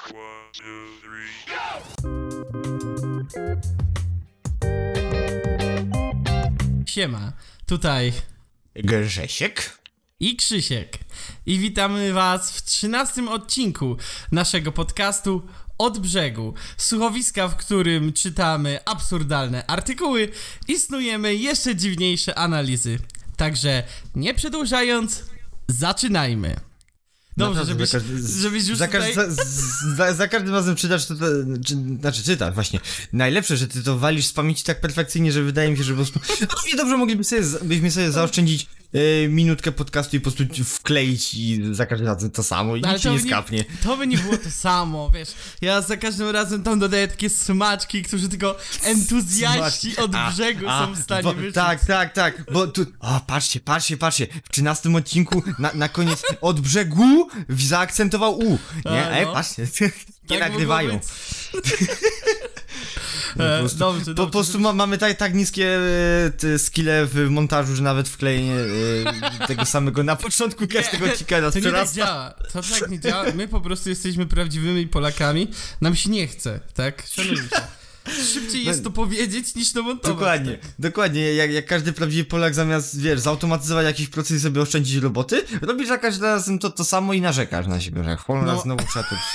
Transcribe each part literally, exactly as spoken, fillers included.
One, two, three. Siema, tutaj Grzesiek i Krzysiek i witamy was w trzynastym odcinku naszego podcastu Od Brzegu, słuchowiska, w którym czytamy absurdalne artykuły i snujemy jeszcze dziwniejsze analizy. Także nie przedłużając, zaczynajmy. Dobrze, żebyś, za każdy, żebyś już za, tutaj... za, za, za każdym razem czytasz to, to czy, znaczy czytasz właśnie. Najlepsze, że ty to walisz z pamięci tak perfekcyjnie, że wydaje mi się, że po prostu równie dobrze mogliby sobie, byśmy sobie zaoszczędzić e, minutkę podcastu i po prostu wkleić i za każdym razem to samo i Ale nic się to nie by skapnie. To by nie było to samo, wiesz. Ja za każdym razem tam dodaję takie smaczki, którzy tylko entuzjaści Smaczki. od A, brzegu a, są w stanie bo, wyczuć. Tak, tak, tak, bo tu, o patrzcie, patrzcie, patrzcie, w trzynastym odcinku na, na koniec od brzegu zaakcentował U, nie? A, Ej, no. patrzcie, nie Tak nagrywają. mogło być. E, prostu, dobrze, po, dobrze. po prostu ma, mamy tak, tak niskie e, te skille w montażu, że nawet wklejenie e, tego samego na początku każdego odcinka nas To nie tak przerasta. działa, to tak nie działa. My po prostu jesteśmy prawdziwymi Polakami, nam się nie chce, tak? Szanujmy się. Szybciej jest to powiedzieć, niż to montować. Dokładnie, tak? dokładnie, jak, jak każdy prawdziwy Polak zamiast, wiesz, zautomatyzować jakiś proces i sobie oszczędzić roboty, robisz za każdym razem to, to samo i narzekasz na siebie, że cholera, No. znowu muszę to...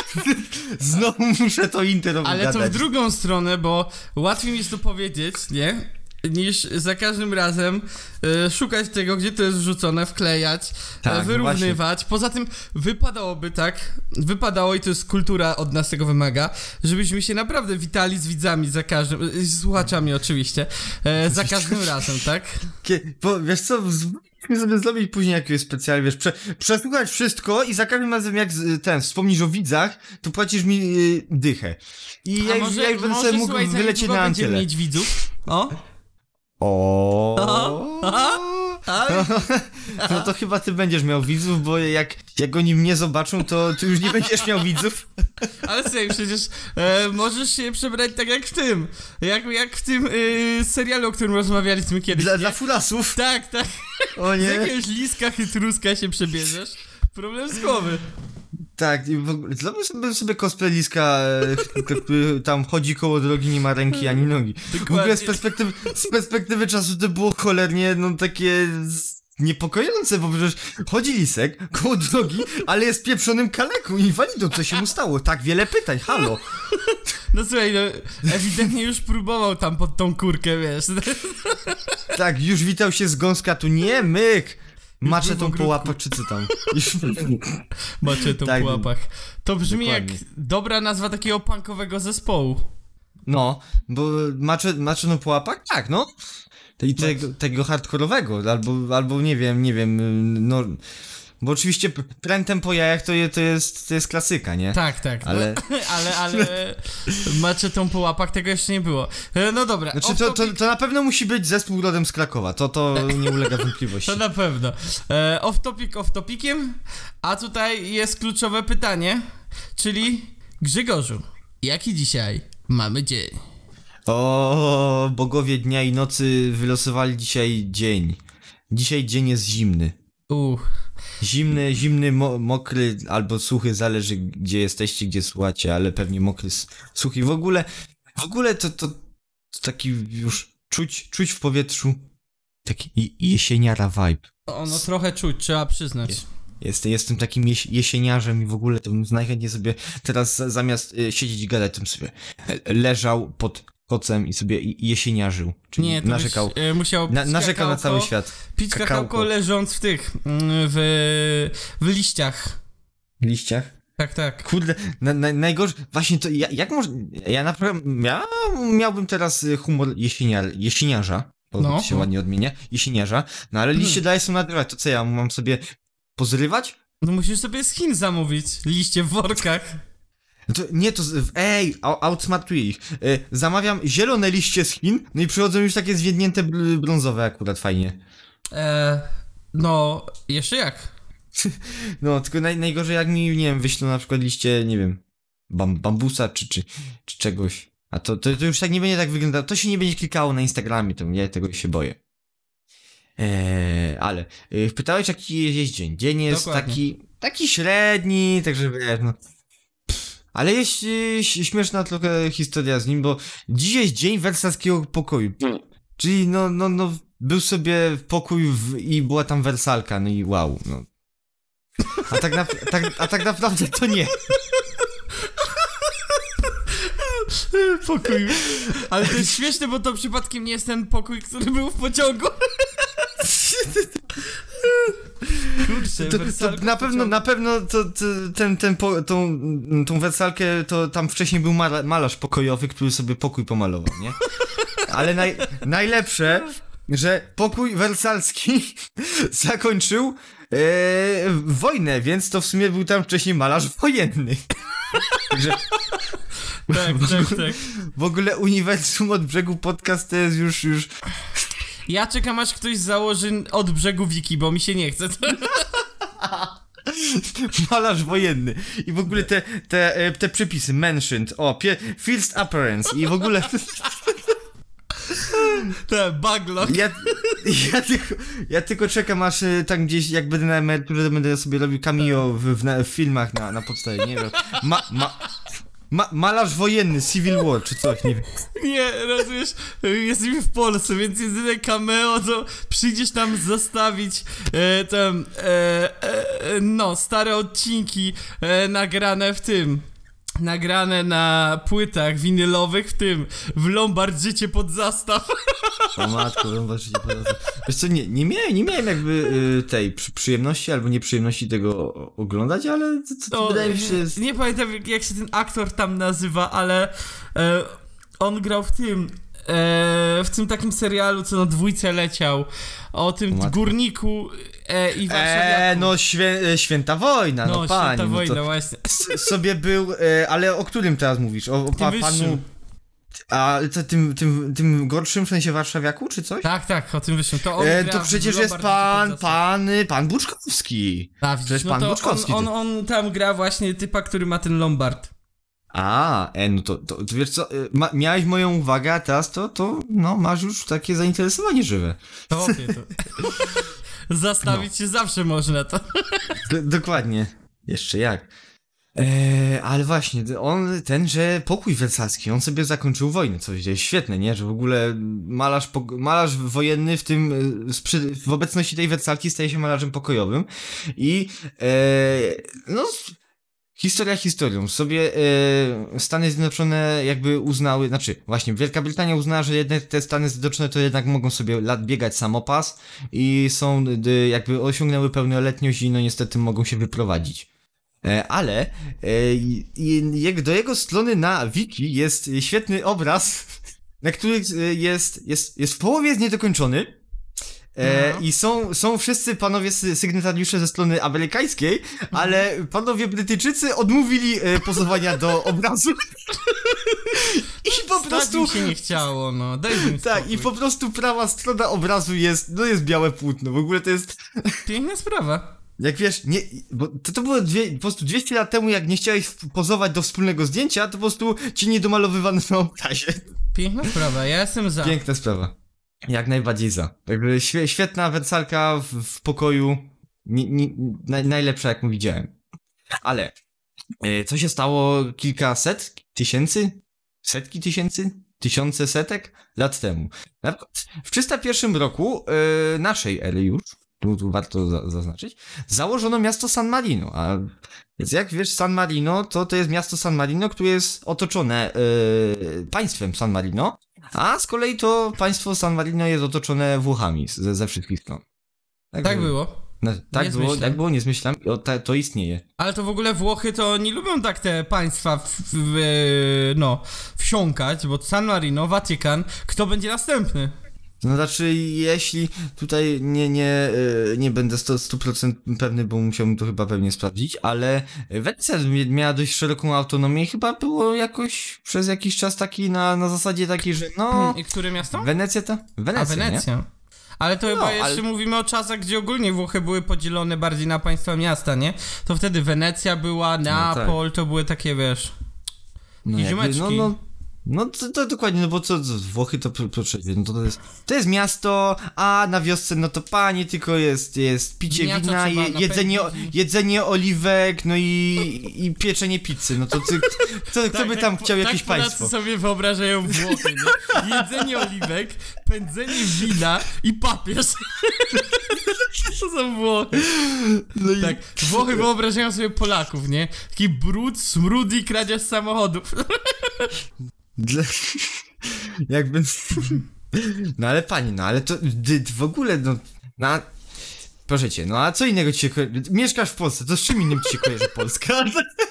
znowu muszę to intro Ale to w gadać. drugą stronę, bo łatwiej mi jest to powiedzieć, nie? Niż za każdym razem e, szukać tego, gdzie to jest wrzucone, wklejać, Tak, e, wyrównywać. Poza tym wypadałoby tak, wypadało i to jest kultura od nas tego wymaga, żebyśmy się naprawdę witali z widzami za każdym, e, z słuchaczami oczywiście, e, za każdym razem, tak? Kie, bo, wiesz co, musimy sobie zrobić później jakiegoś specjalnie, wiesz, prze, przesłuchać wszystko i za każdym razem jak z- ten, wspomnisz o widzach, to płacisz mi y, dychę. I A ja, już- ja już będę sobie mógł słuchaj, za wylecieć niedługo na będziemy Antielę. mieć widzów. O? O. Aha, ale... No to chyba ty będziesz miał widzów, bo jak, jak oni mnie zobaczą, to ty już nie będziesz miał widzów. Ale sobie przecież e, możesz się przebrać tak jak w tym, jak, jak w tym e, serialu, o którym rozmawialiśmy kiedyś. Dla, nie? dla furasów. Tak, tak. O Z nie. jakiegoś liska chytruska się przebierzesz. Problem z głowy. Tak, i w ogóle, zrobię sobie, sobie cosplay-liska, e, który tam chodzi koło drogi, nie ma ręki ani nogi. W ogóle z perspektywy, z perspektywy czasu to było cholernie, no takie z- niepokojące, bo przecież chodzi lisek koło drogi, ale jest pieprzonym kaleką, inwalidą, co się mu stało? Tak wiele pytań, halo. No słuchaj, no, ewidentnie już próbował tam pod tą kurkę, wiesz. Tak, już witał się z gąska, tu nie myk. Maczę był w tą ogródku. po łapach, czy co tam? Już... Macie to Tak, po łapach. To brzmi dokładnie. jak dobra nazwa takiego punkowego zespołu. No, bo maczę, maczę tą po łapach? Tak, no. I tego, tego hardkorowego, albo, albo nie wiem, nie wiem, no... Bo oczywiście p- prętem po jajach to, je, to, jest, to jest klasyka, nie? Tak, tak. Ale- No, ale, ale macie tą po łapach, tego jeszcze nie było. E, No dobra. Znaczy off to, to, topic- to na pewno musi być zespół rodem z Krakowa, to, to nie ulega wątpliwości. To na pewno. E, off topic off topiciem, a tutaj jest kluczowe pytanie, czyli Grzegorzu, jaki dzisiaj mamy dzień? O, bogowie dnia i nocy wylosowali dzisiaj dzień. Dzisiaj dzień jest zimny. Uch, Zimny, zimny, mo- mokry albo suchy, zależy gdzie jesteście, gdzie słuchacie, ale pewnie mokry, s- suchy. W ogóle, w ogóle to, to, to taki już czuć, czuć w powietrzu taki je- jesieniara vibe. ono trochę czuć, trzeba przyznać. Jestem, jestem takim jeś- jesieniarzem i w ogóle to bym najchętniej sobie teraz za- zamiast y, siedzieć i gadać, to bym sobie e, leżał pod kocem i sobie i- jesieniarzył, czyli Nie, to narzekał, byś, e, musiał pić na, narzekał na kakałko- cały świat. Pić kakałko, Kakałko. leżąc w tych, mm, w, w liściach. W liściach. Tak, tak. Kurde, na, na, najgorsze, właśnie to, ja, jak może, ja naprawdę, ja miałbym teraz y, humor jesieniar, jesieniarza, bo No. to się ładnie odmienia, jesieniarza, no ale liście Hmm. dalej są nadrywać, to co ja mam sobie pozrywać? No musisz sobie z Chin zamówić liście w workach. No to, nie, to, z- ej, au- outsmartuję ich, y, zamawiam zielone liście z Chin, no i przychodzą już takie zwiednięte br- brązowe akurat, fajnie. E, no, jeszcze jak? No, tylko naj, najgorzej jak mi, nie wiem, wyślą na przykład liście, nie wiem, bam, bambusa czy, czy, czy czegoś. A to, to, to już tak nie będzie tak wyglądało, to się nie będzie klikało na Instagramie, to ja tego się boję. Eee, ale yy, pytałeś jaki jest dzień. Dzień jest Dokładnie. taki, taki średni, także wiesz, no. Pff, Ale jest e, śmieszna trochę historia z nim, bo dzisiaj jest dzień wersalskiego pokoju. Czyli no, no, no, był sobie pokój w, i była tam wersalka, no i wow, no. A tak, na, tak, a tak naprawdę to nie. Pokój. Ale to jest śmieszne, bo to przypadkiem nie jest ten pokój, który był w pociągu. Kurczę, To, to na pewno, na pewno to, to, ten, ten po, tą, tą wersalkę, to tam wcześniej był mala, malarz pokojowy, który sobie pokój pomalował, nie? Ale naj, najlepsze, że pokój wersalski zakończył e, wojnę, więc to w sumie był tam wcześniej malarz wojenny. Także Tak, tak, tak. w ogóle uniwersum od brzegu podcast to jest już, już... Ja czekam, aż ktoś założy od brzegu wiki, bo mi się nie chce. Malarz wojenny. I w ogóle te, te, te przypisy, mentioned, o, pie, first appearance i w ogóle... Te, backlog. Ja, ja, tylko, ja tylko czekam, aż e, tak gdzieś, jak będę na emeryturze, będę sobie robił cameo w, w, na, w filmach na, na podstawie, nie wiem. Ma, ma, ma, malarz wojenny, Civil War, czy coś, nie wiem. Nie, rozumiesz, jesteśmy w Polsce, więc jedyne cameo to przyjdziesz tam zostawić e, tam, e, e, no, stare odcinki e, nagrane w tym, nagrane na płytach winylowych w tym, w Lombard życie pod zastaw. O matko, Lombard życie pod zastaw. Wiesz co, nie, nie miałem, nie miałem jakby y, tej przy, przyjemności albo nieprzyjemności tego o, oglądać, ale to, to, to No, wydaje mi się, że jest... nie pamiętam jak się ten aktor tam nazywa, ale e, on grał w tym, e, w tym takim serialu, co na dwójce leciał, o tym Matko. górniku e, i warszawiaku. Eee, no świę, święta wojna, no, No, panie. święta no wojna, to właśnie. s- sobie był, e, ale o którym teraz mówisz? O, o pa, Tym panu... wyższym. A to tym, tym, tym gorszym, w sensie warszawiaku, czy coś? Tak, tak, o tym wyszłym. To on E, gra to w przecież jest Lombard pan, życie pod zastaw. pan, pan Buczkowski. A, widzisz, Przecież no pan to Buczkowski. on, on, on tam gra właśnie typa, który ma ten Lombard. A, e, no to, to, to wiesz co, e, ma, miałeś moją uwagę, a teraz to, to, no, masz już takie zainteresowanie żywe. To opie to. Zastawić się zawsze można to. D- dokładnie. Jeszcze jak. E, ale właśnie, on, tenże pokój wersalski, on sobie zakończył wojnę, co jest świetne, nie? Że w ogóle malarz, pok- malarz wojenny w tym, e, sprzy- w obecności tej wersalki staje się malarzem pokojowym i, e, no, historia historią. Sobie e, Stany Zjednoczone jakby uznały, znaczy właśnie Wielka Brytania uznała, że jednak te Stany Zjednoczone to jednak mogą sobie lat biegać samopas i są, d, jakby osiągnęły pełnoletność i no niestety mogą się wyprowadzić. E, ale e, i, jak do jego strony na wiki jest świetny obraz, na który e, jest, jest, jest w połowie jest niedokończony. E, No. I są, są wszyscy panowie sy- sygnatariusze ze strony amerykańskiej, ale panowie Brytyjczycy odmówili e, pozowania do obrazu. I po Stać prostu. mi się nie chciało, no. Daj mi Tak, spokój. i po prostu prawa strona obrazu jest, no jest białe płótno. W ogóle to jest. Piękna sprawa. Jak wiesz, nie, bo to, to było dwie, po prostu dwieście lat temu, jak nie chciałeś pozować do wspólnego zdjęcia, to po prostu ci nie domalowywano na obrazie. Piękna sprawa, ja jestem za. Piękna sprawa. Jak najbardziej za. Jakby świe, świetna wersalka w, w pokoju. Ni, ni, naj, najlepsza, jaką widziałem. Ale e, co się stało kilkaset tysięcy? Setki tysięcy? Tysiące setek lat temu. Na przykład w trzysta pierwszym roku e, naszej ery już, tu, tu warto za, zaznaczyć, założono miasto San Marino. A więc jak wiesz, San Marino to to jest miasto San Marino, które jest otoczone e, państwem San Marino, a z kolei to państwo San Marino jest otoczone Włochami ze, ze wszystkich stron. Tak było. No, tak Nie było, zmyślam. tak było, nie zmyślam. O, ta, to istnieje. Ale to w ogóle Włochy to nie lubią tak te państwa w, w, w, no, wsiąkać, bo San Marino, Watykan, kto będzie następny? No znaczy, jeśli tutaj nie, nie, y, nie będę sto procent pewny, bo musiałbym to chyba pewnie sprawdzić, ale Wenecja miała dość szeroką autonomię i chyba było jakoś przez jakiś czas taki na, na zasadzie takiej, że no... I które miasto? Wenecja to? Wenecja, A, Wenecja. Nie? Ale to No, chyba ale- jeszcze mówimy o czasach, gdzie ogólnie Włochy były podzielone bardziej na państwa miasta, nie? To wtedy Wenecja była, Neapol, to były takie, wiesz... No, I jakby, ziomeczki. no, no, No to, to dokładnie, no bo co, co Włochy to pro- proszę, no to, to jest to jest miasto, a na wiosce no to panie, tylko jest jest picie Miacza wina, trzeba je, jedzenie, napędzić. jedzenie oliwek, no i, i pieczenie pizzy, no to ty, kto, kto by tam po- chciał jakieś tak Polacy państwo? sobie wyobrażają Włochy, nie? Jedzenie oliwek, pędzenie wina i papież. To są Włochy. No i Tak, Włochy wyobrażają sobie Polaków, nie? Taki brud, smród i kradzież samochodów. Dla... Jakby... No ale pani, no ale to ty, ty w ogóle, no... Na... Proszę cię, no a co innego ci się kojarzy? Mieszkasz w Polsce, to z czym innym ci się kojarzy Polska?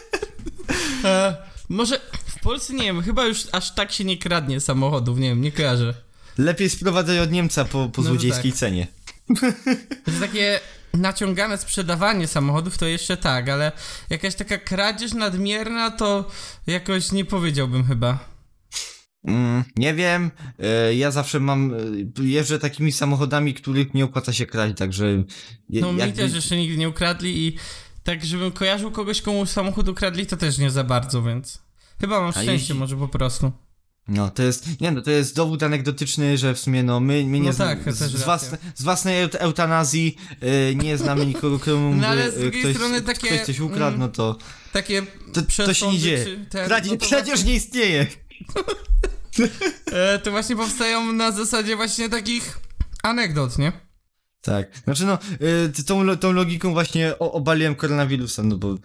E, może w Polsce, nie wiem, chyba już aż tak się nie kradnie samochodów, nie wiem, nie kojarzę. Lepiej sprowadzaj od Niemca po, po No to złodziejskiej tak. cenie. To jest takie naciągane sprzedawanie samochodów, to jeszcze tak, ale jakaś taka kradzież nadmierna, to jakoś nie powiedziałbym chyba. Mm, nie wiem, e, ja zawsze mam, e, jeżdżę takimi samochodami, których nie opłaca się kraść, także... Je, No mi jakby- też jeszcze nigdy nie ukradli i tak, żebym kojarzył kogoś, komu samochód ukradli, to też nie za bardzo, więc chyba mam szczęście jeździ- może po prostu. No, to jest, nie no, to jest dowód anegdotyczny, że w sumie no, my, my nie No znamy, tak, też z, racja. własne, z własnej eut- eutanazji e, nie znamy nikogo, komu No, ale by, z e, drugiej ktoś, strony takie, ktoś coś ukradł, mm, no to, Takie to, to się przesądy, nie dzieje. czy ten- Kradzie, no to przecież właśnie- nie istnieje. E, to właśnie powstają na zasadzie właśnie takich anegdot, nie? Tak, znaczy no, y, tą, lo- tą logiką właśnie o, obaliłem koronawirusa, no bo...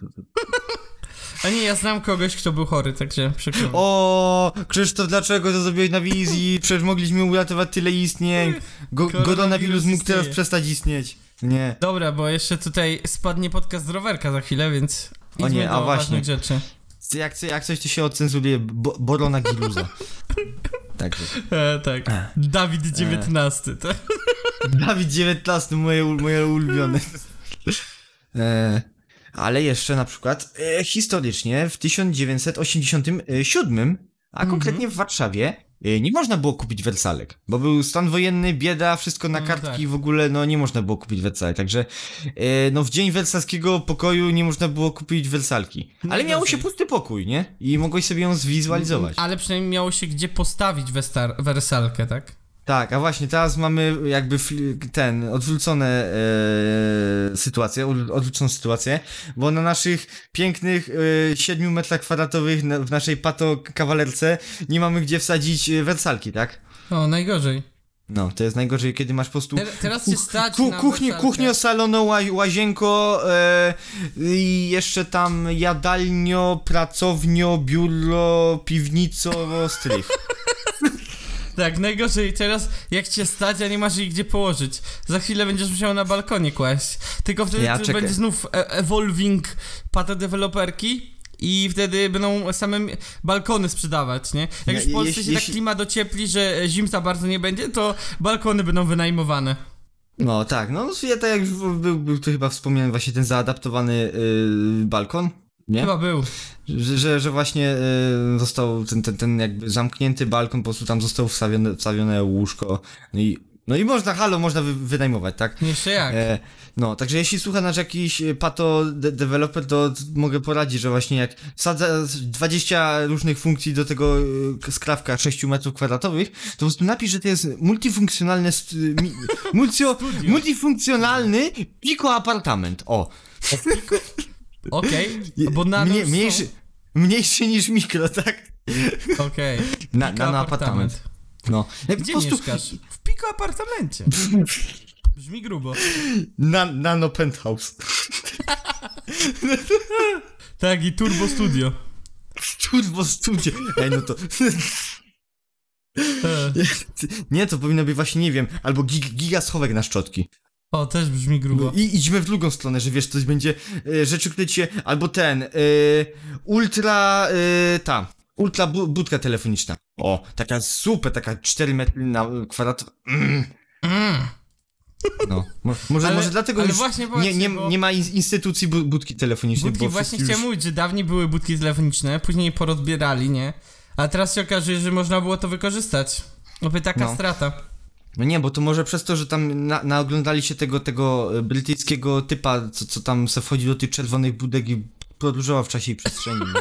A nie, ja znam kogoś, kto był chory, także przykro mi. O, Krzysztof, dlaczego to zrobiłeś na wizji? Przecież mogliśmy uratować tyle istnień. Go, Koronawirus koronawirus mógł istnieje. teraz przestać istnieć. Nie. Dobra, bo jeszcze tutaj spadnie podcast z rowerka za chwilę, więc O idźmy nie, a do właśnie. ważnych rzeczy. Jak, co- jak coś to się ocenzuruje, bo, Borona Giluza. Także. E, tak. Dawid dziewiętnasty, tak? Dawid dziewiętnasty, moje, ul- moje ulubione. E, ale jeszcze na przykład e, historycznie w tysiąc dziewięćset osiemdziesiątym siódmym, a Mhm. konkretnie w Warszawie, e, nie można było kupić wersalek, bo był stan wojenny, bieda, wszystko na No kartki, tak. w ogóle no nie można było kupić wersalek, także e, no w dzień wersalskiego pokoju nie można było kupić wersalki. Ale Najgorzej. miało się pusty pokój, nie? I mogłeś sobie ją zwizualizować. Ale przynajmniej miało się gdzie postawić westar- wersalkę, tak? Tak, a właśnie teraz mamy jakby fli- ten, odwrócone e, sytuację, od- odwróconą sytuację, bo na naszych pięknych e, siedmiu metrach kwadratowych na, w naszej pato-kawalerce nie mamy gdzie wsadzić e, wersalki, tak? O, najgorzej. No, to jest najgorzej, kiedy masz po prostu Ter- teraz cię stać ku- na kuchnię, wersalkę. kuchnio, salono, ła- łazienko e, i jeszcze tam jadalnio, pracownio, biuro, piwnico, strych. Tak, najgorzej teraz jak cię stać, a nie masz jej gdzie położyć. Za chwilę będziesz musiał na balkonie kłaść. Tylko wtedy Ja to czekaj. będzie znów e- evolving pata deweloperki i wtedy będą same mi- balkony sprzedawać, nie? Jak Ja- już w Polsce jeśli- się tak jeśli- klimat dociepli, że zim za bardzo nie będzie, to balkony będą wynajmowane. No tak, no ja tak jak w- był, był to chyba wspomniany właśnie ten zaadaptowany yy, balkon, nie? Chyba był. Że, że, że właśnie yy, został ten, ten, ten jakby zamknięty balkon, po prostu tam zostało wstawione, wstawione łóżko, no i, no i można, halo, można wy, wynajmować, tak? Jeszcze jak. E, no, także jeśli słucha nas jakiś e, pato de deweloper, to t- mogę poradzić, że właśnie jak wsadza dwadzieścia różnych funkcji do tego e, skrawka sześciu metrów kwadratowych, to po prostu napisz, że to jest multifunkcjonalne st- mi, mulcio, multifunkcjonalny piko apartament. O. Okej, Je- bo nano mnie, są- mniejszy, mniejszy niż mikro, tak? Okej. Na, Piko nano apartament. No. Jak Gdzie po prostu mieszkasz? W Piko apartamencie. Brzmi grubo. na, nano penthouse. Tak, i Turbo Studio. Turbo studio. Ej, no to... E. Nie, to powinno być właśnie, nie wiem, albo gig, giga schowek na szczotki. O, też brzmi grubo. I idźmy w drugą stronę, że wiesz, coś będzie e, rzeczy, które cię, albo ten, e, ultra, e, ta, ultra bu, budka telefoniczna. O, taka super, taka cztery metry na kwadrat. Mm. Mm. No, mo, może, Ale- może dlatego ale już właśnie nie, właśnie, nie, bo- nie ma in- instytucji bu, budki telefonicznej, Budki, bo właśnie wszyscy chciałem już... mówić, że dawniej były budki telefoniczne, później je porozbierali, nie? A teraz się okazuje, że można było to wykorzystać. Oby taka No. strata. No nie, bo to może przez to, że tam na, naoglądali się tego, tego e, brytyjskiego typa, co, co tam se wchodzi do tych czerwonych budek i podróżował w czasie i przestrzeni. Może to,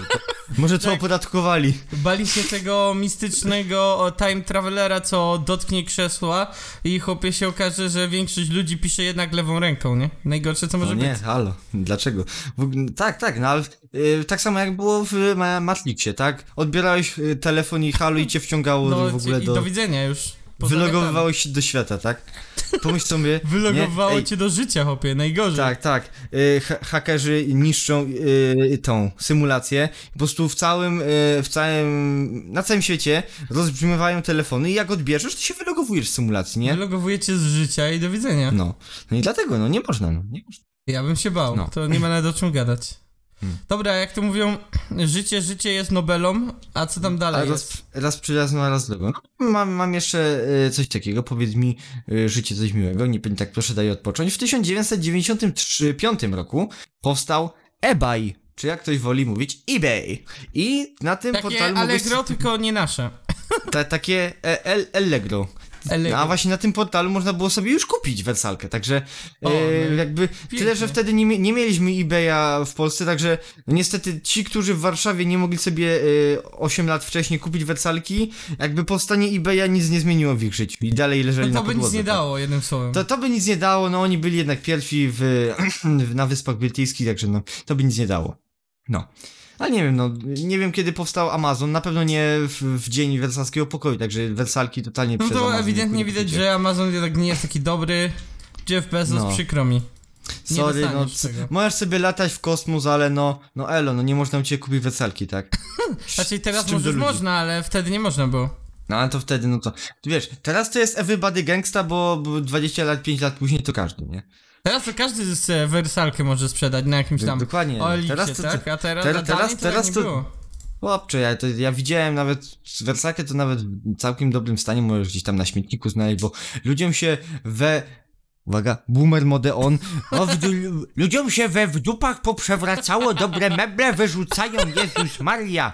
Może to Tak. opodatkowali. Bali się tego mistycznego o, time travelera, co dotknie krzesła i chłopie się okaże, że większość ludzi pisze jednak lewą ręką, nie? Najgorsze co może No nie, być. halo, dlaczego? W, ogóle- tak, tak, no ale y, tak samo jak było w Ma- Matrixie, tak? Odbierałeś y, telefon i halo i cię wciągało No w ogóle i do... do widzenia już. Wylogowywałeś się do świata, tak? Pomyśl sobie... Wylogowało nie? Ej, cię do życia, chłopie, najgorzej. Tak, tak. Y, ha hakerzy niszczą y, tą symulację. Po prostu w całym, y, w całym, na całym świecie rozbrzmiewają telefony i jak odbierzesz, to się wylogowujesz z symulacji, nie? Wylogowuje cię z życia i do widzenia. No. No i dlatego, no nie można, no nie można. Ja bym się bał, No. to nie ma nawet o czym gadać. Hmm. Dobra, jak to mówią, życie, życie jest Nobelą, a co tam A dalej raz, jest? raz przyjazno, a raz drogą. No, mam, mam jeszcze y, coś takiego, powiedz mi y, życie coś miłego, nie pani tak proszę daj odpocząć. W tysiąc dziewięćset dziewięćdziesiątym piątym roku powstał eBay, czy jak ktoś woli mówić eBay. I na tym Takie portalu mogłeś... Allegro, tylko nie nasze. Ta, takie e, el, Allegro. Allegro. A właśnie na tym portalu można było sobie już kupić wersalkę, także O, e, no i jakby tyle, że wtedy nie, mie- nie mieliśmy eBaya w Polsce, także no niestety ci, którzy w Warszawie nie mogli sobie e, osiem lat wcześniej kupić wersalki, jakby powstanie eBaya nic nie zmieniło w ich życiu i dalej leżeli No na to by podłodze. nic nie tak. dało, jednym słowem. To, to by nic nie dało, no oni byli jednak pierwsi w, na Wyspach Brytyjskich, także no to by nic nie dało. No. Ale nie wiem, no, nie wiem kiedy powstał Amazon, na pewno nie w, w dzień wersalskiego pokoju, także wersalki totalnie No przez to Amazon ewidentnie nie widać, kupicie. że Amazon jednak nie jest taki dobry. Jeff Bezos, No. przykro mi. Nie Sorry, no, dostaniesz c- tego. możesz sobie latać w kosmos, ale no, no elo, no nie można u ciebie kupić wersalki, tak? Raczej teraz Z czym może do już ludzi? można, ale wtedy nie można było. No ale to wtedy, no to, wiesz, teraz to jest everybody gangsta, bo, bo dwadzieścia lat, pięć lat później to każdy, nie? Teraz to każdy z e, wersalkę może sprzedać na jakimś tam Dokładnie. Olipsie, Teraz to- tak? A teraz, teraz- a dawniej teraz- to tak teraz nie to- było. Chłopcze, ja, to, ja widziałem nawet wersalkę, to nawet w całkiem dobrym stanie możesz gdzieś tam na śmietniku znaleźć, bo ludziom się we... Uwaga, boomer mode on. O, w du- ludziom się we w dupach poprzewracało, dobre meble wyrzucają, Jezus Maria.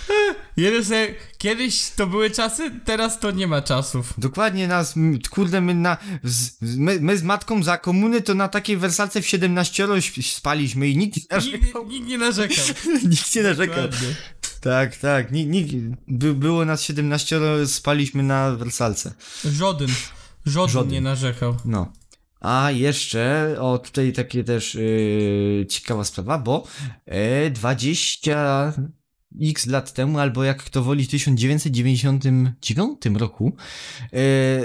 Jeden se, kiedyś to były czasy, teraz to nie ma czasów. Dokładnie nas, m, kurde, my, na, z, z- my, my z matką za komuny to na takiej wersalce w siedemnaście śp- spaliśmy i nikt nie Nikt, narzekał. nikt nie narzekał. Nikt nie narzekał. Dokładnie. Tak, tak, ni, ni, by, było nas siedemnaście, spaliśmy na wersalce. Żaden. Żaden Żaden. nie narzekał. No. A jeszcze, o tutaj takie też yy, ciekawa sprawa, bo yy, dwadzieścia x lat temu, albo jak kto woli, w tysiąc dziewięćset dziewięćdziesiątym dziewiątym roku yy,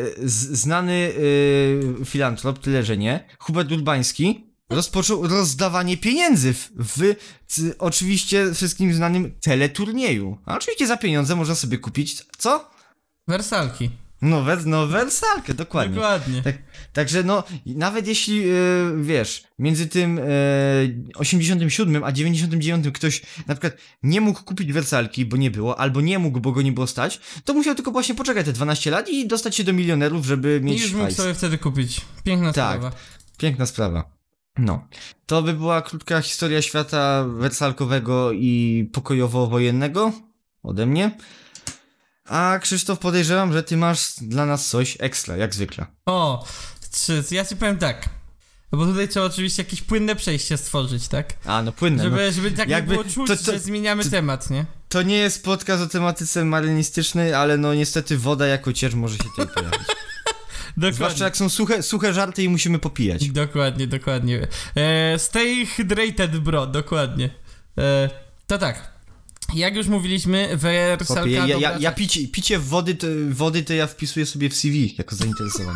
z, znany yy, filantrop, tyle że nie, Hubert Urbański rozpoczął rozdawanie pieniędzy w, w c, oczywiście wszystkim znanym teleturnieju. A oczywiście za pieniądze można sobie kupić, co? Wersalki. No, wers, no wersalkę, dokładnie. Dokładnie. Tak, także no, nawet jeśli, yy, wiesz, między tym yy, osiemdziesiątym siódmym a dziewięćdziesiątym dziewiątym ktoś na przykład nie mógł kupić wersalki, bo nie było, albo nie mógł, bo go nie było stać, to musiał tylko właśnie poczekać te dwanaście lat i dostać się do milionerów, żeby I mieć już mógł hajs. sobie wtedy kupić. Piękna Tak. sprawa. Piękna sprawa. No. To by była krótka historia świata wersalkowego i pokojowo-wojennego ode mnie. A Krzysztof, podejrzewam, że ty masz dla nas coś ekstra, jak zwykle. O, czy, ja ci powiem tak. No bo tutaj trzeba oczywiście jakieś płynne przejście stworzyć, tak? A, no płynne. no. Żeby, żeby tak jakby nie było czuć, to- to- że zmieniamy to- temat, nie? To nie jest podcast o tematyce marynistycznej, ale no niestety woda jako ciecz może się tutaj pojawić. Dokładnie. Zwłaszcza jak są suche, suche żarty i musimy popijać. Dokładnie, dokładnie. E, stay hydrated, bro, dokładnie. E, to tak. Jak już mówiliśmy, wersalka Popie, ja, ja, dobra- ja picie, picie wody, to, wody to ja wpisuję sobie w C V jako zainteresowany.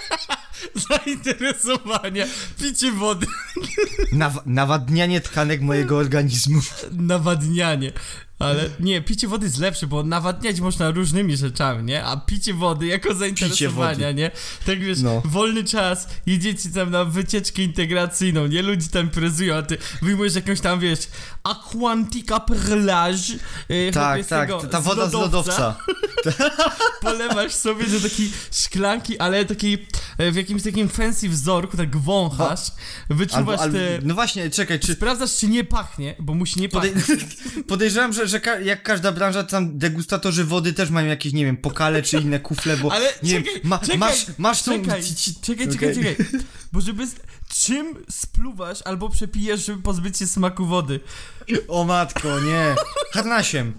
Zainteresowania, picie wody, Naw, nawadnianie tkanek mojego organizmu. nawadnianie. Ale nie, picie wody jest lepsze, bo nawadniać można różnymi rzeczami, nie? A picie wody jako zainteresowania, wody. nie? Tak wiesz, No. wolny czas, jedziecie tam na wycieczkę integracyjną, nie? Ludzie tam imprezują, a ty wyjmujesz jakąś tam, wiesz, Aquantica Perlage. Yy, Tak, tak, ta, ta woda z lodowca. Polewasz sobie do takiej szklanki, ale takiej e, w jakimś takim fancy wzorku, tak wąchasz, wyczuwasz Albo, te... albo, no właśnie, czekaj, czy... Sprawdzasz, czy nie pachnie, bo musi nie Podej pachnieć. podejrzewam, że, że ka jak każda branża, tam degustatorzy wody też mają jakieś, nie wiem, pokale czy inne kufle, bo Ale nie czekaj, wiem, ma czekaj, masz, masz tą... czekaj, ci- ci- czekaj, okej. czekaj, czekaj. Bo żeby... z- Czym spluwasz albo przepijesz, żeby pozbyć się smaku wody? O matko, nie. Harnasiem.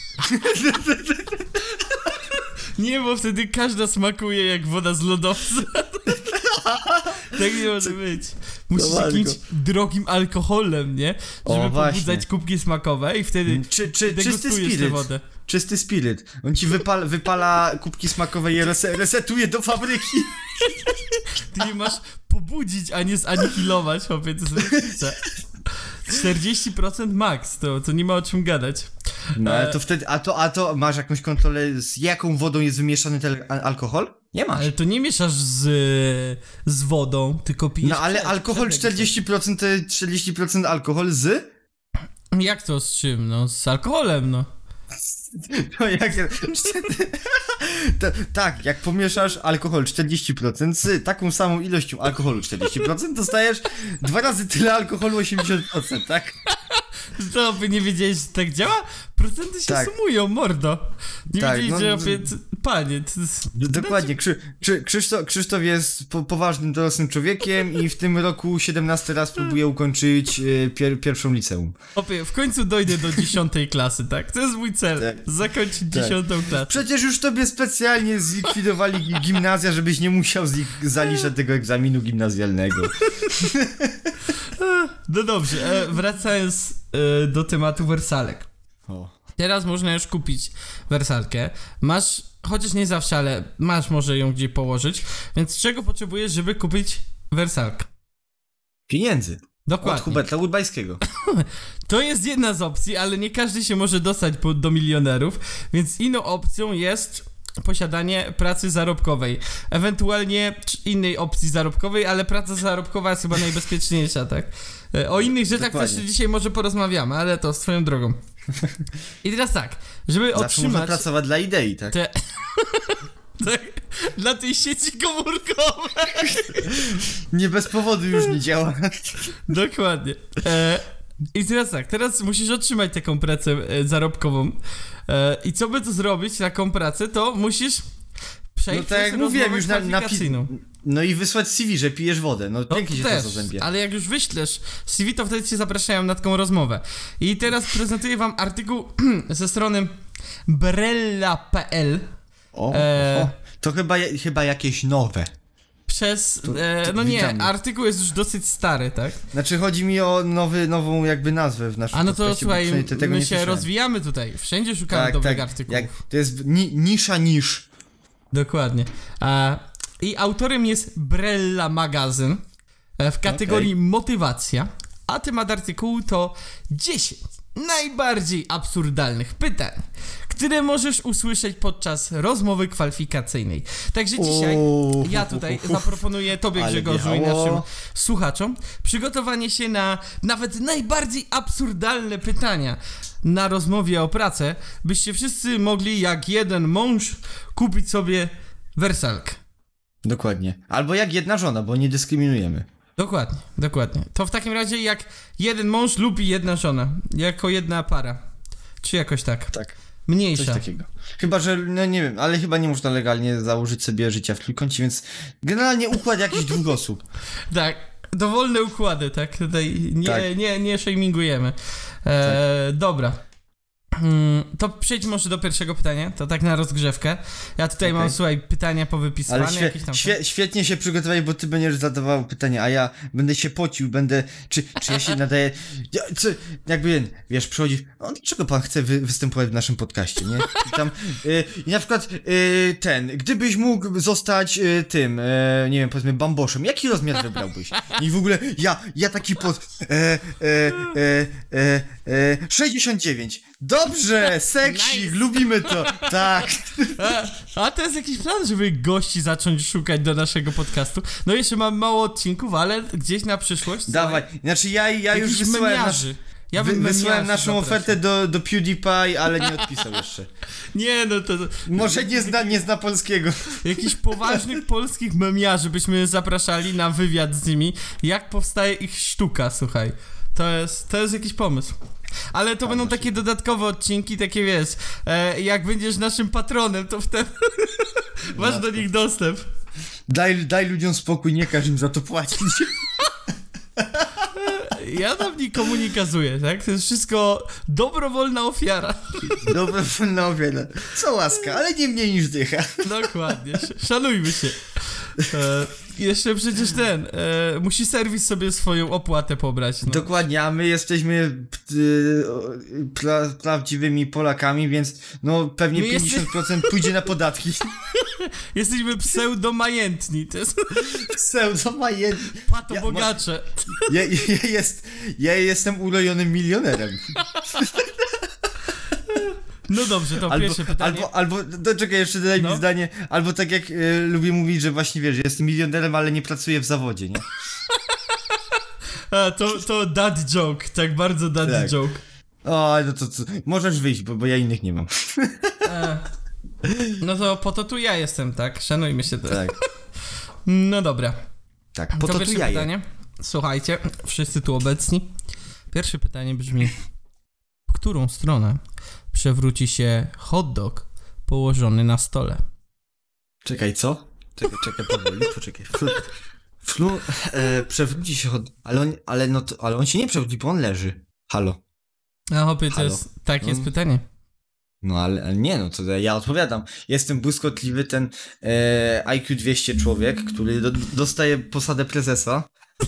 Nie, bo wtedy każda smakuje jak woda z lodowca. Tak nie może być. Musisz To jakimś matko. drogim alkoholem, nie? O, Żeby właśnie. pobudzać kubki smakowe i wtedy Czy, czy, czysty degustujesz tę spiryt. wodę. Czysty spiryt. On ci wypala, wypala kubki smakowe i je rese resetuje do fabryki. Ty je masz pobudzić, a nie zanihilować, chłopie, to jest różnica. czterdzieści procent max, to, to nie ma o czym gadać. No ale to wtedy, a to, a to masz jakąś kontrolę, z jaką wodą jest wymieszany ten al- alkohol? Nie masz. Ale to nie mieszasz z, z wodą, tylko pijesz. No ale przed- alkohol przed czterdzieści procent to czterdzieści procent alkohol z? Jak to z czym? No z alkoholem, no. No jak ja... to, tak, jak pomieszasz alkohol czterdzieści procent z taką samą ilością alkoholu czterdzieści procent, dostajesz dwa razy tyle alkoholu osiemdziesiąt procent, tak? To by nie wiedziałeś, że tak działa? Procenty się Tak. sumują, mordo. Nie Tak, wiedziałeś, no, że no. opie... c- Panie, to jest... Dokładnie, Krzy, Krzy, Krzysztof, Krzysztof jest po, poważnym, dorosłym człowiekiem i w tym roku siedemnasty raz próbuje ukończyć e, pier, pierwszą liceum. Opie, w końcu dojdę do dziesiątej klasy, tak? To jest mój cel. Tak. Zakończyć Tak. dziesiątą klasę. Przecież już tobie specjalnie zlikwidowali gi- gimnazja, żebyś nie musiał z nich zaliczać tego egzaminu gimnazjalnego. No dobrze, e, wracając e, do tematu wersalek. O. Teraz można już kupić wersalkę. Masz, chociaż nie zawsze, ale masz może ją gdzie położyć. Więc czego potrzebujesz, żeby kupić wersalkę? Pieniędzy. Od Dokładnie. Huberta Urbańskiego. To jest jedna z opcji, ale nie każdy się może dostać po, do milionerów, więc inną opcją jest posiadanie pracy zarobkowej. Ewentualnie czy innej opcji zarobkowej, ale praca zarobkowa jest chyba najbezpieczniejsza, tak? E, O innych rzeczach Dokładnie. też dzisiaj może porozmawiamy, ale to swoją drogą. I teraz tak, żeby Zawsze można otrzymać pracować dla idei, tak? te... tak, dla tej sieci komórkowej. Nie bez powodu już nie działa. Dokładnie. E, I teraz tak, teraz musisz otrzymać taką pracę e, zarobkową. E, I co by tu zrobić, taką pracę, to musisz przejść No tak jak przez mówiłem rozmowę już na, na pi- kwalifikacyjną. No i wysłać C V, że pijesz wodę. No No pięknie się też, to zazębia. ale jak już wyślesz C V, to wtedy cię zapraszają na taką rozmowę. I teraz prezentuję wam artykuł ze strony brella kropka p l O, e, o, to chyba, je- chyba jakieś nowe. przez... To- E, to no nie, witamy. artykuł jest już dosyć stary, tak? Znaczy chodzi mi o nowy, nową jakby nazwę w naszym A no to podcaście, bo słuchaj, przynajmniej te- tego my nie się słyszałem. rozwijamy tutaj. Wszędzie szukamy Tak, dobrych tak, artykułów. jak, to jest ni, nisza nisz. Dokładnie. A, I autorem jest Brella Magazyn e, w kategorii motywacja, a temat artykułu to dziesięć najbardziej absurdalnych pytań, które możesz usłyszeć podczas rozmowy kwalifikacyjnej. Także dzisiaj Uuu, ja tutaj zaproponuję tobie, ale Grzegorzu, i biało. naszym słuchaczom przygotowanie się na nawet najbardziej absurdalne pytania na rozmowie o pracę, byście wszyscy mogli jak jeden mąż kupić sobie wersalkę. Dokładnie. Albo jak jedna żona, bo nie dyskryminujemy. Dokładnie, dokładnie. To w takim razie jak jeden mąż lub i jedna żona, jako jedna para. Czy jakoś tak. Tak. Mniejsza. Coś takiego. Chyba, że, no nie wiem, ale chyba nie można legalnie założyć sobie życia w trójkącie, więc generalnie układ jakichś dwóch osób. Tak, dowolne układy, tak? Tutaj nie, Tak. nie, nie shamingujemy. E, Dobra. Mm, To przejdźmy może do pierwszego pytania, to tak na rozgrzewkę. Ja tutaj mam, Okej. słuchaj, pytania powypisywane, Ale świe, jakieś tam... świe, świetnie się przygotowaj, bo ty będziesz zadawał pytania, a ja będę się pocił, będę, czy, czy ja się nadaję, ja, co, jakby, wiesz, przychodzisz, no dlaczego pan chce wy, występować w naszym podcaście, nie? I tam, y, i na przykład y, ten, gdybyś mógł zostać y, tym, y, nie wiem, powiedzmy bamboszem, jaki rozmiar wybrałbyś? I w ogóle, ja, ja taki pod, e, e, e, e, e, sześćdziesiąt dziewięć, dobrze, seksik, Nice. lubimy to, tak. A, a to jest jakiś plan, żeby gości zacząć szukać do naszego podcastu. No jeszcze mam mało odcinków, ale gdzieś na przyszłość... Dawaj, znaczy ja, ja już Jakichś wysyłałem nasz, memiarzy. Ja Wy, bym wysłałem memiarzy naszą zaprosił. ofertę do, do PewDiePie, ale nie odpisał jeszcze. Nie, no to... Może nie zna, nie zna polskiego. Jakichś poważnych polskich memiarzy byśmy zapraszali na wywiad z nimi. Jak powstaje ich sztuka, słuchaj. To jest, to jest jakiś pomysł. Ale to będą takie dodatkowe odcinki, takie wiesz, e, jak będziesz naszym patronem, to wtedy masz do nich dostęp. Daj, daj ludziom spokój, nie każ im za to płacić. Ja tam nikomu nie kazuję, tak? To jest wszystko dobrowolna ofiara. Dobra, no wiele. Co łaska, ale nie mniej niż dycha. Dokładnie, sz- szanujmy się. E, jeszcze przecież ten, e, musi serwis sobie swoją opłatę pobrać. No. Dokładnie, a my jesteśmy y, pra, prawdziwymi Polakami, więc no pewnie My pięćdziesiąt procent pójdzie na podatki. Jesteśmy pseudomajętni, to jest Pseudomajętni. patobogacze. Ja, ja, ja, jest, ja jestem urojonym milionerem. No dobrze, to Albo, pierwsze pytanie. albo, albo, to czekaj, jeszcze daj No. mi zdanie, albo tak jak y, lubię mówić, że właśnie wiesz, jestem milionerem, ale nie pracuję w zawodzie, nie? A, to, to dad joke, tak bardzo dad Tak. joke. O, no to co, możesz wyjść, bo, bo ja innych nie mam. E, no to po to tu ja jestem, tak? Szanujmy się teraz. Tak, No dobra. tak, po to to tu pierwsze ja je. pytanie. Słuchajcie, wszyscy tu obecni. Pierwsze pytanie brzmi: w którą stronę przewróci się hot dog położony na stole? Czekaj, co? Czekaj, czekaj, powoli, poczekaj. Flu, flu e, przewróci się od... Ale on, ale, no to, ale on się nie przewróci, bo on leży. Halo. A hopy, to Halo? jest, tak jest No. pytanie. No ale ale nie, no to ja odpowiadam. Jestem błyskotliwy ten e, I Q dwieście człowiek, który do, dostaje posadę prezesa.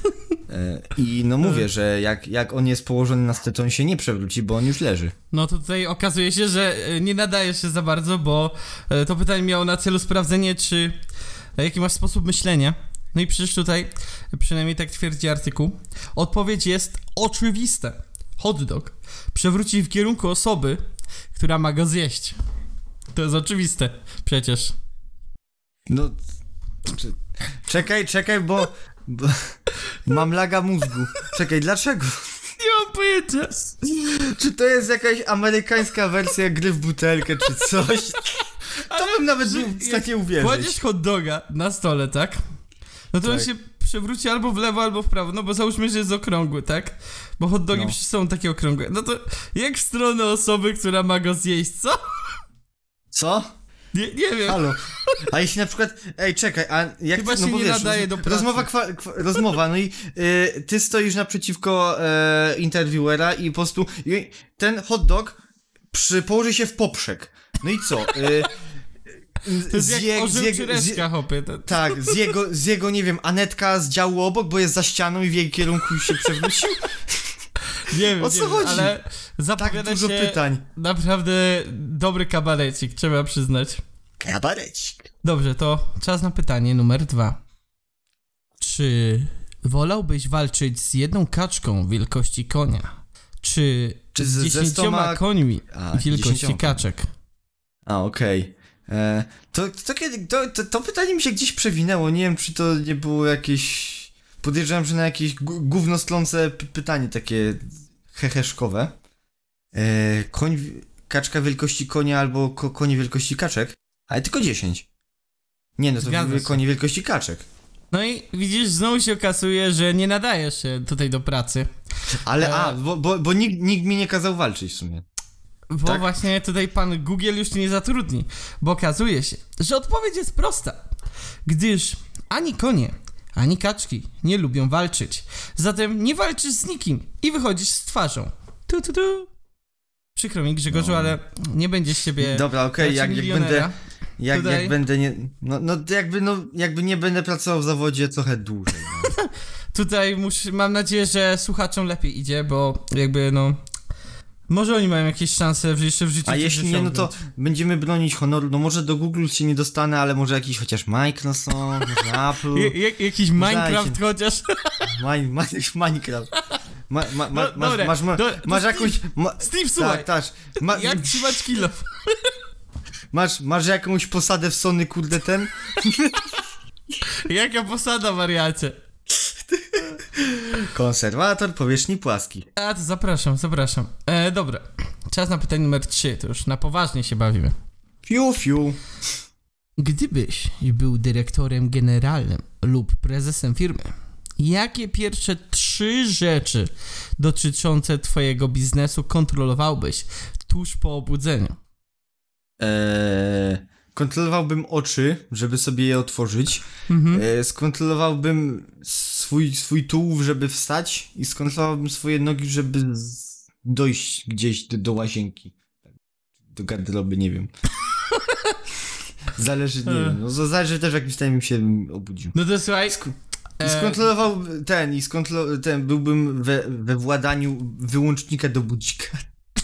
E, I no mówię, że jak, jak on jest położony na stole, to on się nie przewróci, bo on już leży. No to tutaj okazuje się, że e, nie nadajesz się za bardzo, bo e, to pytanie miało na celu sprawdzenie, czy e, jaki masz sposób myślenia. No i przecież tutaj, przynajmniej tak twierdzi artykuł, odpowiedź jest oczywista. Hot dog przewróci w kierunku osoby, która ma go zjeść. To jest oczywiste, przecież. No... Czy, czekaj, czekaj, bo, bo... Mam laga mózgu. Czekaj, dlaczego? Nie mam pojęcia. Czy to jest jakaś amerykańska wersja gry w butelkę, czy coś? To bym nawet że był w jak stanie uwierzyć. Kładziesz hot doga na stole, tak? No to on Tak. się przewróci albo w lewo, albo w prawo, no bo załóżmy, że jest okrągły, tak? Bo hot dogi No. przecież są takie okrągłe. No to jak w stronę osoby, która ma go zjeść, co? Co? Nie, nie wiem. Halo. A jeśli na przykład... Ej, czekaj, a jak... Chyba ty, się no bo nie wiesz, nadaje do pracy. Rozmowa, kwa, kwa, rozmowa, no i y, ty stoisz naprzeciwko e, interviewera i po prostu i ten hot dog przy, położy się w poprzek. No i co? Y, To jest z jak je- orzeł z czy jego- z- reszka, hopy. To... Tak, z jego, z jego, nie wiem, Anetka z działu obok, bo jest za ścianą i w jej kierunku się przewrócił. Nie wiem, O nie co wiem, chodzi? ale Tak zapowiada dużo się pytań. naprawdę dobry kabarecik, trzeba przyznać. Kabarecik. Dobrze, to czas na pytanie numer dwa. Czy wolałbyś walczyć z jedną kaczką wielkości konia? Czy, Czy z- z ze dziesięcioma stoma- końmi A, wielkości dziesięcioma. kaczek? A, okej. E, To, to, kiedy, to, to, to pytanie mi się gdzieś przewinęło, nie wiem, czy to nie było jakieś... Podejrzewam, że na jakieś gó- gównoslące p- pytanie takie heheszkowe. E, koń, wi- kaczka wielkości konia albo ko, konie wielkości kaczek, ale tylko dziesięć. Nie, no to Zgadza mówię się. konie wielkości kaczek. No i widzisz, znowu się okazuje, że nie nadajesz się tutaj do pracy. Ale E, a, bo, bo, bo nikt, nikt mi nie kazał walczyć w sumie. Bo Tak? właśnie tutaj pan Google już cię nie zatrudni, bo okazuje się, że odpowiedź jest prosta. Gdyż ani konie, ani kaczki nie lubią walczyć. Zatem nie walczysz z nikim i wychodzisz z twarzą. Tu, tu, tu. Przykro mi, Grzegorzu, No. ale nie będzie z ciebie Dobra, okej, jak, jak milionera. będę... Jak, Tutaj- jak będę nie... No, no jakby, no jakby nie będę pracował w zawodzie trochę dłużej. No. Tutaj mus, mam nadzieję, że słuchaczom lepiej idzie, bo jakby no... Może oni mają jakieś szanse w, jeszcze w życiu. A coś jeśli nie, no to osiągnąć. będziemy bronić honoru. No może do Google się nie dostanę, ale może jakiś chociaż Microsoft, może Apple, Je, jak, jakiś Dajcie. Minecraft chociaż. Mi, ma, Minecraft. Ma, ma, ma, No, masz, dobra, masz, ma, do- masz to jakąś... Ma, Steve, słuchaj. tak, tak. Ma, Jak trzymać kilo? masz, masz jakąś posadę w Sony, kurde, ten? Jaka posada, wariacie? Konserwator powierzchni płaskiej. A, to zapraszam, zapraszam. E, dobra, czas na pytanie numer trzy, to już na poważnie się bawimy. Fiu, fiu. Gdybyś był dyrektorem generalnym lub prezesem firmy, jakie pierwsze trzy rzeczy dotyczące twojego biznesu kontrolowałbyś tuż po obudzeniu? Eee, kontrolowałbym oczy, żeby sobie je otworzyć. Mhm. Eee, skontrolowałbym swój, swój tułów, żeby wstać i skontrolowałbym swoje nogi, żeby z... dojść gdzieś do, do łazienki. Do garderoby, nie wiem. Zależy, nie wiem. No, zależy też, jak stanie mi się obudził. No to słuchaj... I skontrolował ten, i skontrolował ten, byłbym we, we władaniu wyłącznika do budzika.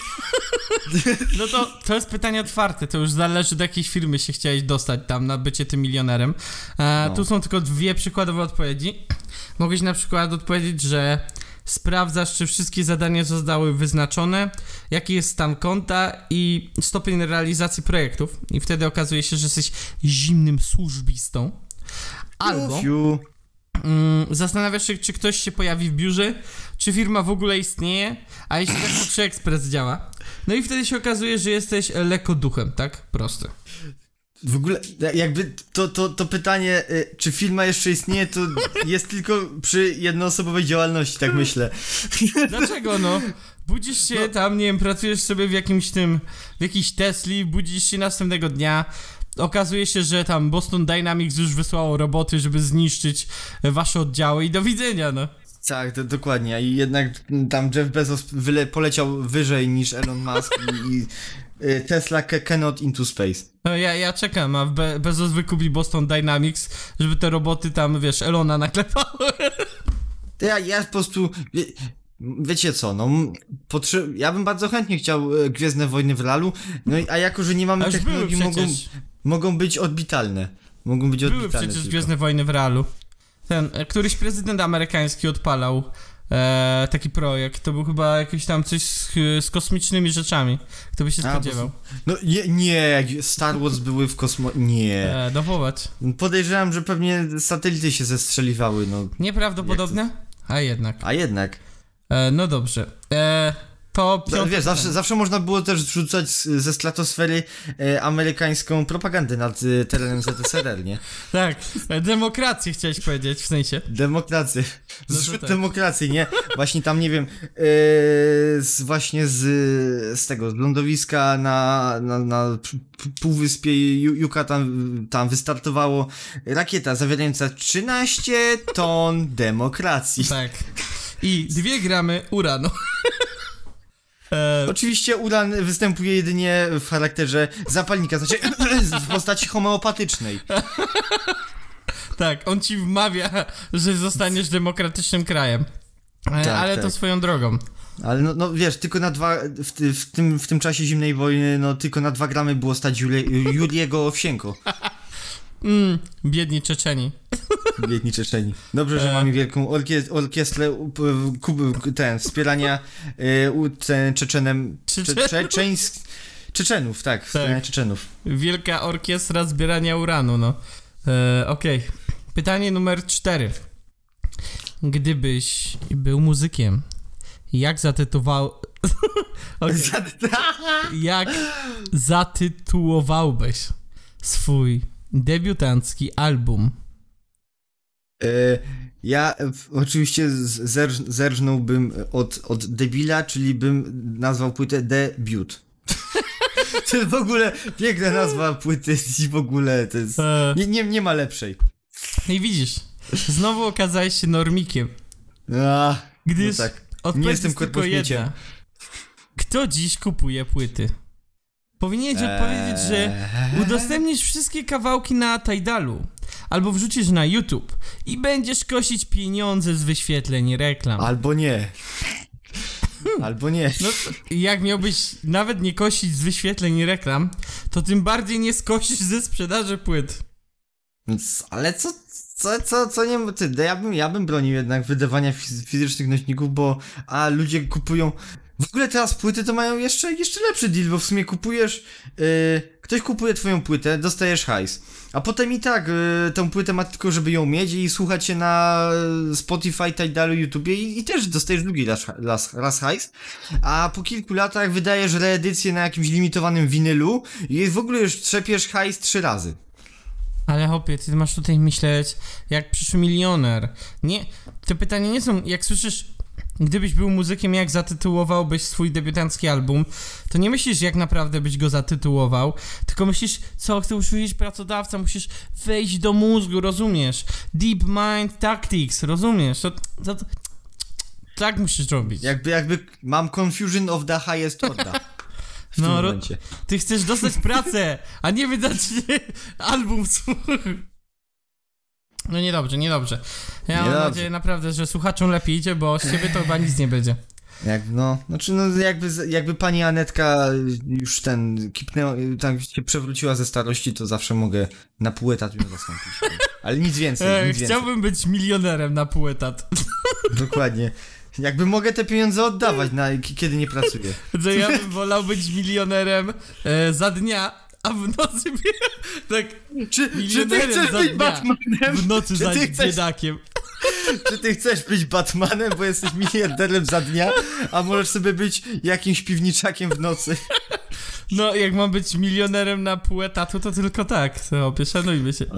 No to, to jest pytanie otwarte, to już zależy do jakiej firmy się chciałeś dostać tam na bycie tym milionerem. E, No. Tu są tylko dwie przykładowe odpowiedzi. Mogłeś na przykład odpowiedzieć, że sprawdzasz, czy wszystkie zadania zostały wyznaczone, jaki jest stan konta i stopień realizacji projektów i wtedy okazuje się, że jesteś zimnym służbistą. Albo Fiu. mm, zastanawiasz się, czy ktoś się pojawi w biurze, czy firma w ogóle istnieje, a jeśli tak, to czy ekspres działa. No i wtedy się okazuje, że jesteś lekkoduchem, tak? Proste. W ogóle, jakby to, to, to pytanie, y, czy firma jeszcze istnieje, to jest tylko przy jednoosobowej działalności, tak myślę. Dlaczego no? Budzisz się No. tam, nie wiem, pracujesz sobie w jakimś tym, w jakiejś Tesli, budzisz się następnego dnia, okazuje się, że tam Boston Dynamics już wysłało roboty, żeby zniszczyć wasze oddziały i do widzenia, no. Tak, to, dokładnie. I jednak tam Jeff Bezos wyle, poleciał wyżej niż Elon Musk i, i y, Tesla ca- cannot into space. No ja, ja czekam, a Be- Bezos wykupi Boston Dynamics, żeby te roboty tam, wiesz, Elona naklepały. To ja, ja po prostu... Wie, wiecie co, no... Potrze- ja bym bardzo chętnie chciał e, Gwiezdne Wojny w realu, no i, a jako, że nie A mamy już były technologii, mogą, przecież, mogą być odbitalne. Mogą być były odbitalne przecież tylko. Gwiezdne Wojny w realu. Ten, e, któryś prezydent amerykański odpalał e, taki projekt, to był chyba jakieś tam coś z, z kosmicznymi rzeczami, kto by się A, spodziewał. No nie, nie, jak Star Wars były w kosmo... Nie. E, no popatrz. Podejrzewam, że pewnie satelity się zestrzeliwały, no. Nieprawdopodobne? A jednak. A jednak. E, no dobrze. E, to No, piąte wiesz, zawsze, pytanie. zawsze można było też wrzucać z- ze stratosfery e, amerykańską propagandę nad e, terenem Z S R R, nie? Tak, e, demokrację chciałeś powiedzieć, w sensie. Demokrację. No to Zrzut tak. demokracji, nie? Właśnie tam, nie wiem, e, z, właśnie z, z tego, z lądowiska na, na, na p- p- półwyspie Ju- Yucatan tam wystartowało rakieta zawierająca trzynaście ton demokracji. Tak. I dwie gramy uranu. E, Oczywiście uran występuje jedynie w charakterze zapalnika, znaczy w postaci homeopatycznej. tak, on ci wmawia, że zostaniesz demokratycznym krajem. E, Tak, ale tak. to swoją drogą. Ale no, no wiesz, tylko na dwa, w, ty- w, tym, w tym czasie zimnej wojny, no tylko na dwa gramy było stać Julie, Juliego Owsienko. Mm, biedni Czeczeni. Biedni Czeczeni. Dobrze, że E. mamy wielką orkie, orkiestrę u- p- ku- ten, wspierania e, u, ten, Czeczenem, cze, Czeczenów? Czeczeńsk, Czeczenów, tak, wspierania Czeczenów. Wielka orkiestra zbierania uranu, no. E, Okej. Pytanie numer cztery. Gdybyś był muzykiem, jak zatytułował... Okej. Jak zatytułowałbyś swój debiutancki album? E, ja e, w- oczywiście z- zerż, zerżnąłbym od, od debila, czyli bym nazwał płytę Debut. To jest w ogóle piękna nazwa płyty i w ogóle to jest... E, Nie, nie, nie ma lepszej. I widzisz, znowu okazałeś się normikiem, A, gdyż no tak. odpowiedź Nie jestem jest tylko kotłośmieciem. jedna. Kto dziś kupuje płyty? Powinieneś odpowiedzieć, że Eee. udostępnisz wszystkie kawałki na Tidalu albo wrzucisz na YouTube i będziesz kosić pieniądze z wyświetleń i reklam. Albo nie. Albo nie. No to jak miałbyś nawet nie kosić z wyświetleń i reklam, to tym bardziej nie skosisz ze sprzedaży płyt. Więc, ale co, co, co, co nie... Ty, ja, bym, ja bym bronił jednak wydawania fiz- fizycznych nośników, bo a ludzie kupują... W ogóle teraz płyty to mają jeszcze, jeszcze lepszy deal, bo w sumie kupujesz... Yy, ktoś kupuje twoją płytę, dostajesz hajs. A potem i tak y, tę płytę ma tylko, żeby ją mieć i słuchać się na Spotify, Tidalu, YouTubie i, i też dostajesz drugi raz, raz, raz hajs. A po kilku latach wydajesz reedycję na jakimś limitowanym winylu i w ogóle już trzepiesz hajs trzy razy. Ale hopie, ty masz tutaj myśleć jak przyszły milioner. Nie, te pytania nie są, jak słyszysz, gdybyś był muzykiem, jak zatytułowałbyś swój debiutancki album, to nie myślisz, jak naprawdę byś go zatytułował, tylko myślisz, co chce usłyszeć pracodawca, musisz wejść do mózgu, rozumiesz? Deep Mind Tactics, rozumiesz? To, to, to, tak musisz robić. Jakby, jakby mam Confusion of the Highest Order. W no, tym ro- momencie. ty chcesz dostać pracę, a nie wydać album. No niedobrze, niedobrze. Ja mam Niedobrze. nadzieję naprawdę, że słuchaczom lepiej idzie, bo z ciebie to chyba nic nie będzie. Jak, no, znaczy no jakby, jakby pani Anetka już ten kipnęła, tak się przewróciła ze starości, to zawsze mogę na pół etatu ją zastąpić. Ale nic więcej, E, nic chciałbym być milionerem na pół etat. więcej. Dokładnie. Jakby mogę te pieniądze oddawać, na, k- kiedy nie pracuję. Że ja bym wolał być milionerem e, za dnia, a w nocy tak Czy, czy ty milionerem chcesz za być dnia, Batmanem? w nocy Czy za ty chcesz- biedakiem. Czy ty chcesz być Batmanem, bo jesteś miliarderem za dnia, a możesz sobie być jakimś piwniczakiem w nocy? No, jak mam być milionerem na pół etatu, to tylko tak. To szanujmy się.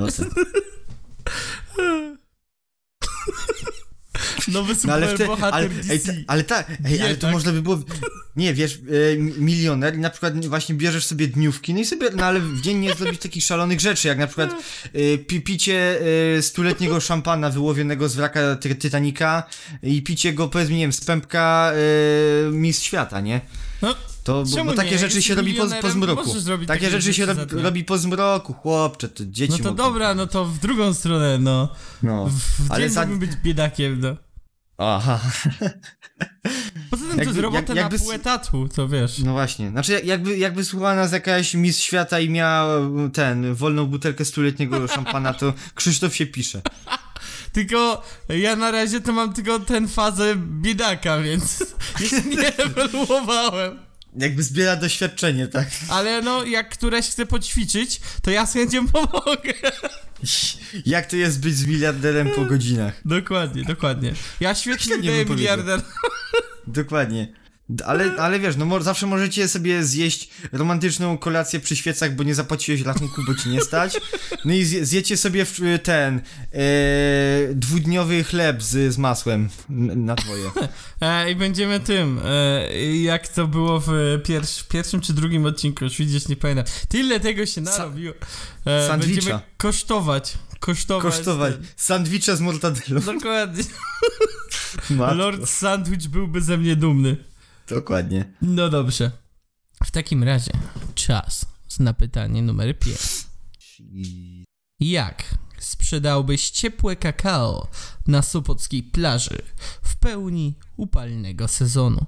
Nowy No ale, super wtedy, bohater ale, D ej, C. ta, ale tak, ej, ale to tak? można by było, nie wiesz, e, milioner i na przykład właśnie bierzesz sobie dniówki, no i sobie, no ale w dzień nie zrobić takich szalonych rzeczy, jak na przykład e, pi, picie e, stuletniego szampana wyłowionego z wraka ty, Titanica i picie go, powiedzmy, nie wiem, z pępka e, Mistrz Świata, nie? No, To, bo, czemu bo takie nie? rzeczy się Jesteś robi po, po milionerem, zmroku. możesz zrobić Takie takie rzeczy się rzeczy robi, za dnia. robi po zmroku, chłopcze, to dzieci no to mogą. dobra, no to w drugą stronę, no. No, W, w ale dzień za... mógłbym być biedakiem, no. Aha. Poza tym to Jakby- jest robota jak- jakby na s- pół etatu, to wiesz. No właśnie, znaczy jak- jakby, jakby słuchała nas jakaś Miss Świata i miała ten, wolną butelkę stuletniego szampana, to Krzysztof się pisze. Tylko ja na razie to mam tylko tę fazę biedaka, więc jeszcze nie ewoluowałem. Jakby zbiera doświadczenie, tak? Ale no, jak któreś chce poćwiczyć, to ja z chęcią pomogę. Jak to jest być z miliarderem po godzinach? Dokładnie, dokładnie. Ja świetnie Średnio udaję bym powiedział. miliarder. Dokładnie. D- Ale, ale wiesz, no mo- zawsze możecie sobie zjeść romantyczną kolację przy świecach, bo nie zapłaciłeś rachunku, bo ci nie stać. No i zje- zjecie sobie w, ten e, dwudniowy chleb z, z masłem n- na dwoje. E, I będziemy tym, e, jak to było w pier- pierwszym czy drugim odcinku, już widzisz, nie pamiętam. Tyle tego się narobiło. E, sandwicha. będziemy kosztować. Kosztować. Kosztować ten- sandwicze z mortadelą. Dokładnie. Matko. Lord Sandwich byłby ze mnie dumny. Dokładnie. No dobrze. W takim razie czas na pytanie numer pięć. Jak sprzedałbyś ciepłe kakao na sopockiej plaży w pełni upalnego sezonu?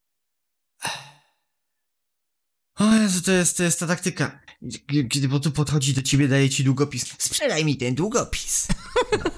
O Jezu, to jest, to jest ta taktyka. Kiedy po tu podchodzi do ciebie, daje ci długopis. Sprzedaj mi ten długopis. No.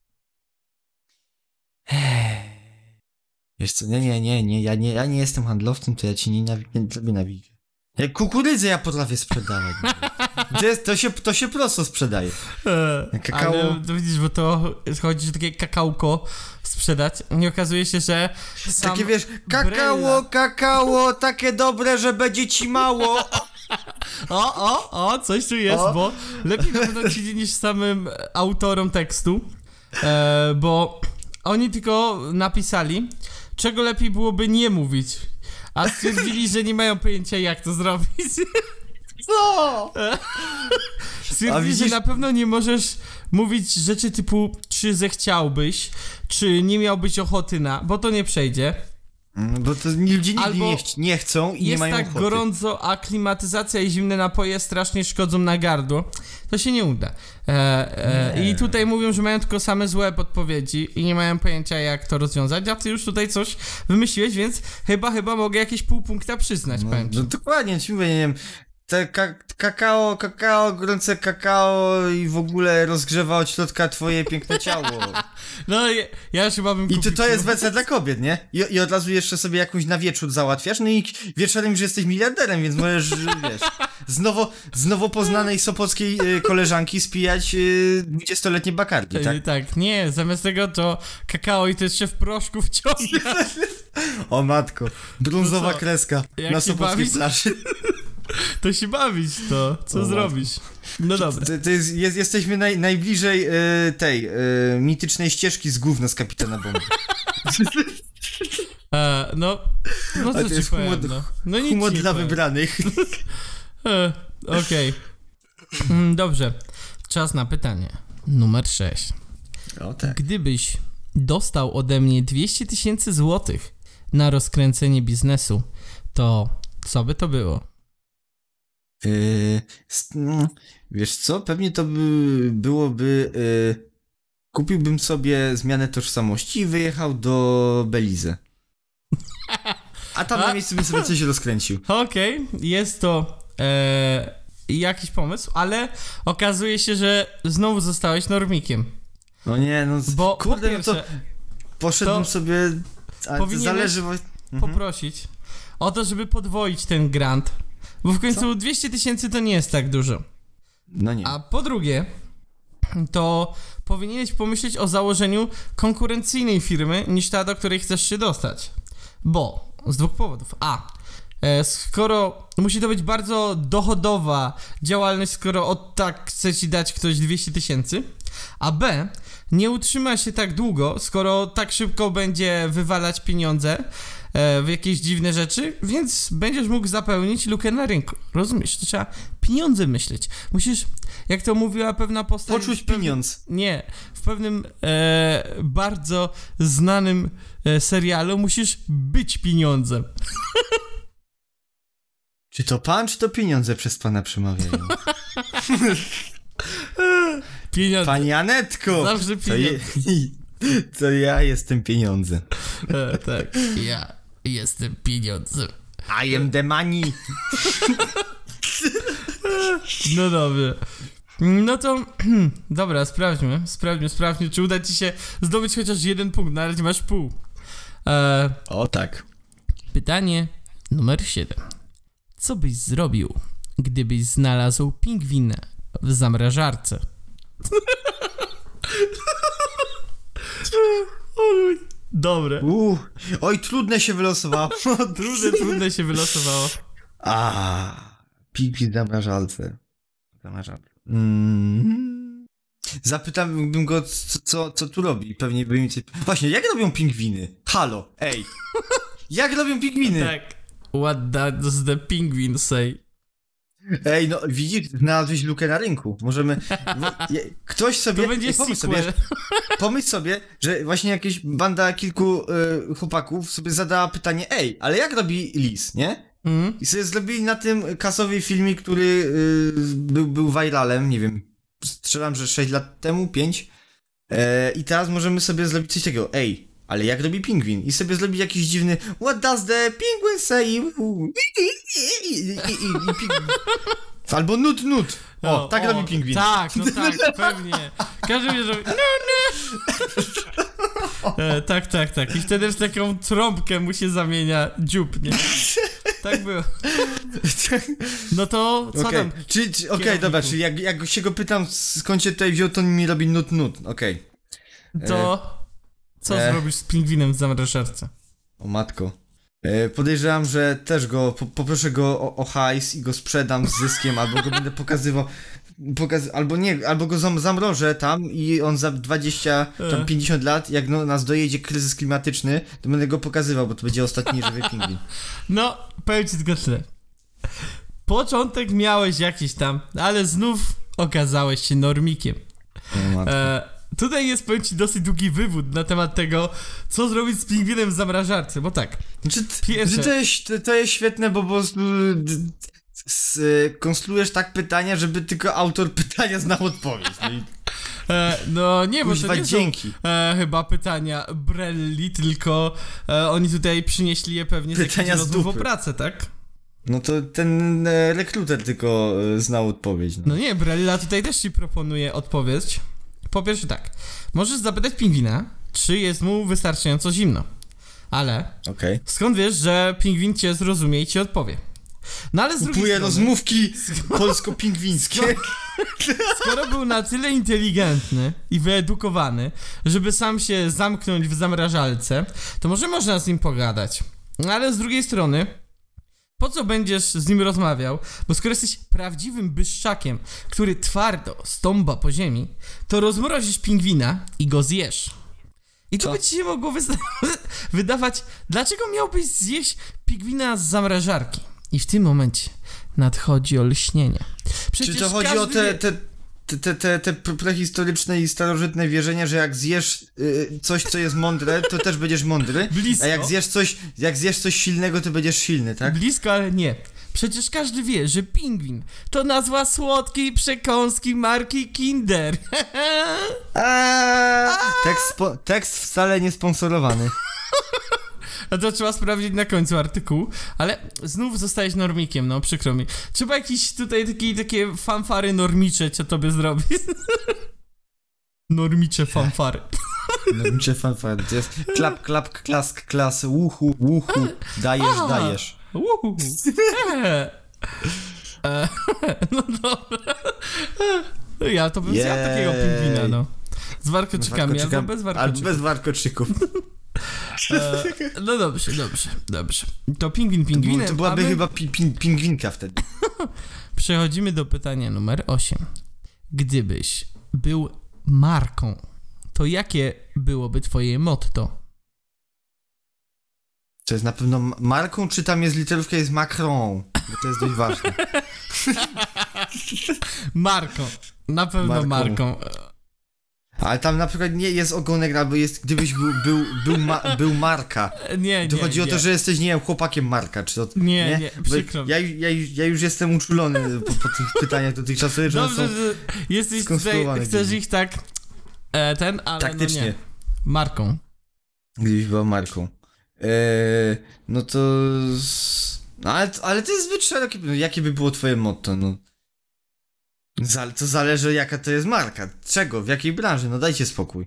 Wiesz co, nie, nie, nie, nie, ja nie, ja nie jestem handlowcem, to ja ci nienawidzę. nienawidzę. Jak kukurydzę ja potrafię sprzedawać. To, jest, to, się, to się prosto sprzedaje. Eee, Kakao- Ale to widzisz, bo to chodzi, że takie kakałko sprzedać. Nie okazuje się, że sam Takie wiesz, kakao, Brella- kakao, takie dobre, że będzie ci mało. O, o, o, coś tu jest, O. bo lepiej na pewno ci niż samym autorom tekstu, e, bo oni tylko napisali, czego lepiej byłoby nie mówić, a stwierdzili, że nie mają pojęcia, jak to zrobić. Co? Stwierdzili, A widzisz- że na pewno nie możesz mówić rzeczy typu, czy zechciałbyś, czy nie miałbyś ochoty na, bo to nie przejdzie. Mm, Bo to ludzie nigdy Albo nie, ch- nie chcą i nie Jest mają tak ochoty. gorąco, a klimatyzacja i zimne napoje strasznie szkodzą na gardło. To się nie uda. E, e, Nie. I tutaj mówią, że mają tylko same złe podpowiedzi i nie mają pojęcia, jak to rozwiązać, a ty już tutaj coś wymyśliłeś, więc chyba, chyba mogę jakieś pół punkta przyznać, No, powiem ci. no dokładnie, ci mówię, nie wiem, te ka- kakao, kakao, gorące kakao i w ogóle rozgrzewa od środka twoje piękne ciało. No, ja, ja już chyba bym I kupił... to, to jest wersja dla kobiet, nie? I, I od razu jeszcze sobie jakąś na wieczór załatwiasz, no i wieczorem już jesteś miliarderem, więc możesz, wiesz, z nowo, z nowo poznanej sopockiej y, koleżanki spijać y, dwudziestoletnie bakardi, tak? E, tak, nie, zamiast tego to kakao i to jeszcze w proszku wciąga. O matko, brązowa No co? kreska Jak na się sopockiej bawisz? plaży. To się bawić to, co O, zrobisz? No dobra. To, to jest, jest, jesteśmy naj, najbliżej y, tej y, mitycznej ścieżki z gówna z Kapitana Bomby. E, no, no A co to ci jest powiem, humor, no. No nic humor nie dla powiem. wybranych. E, Okej. Mm, Dobrze. Czas na pytanie. Numer sześć. O tak. Gdybyś dostał ode mnie dwieście tysięcy złotych na rozkręcenie biznesu, to co by to było? Yy, s- no, wiesz co, pewnie to by, byłoby... Yy, kupiłbym sobie zmianę tożsamości i wyjechał do Belize. A tam A? na miejscu bym sobie coś rozkręcił. Okej, jest to e, jakiś pomysł, ale okazuje się, że znowu zostałeś normikiem. No nie, no... z- Bo kurde, po no to pierwsze, poszedłem to sobie... A powinieneś zależy... wo- Mhm. poprosić o to, żeby podwoić ten grant, bo w końcu Co? dwieście tysięcy to nie jest tak dużo. No nie. A po drugie, to powinieneś pomyśleć o założeniu konkurencyjnej firmy niż ta, do której chcesz się dostać. Bo z dwóch powodów. A. e, Skoro musi to być bardzo dochodowa działalność, skoro od tak chce ci dać ktoś dwieście tysięcy. A B. Nie utrzyma się tak długo, skoro tak szybko będzie wywalać pieniądze e, w jakieś dziwne rzeczy, więc będziesz mógł zapełnić lukę na rynku. Rozumiesz? To trzeba pieniądze myśleć. Musisz, jak to mówiła pewna postać... Poczuć w pewnym- pieniądz. Nie. W pewnym e, bardzo znanym e, serialu musisz być pieniądzem. Czy to pan, czy to pieniądze przez pana przemawiają? Pieniądze. Pani Anetko! Zawsze To, je, pieniądze. to ja jestem pieniądze. E, tak. Ja jestem pieniądzem. I am the money. No dobrze. No to, dobra, sprawdźmy, sprawdźmy, sprawdźmy, czy uda ci się zdobyć chociaż jeden punkt, na razie masz pół. E, O tak. pytanie numer siedem. Co byś zrobił, gdybyś znalazł pingwinę w zamrażarce? Oj, dobre. Uh, oj, trudne się wylosowało. Trudne, trudne się wylosowało. A, pingwin w zamrażalce. Zamrażalce. Mm. Zapytałbym go, co, co, co tu robi. Pewnie by mi coś... Właśnie, jak robią pingwiny? Halo, ej. Jak robią pingwiny? Tak. What does the penguin say? Ej, no widzisz, znalazłeś lukę na rynku. Możemy... bo- je- Ktoś sobie... To będzie ej, pomyśl sobie, sequel. pomyśl sobie, że właśnie jakieś banda kilku y, chłopaków sobie zadała pytanie, ej, ale jak robi lis, nie? Mm? I sobie zrobili na tym kasowy filmik, który y, był, był viralem, nie wiem, strzelam, że sześć lat temu, pięć. E, I teraz możemy sobie zrobić coś takiego, ej, ale jak robi pingwin? I sobie zrobić jakiś dziwny what does the penguin say? I, i, i, i, i pingwin. Albo nut nut. O, tak robi pingwin. Tak, no tak, pewnie. Każdy wie, że... No, no. E, tak, tak, tak. I wtedy w taką trąbkę mu się zamienia dziób, nie? Tak było. No to co Okej, tam? czy, czy, okej, kierowniku? dobra, czyli jak, jak się go pytam skąd się tutaj wziął, to mi robi nut nut, okej. To co e. zrobisz z pingwinem w zamrażarce? O matko. E, podejrzewam, że też go, po, poproszę go o, o hajs i go sprzedam z zyskiem, albo go będę pokazywał, pokaz, albo nie, albo go zam, zamrożę tam i on za dwadzieścia, tam pięćdziesiąt lat, jak no, nas dojedzie kryzys klimatyczny, to będę go pokazywał, bo to będzie ostatni żywy pingwin. No, powiem ci tylko tyle. Początek miałeś jakiś tam, ale znów okazałeś się normikiem. O matko. E, tutaj jest, powiem ci, dosyć długi wywód na temat tego, co zrobić z pingwinem w zamrażarce, bo tak. Znaczy, t- Pierwsze. że to, jest, to, to jest świetne, bo po prostu d- s, konstruujesz tak pytania, żeby tylko autor pytania znał odpowiedź. No i E, no nie, bo to kuźwa, nie dzięki. są e, chyba pytania Brelli, tylko e, oni tutaj przynieśli je pewnie z Pytania jakichś z rozmów o dupy. pracę, tak? No to ten e, rekruter tylko e, znał odpowiedź. No, No nie, Brella tutaj też ci proponuje odpowiedź. Po pierwsze tak, możesz zapytać pingwina, czy jest mu wystarczająco zimno. Ale okej. skąd wiesz, że pingwin cię zrozumie i ci odpowie? No ale z drugiej Kupuję strony, rozmówki polsko-pingwińskie. skoro był na tyle inteligentny i wyedukowany, żeby sam się zamknąć w zamrażalce, to może można z nim pogadać. No ale z drugiej strony, po co będziesz z nim rozmawiał? Bo skoro jesteś prawdziwym byszczakiem, który twardo stąpa po ziemi, to rozmrozisz pingwina i go zjesz. I to Co? by ci się mogło wysta- wydawać, dlaczego miałbyś zjeść pingwina z zamrażarki? I w tym momencie nadchodzi olśnienie. Przecież Czy to chodzi o każdy te, wie- te, te, te, te, te prehistoryczne i starożytne wierzenia, że jak zjesz y, coś, co jest mądre, to też będziesz mądry, Blisko. a jak zjesz coś, jak zjesz coś silnego, to będziesz silny, tak? Blisko, ale nie. Przecież każdy wie, że pingwin to nazwa słodkiej przekąski marki Kinder. A tekst, spo, tekst wcale nie sponsorowany. A to trzeba sprawdzić na końcu artykułu, ale znów zostałeś normikiem, no przykro mi. Trzeba jakieś tutaj takie, takie fanfary normicze, co tobie zrobić. Normicze fanfary. No nicze fanfare, to jest klap, klap, klask, klas, łuchu, łuchu, dajesz, Aha. dajesz. Uhu. E. E. No dobra. Ja to bym zjadł Jej. takiego pingwina, no. Z warkoczykami, albo Warkoczykam- bez Albo warkoczyków. bez warkoczyków. E, no dobrze, dobrze, dobrze. To pingwin pingwinem, To byłaby a my chyba pi, pi, pingwinka wtedy. przechodzimy do pytania numer osiem. Gdybyś był marką, to jakie byłoby twoje motto? To jest na pewno m- marką, czy tam jest literówka, jest Macron? Bo to jest dość ważne. Marką. Na pewno Marką. marką. Ale tam na przykład nie jest ogonek, albo jest, gdybyś był, był, był, ma, był Marka. Nie, To nie, chodzi nie. o to, że jesteś, nie wiem, chłopakiem Marka, czy to... Nie, nie, Bo przykro mi. ja, ja, już- ja już jestem uczulony po, po tych pytaniach dotychczasowych, że one Dobrze, są że jesteś tutaj, skonstruowane chcesz gdzieś. ich tak e, ten, ale taktycznie. no nie. Marką. Gdybyś była Marką. Eee, no to... s- No ale, ale to jest zbyt szerokie. No, jakie by było twoje motto, no? Zale, to zależy, jaka to jest marka. Czego? W jakiej branży? No dajcie spokój.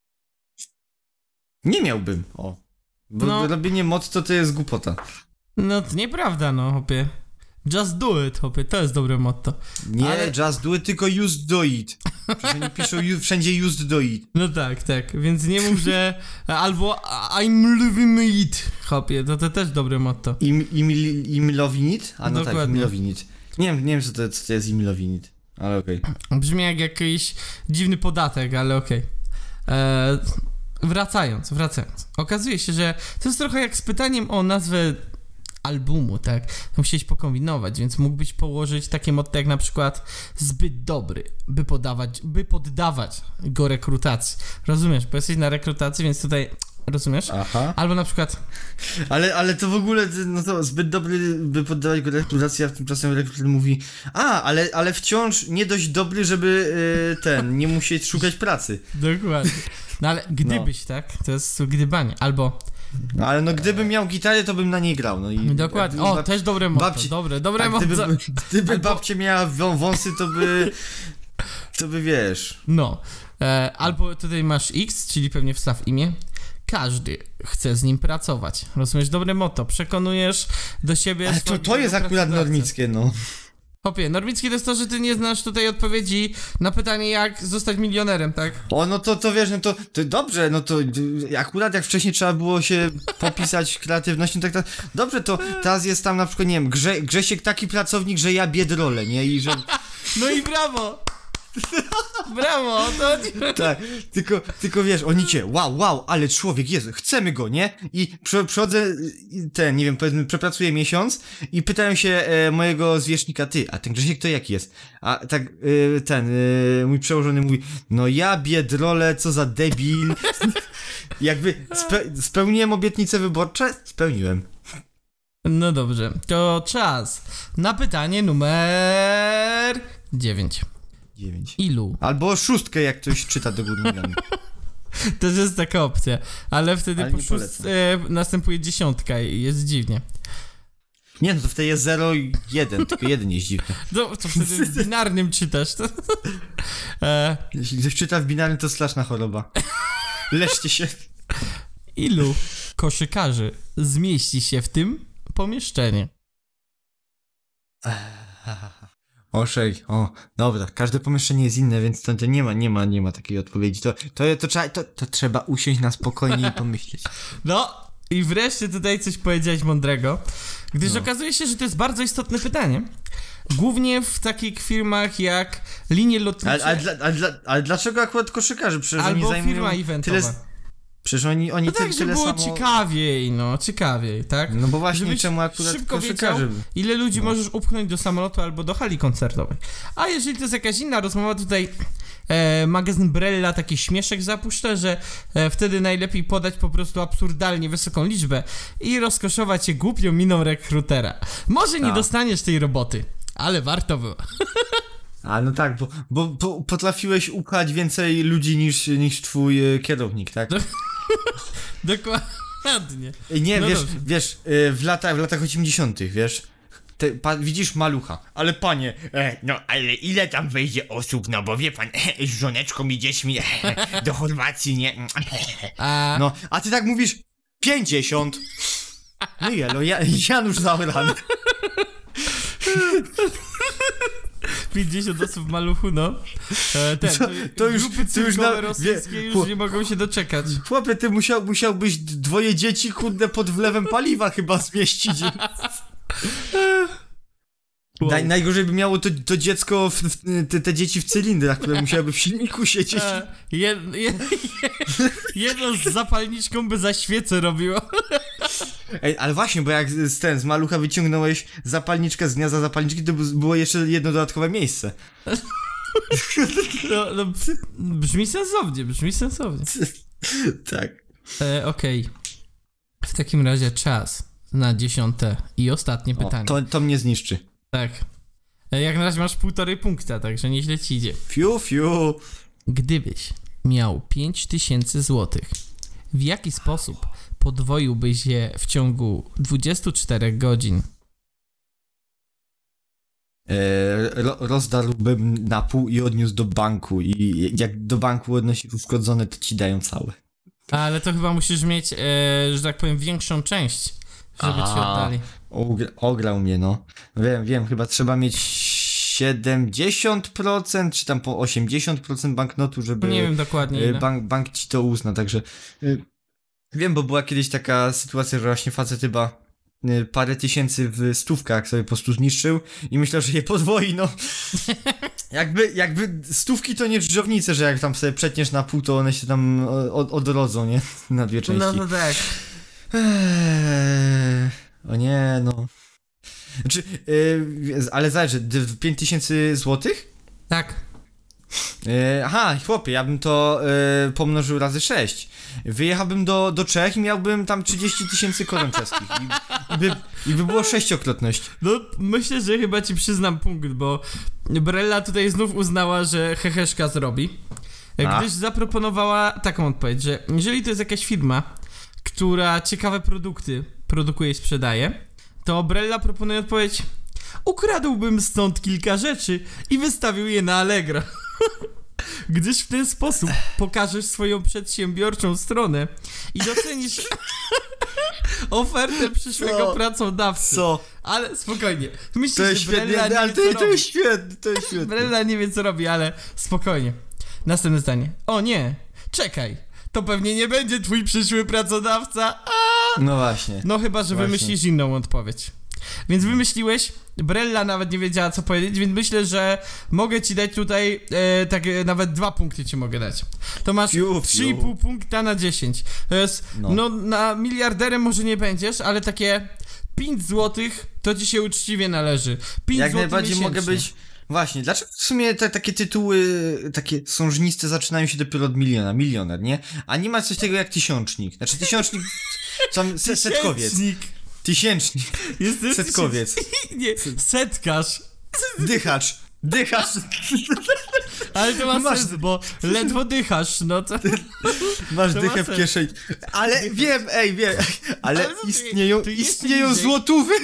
Nie miałbym, o. Bo No. robienie motto to jest głupota. No to nieprawda, no hopie. Just do it, hopie, to jest dobre motto. Nie, Ale- just do it, tylko used do it. Przecież oni piszą ju- wszędzie used do it. No tak, tak, więc nie mów, że albo I'm living it, hopie, to to też dobre motto. Im, im, im loving it? A no tak, Dokładnie. im loving it. Nie wiem, nie wiem co to, co to jest im loving it. Ale okej. Brzmi jak jakiś dziwny podatek, ale okej. Eee, Wracając, wracając. Okazuje się, że to jest trochę jak z pytaniem o nazwę albumu, tak? Musiałeś pokombinować, więc mógłbyś położyć takie motto jak na przykład zbyt dobry, by podawać, by poddawać go rekrutacji. Rozumiesz? Bo jesteś na rekrutacji, więc tutaj, rozumiesz? Aha. Albo na przykład, Ale, ale to w ogóle, no to zbyt dobry, by poddawać go rekrutacji, a tymczasem rekruter mówi a, ale, ale wciąż nie dość dobry, żeby y, ten, nie musieć szukać pracy. dokładnie. No ale gdybyś, tak? To jest gdybanie. Albo, No, ale no gdybym miał gitarę, to bym na niej grał. No i dokładnie. jakby O, bab- też dobre motto, babci- dobre, dobre a motto. gdyby, gdyby Albo- babcia miała wą- wąsy, to by, to by wiesz. No, e, albo tutaj masz X, czyli pewnie wstaw imię. Każdy chce z nim pracować. Rozumiesz? Dobre motto. Przekonujesz do siebie... Ale to, swojego to jest akurat pracodawcę. normickie, no. Hopie, normickie to jest to, że ty nie znasz tutaj odpowiedzi na pytanie, jak zostać milionerem, tak? O, no to, to wiesz, no to, to dobrze, no to y, akurat jak wcześniej trzeba było się popisać kreatywnością, tak, tak, dobrze, to teraz jest tam na przykład, nie wiem, Grze, Grzesiek taki pracownik, że ja biedrolę, nie, i że, No i brawo! Brawo! To... tak, tylko, tylko wiesz, oni cię, wow, wow, ale człowiek jest, chcemy go, nie, i przy, przychodzę, y, ten, nie wiem, powiedzmy, przepracuję miesiąc i pytają się e, mojego zwierzchnika, ty, a ten Grzesiek to jaki jest? A tak, y, ten, y, mój przełożony mówi, no ja biedrolę, co za debil, jakby spe, spełniłem obietnice wyborcze? Spełniłem. No dobrze, to czas na pytanie numer dziewięć. Dziewięć. Ilu? Albo szóstkę, jak ktoś czyta do góry nogami. Też jest taka opcja, ale wtedy Ale po nie szóst... polecam. e, następuje dziesiątka i jest dziwnie. Nie, no to wtedy jest zero i jeden, tylko jeden jest dziwny. No, to wtedy w binarnym czytasz. To... e, Jeśli ktoś czyta w binarnym, to straszna choroba. Leczcie się. ilu koszykarzy zmieści się w tym pomieszczeniu? Oszej, o, dobra, każde pomieszczenie jest inne, więc to, to nie ma, nie ma, nie ma takiej odpowiedzi. To, to, to, trzeba, to, to trzeba usiąść na spokojnie i pomyśleć. No i wreszcie tutaj coś powiedziałeś mądrego, gdyż No. okazuje się, że to jest bardzo istotne pytanie. Głównie w takich firmach jak linie lotnicze Ale, ale, dla, ale, dla, ale dlaczego akurat koszykarzy? Przecież oni albo zajmują firma eventowa. tyle... Przecież oni, oni No tyle, tak, żeby tyle było samo... ciekawiej, no, ciekawiej, tak? No bo właśnie, Żebyś czemu akurat szybko koszykarzy? wiedział, ile ludzi No. możesz upchnąć do samolotu albo do hali koncertowej. A jeżeli to jest jakaś inna rozmowa, tutaj e, magazyn Brella taki śmieszek zapuszcza, że e, wtedy najlepiej podać po prostu absurdalnie wysoką liczbę i rozkoszować się głupią miną rekrutera. Może nie Tak. dostaniesz tej roboty, ale warto było. A no tak, bo, bo, bo potrafiłeś upchać więcej ludzi niż, niż twój e, kierownik, tak? No. Dokładnie. Ej, Nie, No wiesz, dobrze. wiesz, e, w latach, w latach osiemdziesiątych, wiesz, te, pa, widzisz malucha, ale panie, E, no ale ile tam wejdzie osób, no bo wie pan, z żoneczką i dziećmi do Chorwacji, nie? A, no, a ty tak mówisz pięćdziesiąt. No i elo, ja, Janusz Zauran. pięćdziesiąt osób w maluchu, no. E, ten, To- to już- grupy to już na- cyrkowe rosyjskie wie- już chłop- nie mogą się doczekać. Chłopie, ty musiał, musiałbyś dwoje dzieci, kurde, pod wlewem paliwa chyba zmieścić. Wow. Naj, najgorzej by miało to, to dziecko, w, w, te, te dzieci w cylindrach, które musiałyby w silniku siedzieć. E, jed, jed, jedno z zapalniczką by za świecę robiło. Ej, ale właśnie, bo jak z, ten, z malucha wyciągnąłeś zapalniczkę z gniazda zapalniczki, to b- było jeszcze jedno dodatkowe miejsce. No, no, brzmi sensownie, brzmi sensownie. Tak. E, Okej. W takim razie czas na dziesiąte i ostatnie O, pytanie. to, to mnie zniszczy. Tak. E, jak na razie masz półtorej punkta, także nieźle ci idzie. Fiu, fiu. Gdybyś miał pięć tysięcy złotych, w jaki sposób podwoiłbyś je w ciągu dwudziestu czterech godzin? E, ro, rozdarłbym na pół i odniósł do banku i jak do banku odnosisz uszkodzone, to ci dają całe. Ale to chyba musisz mieć, e, że tak powiem, większą część, żeby ci A. oddali. Ogra, ograł mnie, no. Wiem, wiem, chyba trzeba mieć siedemdziesiąt procent, czy tam po osiemdziesiąt procent banknotu, żeby Nie wiem dokładnie e, ile. bank, bank ci to uzna, także e, wiem, bo była kiedyś taka sytuacja, że właśnie facet chyba e, parę tysięcy w stówkach sobie po prostu zniszczył i myślał, że je podwoi, no. jakby, jakby stówki to nie dżdżownice, że jak tam sobie przetniesz na pół, to one się tam od, odrodzą, nie? Na dwie części. No to tak. Eee, o nie, no. Znaczy, yy, ale zależy, pięć tysięcy złotych? Tak. Yy, aha, chłopie, ja bym to yy, pomnożył razy sześć. Wyjechałbym do, do Czech i miałbym tam trzydzieści tysięcy koron czeskich. I, i, by, I by było sześciokrotność. No myślę, że chyba ci przyznam punkt, bo Brella tutaj znów uznała, że heheszka zrobi. A? Gdyż zaproponowała taką odpowiedź, że jeżeli to jest jakaś firma, która ciekawe produkty produkuje i sprzedaje, to Brella proponuje odpowiedź: ukradłbym stąd kilka rzeczy i wystawił je na Allegro. Gdyż w ten sposób pokażesz swoją przedsiębiorczą stronę i docenisz ofertę przyszłego Co? pracodawcy. Co? Ale spokojnie. Myślę, To jest że świetne, Brella nie ale wie, to, co to robi. jest świetne, to jest świetne. Brella nie wie, co robi, ale spokojnie. Następne zdanie. O nie, czekaj. To pewnie nie będzie twój przyszły pracodawca. A! No właśnie. No chyba, że Właśnie. wymyślisz inną odpowiedź. Więc wymyśliłeś, Brella nawet nie wiedziała, co powiedzieć, więc myślę, że mogę ci dać tutaj, e, tak e, nawet dwa punkty ci mogę dać. To masz Fiu, fiu. trzy i pół punkta na dziesięć. To jest, no. No. na miliarderem może nie będziesz, ale takie pięć złotych to ci się uczciwie należy. pięć Jak złotych najbardziej mogę miesięcznie. być... Właśnie, dlaczego w sumie te takie tytuły, takie sążniste zaczynają się dopiero od miliona, milioner, nie? A nie ma coś takiego jak tysiącznik. Znaczy tysiącznik, sam, se, setkowiec. Tysięcznik. Tysięcznik, Jest to setkowiec, Nie, setkarz. dychacz, dychacz. Ale to ma Masz- sens, bo ledwo dychasz, no to... Masz To ma dychę w sens. kieszeni. Ale wiem, ej, wiem, ale, Ale to ty- istnieją, to jeszcze istnieją niżej. złotówy.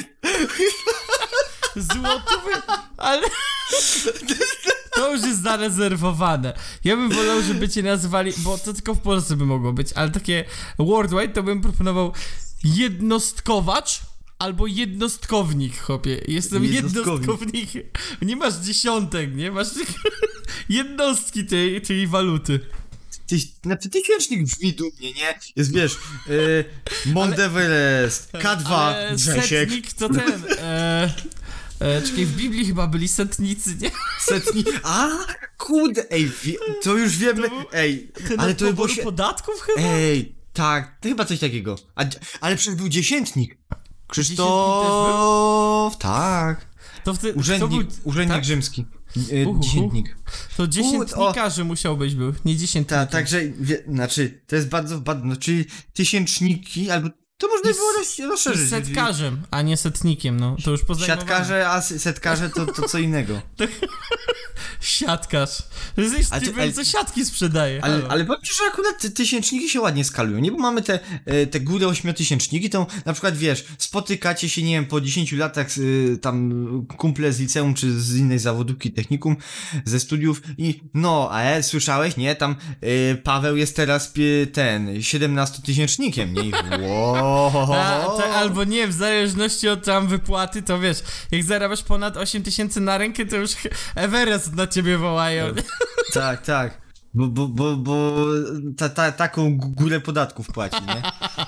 Złotówy, ale... To już jest zarezerwowane. Ja bym wolał, żeby cię nazywali, bo to tylko w Polsce by mogło być, ale takie worldwide to bym proponował jednostkowacz albo jednostkownik, chłopie. Jestem Jednostkownik. jednostkownikiem. Nie masz dziesiątek, nie? Masz tylko jednostki tej, tej waluty. Ty, znaczy tysięcznik brzmi dumnie, nie? Jest, wiesz, y, Mount Everest, K dwa, Ale Grzesiek, setnik to ten... E, e, czekaj, w Biblii chyba byli setnicy, nie? setni... A, kurde, ej, wie, to już wiemy, był ej, Ten ale od to by było poboru się... podatków chyba? Ej, tak, to chyba coś takiego. A, ale przecież był dziesiętnik. Krzysztof, Krzysztof, tak. To wtedy, Urzędnik, to był, urzędnik tak? rzymski. Y, Uhu, dziesiętnik. To dziesiętnikarzy musiał być był, nie dziesiętnikiem. Tak, także, wie, znaczy, to jest bardzo, bardzo, no, czyli tysięczniki, albo, to można Jest- było roz, rozszerzyć. Jest setkarzem, a nie setnikiem, no. To już pozajmowane. Siatkarze, a s- setkarze to, to co innego. Siatkarz. To jest Ale ty- typem, ale- co siatki sprzedaje. Ale, halo. ale powiem ci, że akurat te tysięczniki się ładnie skalują, nie? Bo mamy te, e, te góry ośmiotysięczniki, to na przykład, wiesz, spotykacie się, nie wiem, po dziesięciu latach y, tam kumple z liceum, czy z innej zawodówki, technikum, ze studiów i no, a e, słyszałeś, nie? Tam y, Paweł jest teraz pie, ten, siedemnastotysięcznikiem, nie? I wow. A, to, albo nie, w zależności od tam wypłaty, to wiesz, jak zarabiasz ponad osiem tysięcy na rękę, to już Everest na ciebie wołają. Tak, tak. Bo, bo, bo, bo ta, ta, taką g- górę podatków płaci, nie?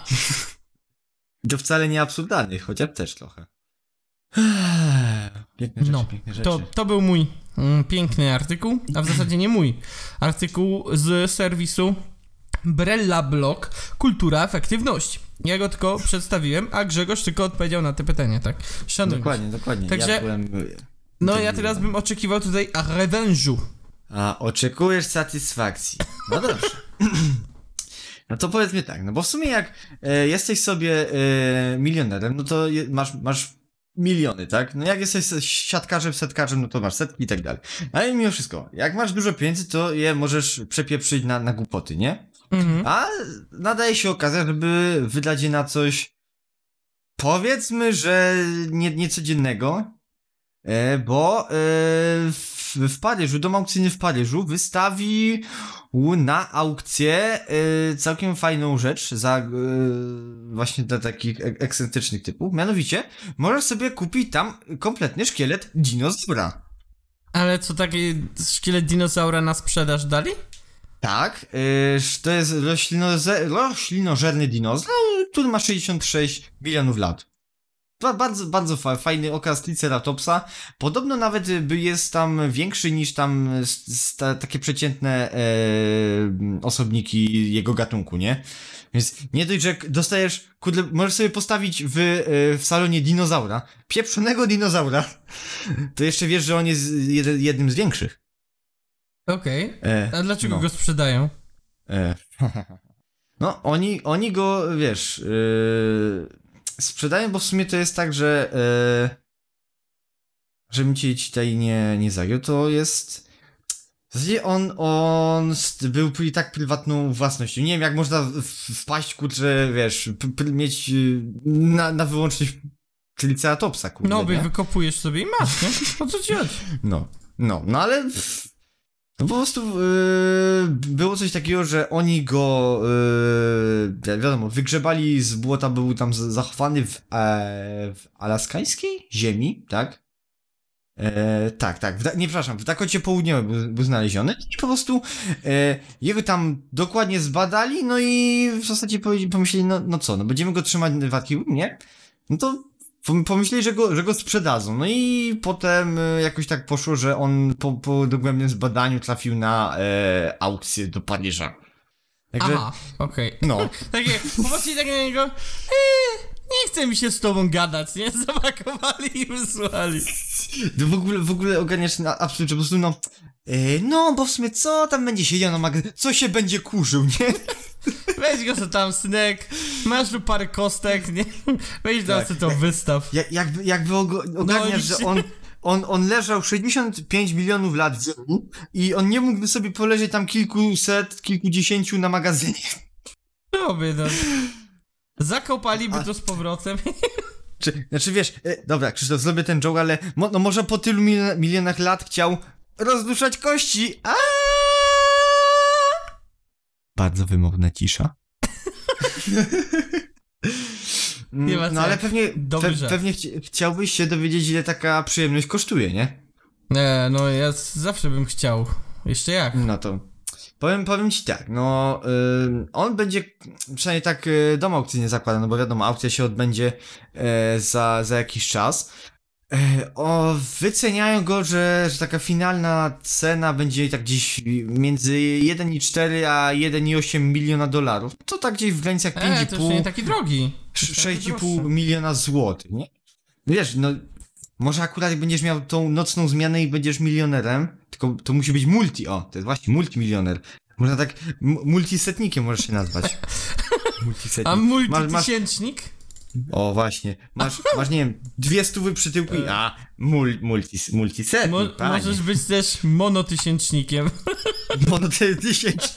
To wcale nie absurdalnie, chociaż też trochę. Piękne rzeczy, No, piękne rzeczy. to, to był mój mm, piękny artykuł, a w zasadzie nie mój. Artykuł z serwisu Brella Blog Kultura Efektywności. Ja go tylko przedstawiłem, a Grzegorz tylko odpowiedział na te pytania, tak? Szanuję. Dokładnie, dokładnie. Także- Ja byłem... No ja teraz bym oczekiwał tutaj rewenżu. A, oczekujesz satysfakcji. No dobrze. No to powiedz mi tak, no bo w sumie jak e, jesteś sobie e, milionerem, no to je, masz, masz miliony, tak? No jak jesteś se- siatkarzem, setkarzem, no to masz setki i tak dalej. Ale mimo wszystko, jak masz dużo pieniędzy, to je możesz przepieprzyć na, na głupoty, nie? Mhm. A nadaje się okazja, żeby wydać je na coś, powiedzmy, że nie, niecodziennego, e, bo e, w, w Paryżu, dom aukcyjny w Paryżu wystawił na aukcję e, całkiem fajną rzecz za e, właśnie dla takich ek- ekscentrycznych typów. Mianowicie, możesz sobie kupić tam kompletny szkielet dinozaura. Ale co, taki szkielet dinozaura na sprzedaż dali? Tak, yy, to jest roślinoze- roślinożerny dinozaur, który ma sześćdziesiąt sześć milionów lat. To bardzo, bardzo fa- fajny okaz Triceratopsa. Podobno nawet y, by jest tam większy niż tam s- s- ta, takie przeciętne e, osobniki jego gatunku, nie? Więc nie dość, że k- dostajesz, kurde, możesz sobie postawić w, e, w salonie dinozaura, pieprzonego dinozaura, to jeszcze wiesz, że on jest jed- jednym z większych. Okej. E, A dlaczego no. go sprzedają? E. No, oni, oni go, wiesz, yy, sprzedają, bo w sumie to jest tak, że yy, żebym cię ci tutaj nie, nie zagiął, to jest w zasadzie on, on st- był i tak prywatną własnością. Nie wiem, jak można w- wpaść, kurczę, wiesz, p- p- mieć yy, na, na wyłączność Triceratopsa, kurde, No, by nie? wykopujesz sobie i masz, nie? O co ci chodzi? No, no, no ale pff, no po prostu yy, było coś takiego, że oni go, yy, wiadomo, wygrzebali z błota, był tam z- zachowany w, e, w alaskańskiej ziemi, tak? E, tak, tak, w, Da- nie, przepraszam, w Dakocie Południowej był, był znaleziony i po prostu e, jego tam dokładnie zbadali, no i w zasadzie powie- pomyśleli, no, no co, no będziemy go trzymać w archiwum, nie? No to pom- pomyśleli, że go, że go sprzedadzą. No i potem e, jakoś tak poszło, że on po, po dogłębnym zbadaniu trafił na e, aukcję do Paryża. Także, Aha, okej. no, Takie, popatrzcie tak na niego, eee, nie chce mi się z tobą gadać, nie? Zapakowali i wysłali. to w ogóle, w ogóle ogarniasz na absolutnie, po prostu no, e, no, bo w sumie co tam będzie siedział na magazynie, co się będzie kurzył, nie? Weź go co tam, synek, masz tu parę kostek, nie? Weź do Tak. co to wystaw. Jak, jakby, jakby ogo- ogarniasz, No i że on, on, on leżał sześćdziesiąt pięć milionów lat w ziemi i on nie mógłby sobie poleżeć tam kilkuset, kilkudziesięciu na magazynie. Robię, no. Zakopaliby A- to z powrotem. Czy, znaczy wiesz, e, dobra, Krzysztof, zrobię ten joke, ale mo, no może po tylu mil, milionach lat chciał rozduszać kości. A! Bardzo wymowna cisza. Nie ma co No ale jak pewnie, dobry pe, żart. pewnie chci, chciałbyś się dowiedzieć, ile taka przyjemność kosztuje, nie? Nie, no ja z- zawsze bym chciał. Jeszcze jak? No to powiem, powiem ci tak, no y, on będzie, przynajmniej tak y, dom aukcyjny zakłada, no bo wiadomo, aukcja się odbędzie e, za, za jakiś czas. E, o, wyceniają go, że, że taka finalna cena będzie tak gdzieś między jeden i cztery a jeden i osiem miliona dolarów. To tak gdzieś w granicach pięć E, i to pół, już nie taki drogi. sześć i pół miliona złotych, nie? Wiesz, no może akurat jak będziesz miał tą nocną zmianę i będziesz milionerem, tylko to musi być multi, o, to jest właśnie multimilioner. Można tak m- multisetnikiem możesz się nazwać. Multisetnik. A Masz, masz, multitysięcznik? o właśnie, masz, masz nie wiem, dwie stówy przy tyłku i a, mul, multi, multisetnik, Mo- panie. możesz być też monotysięcznikiem. Mono tysięć.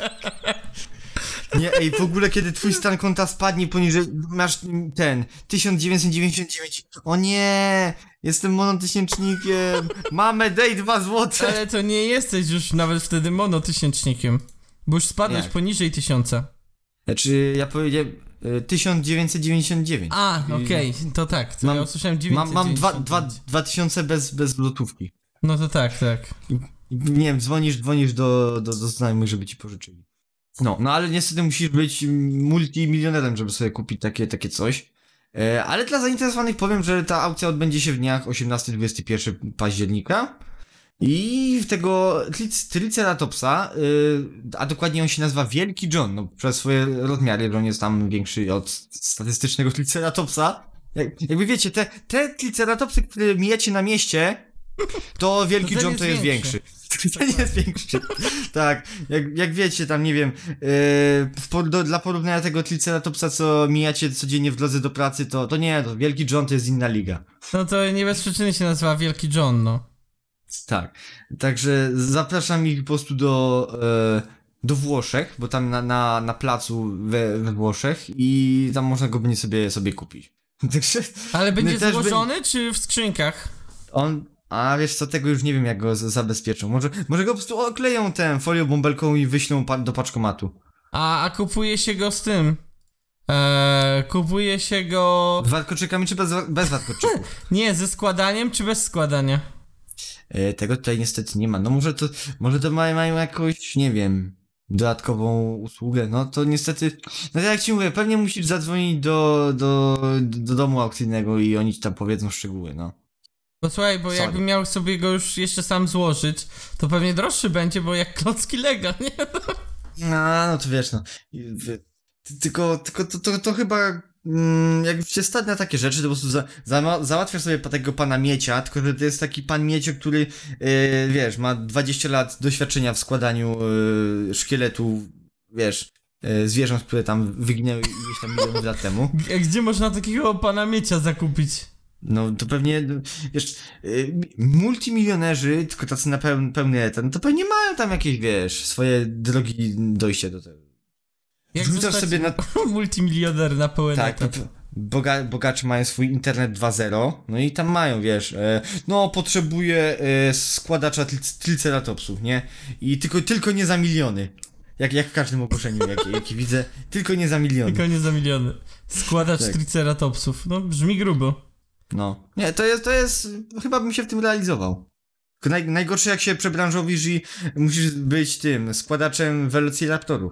Nie, ej, w ogóle kiedy twój stan konta spadnie poniżej, masz ten, tysiąc dziewięćset dziewięćdziesiąt dziewięć. O nie, jestem monotysięcznikiem, mamy daj dwa złote. Ale to nie jesteś już nawet wtedy monotysięcznikiem. Bo już spadłeś Jak? poniżej tysiąca. Znaczy, ja powiedziałem y, tysiąc dziewięćset dziewięćdziesiąt dziewięć. A, okej, to tak. To Mam- ja usłyszałem Mam, dziewięćset mam dwa, dziewięćdziesiąt dwa, dziewięć. dwa tysiące bez, bez złotówki. No to tak, tak. I, nie wiem, dzwonisz, dzwonisz do, do, do znajomych, żeby ci pożyczyli. No, no ale niestety musisz być multimilionerem, żeby sobie kupić takie, takie coś. E, ale dla zainteresowanych powiem, że ta aukcja odbędzie się w dniach osiemnastego do dwudziestego pierwszego października. I w tego tric- Triceratopsa, y, a dokładnie on się nazywa Wielki John, no przez swoje rozmiary, że on jest tam większy od statystycznego Triceratopsa. Jak, jakby wiecie, te, te Triceratopsy, które mijacie na mieście, to Wielki To ten John jest to jest większy. większy. Ten jest większy. Tak, jak, jak wiecie, tam nie wiem, yy, w por- do, dla porównania tego Triceratopsa, co mijacie codziennie w drodze do pracy, to, to nie, to Wielki John to jest inna liga. No to nie bez przyczyny się nazywa Wielki John, no. Tak, także zapraszam ich po prostu do, e, do Włoszech, bo tam na, na, na placu we, we Włoszech i tam można go będzie sobie, sobie kupić. Także Ale będzie też złożony czy w skrzynkach? on, a wiesz co, tego już nie wiem jak go z, zabezpieczą. Może, może go po prostu okleją tę folią bąbelką i wyślą pa, do paczkomatu. A, a kupuje się go z tym. Eee, kupuje się go... Z warkoczykami czy bez, bez warkoczyków? Nie, ze składaniem czy bez składania? E, tego tutaj niestety nie ma. No może to, może to mają, mają jakąś, nie wiem, dodatkową usługę. No to niestety, no jak ci mówię, pewnie musisz zadzwonić do, do, do domu aukcyjnego i oni ci tam powiedzą szczegóły, no. Bo słuchaj, bo Sorry. jakbym miał sobie go już jeszcze sam złożyć, to pewnie droższy będzie, bo jak klocki Lega, nie? No, no to wiesz, no. I wy- ty- Tylko, tylko to, to, to chyba, mm, jak się stać na takie rzeczy, to po prostu za, za, załatwiasz sobie pa- tego pana Miecia, tylko że to jest taki pan Miecio, który, yy, wiesz, ma dwadzieścia lat doświadczenia w składaniu yy, szkieletów, wiesz, yy, zwierząt, które tam wyginęły ileś tam milionów lat temu. G- Gdzie można takiego pana Miecia zakupić? No to pewnie, no, wiesz, yy, multimilionerzy, tylko tacy na pełny, pełny etat, no to pewnie mają tam jakieś, wiesz, swoje drogi dojścia do tego. Jak Wrzucasz zostać sobie na... multimilioner na pełen Tak, etat? no, boga, bogacze mają swój internet dwa zero, no i tam mają, wiesz, e, no potrzebuję e, składacza tric- triceratopsów, nie? I tylko, tylko nie za miliony. Jak, jak w każdym ogłoszeniu, jakie jaki widzę, tylko nie za miliony. Tylko nie za miliony. Składacz Tak. triceratopsów. No, brzmi grubo. No. Nie, to jest, to jest, chyba bym się w tym realizował. Tylko naj, najgorsze jak się przebranżowisz i musisz być tym, składaczem Velociraptorów.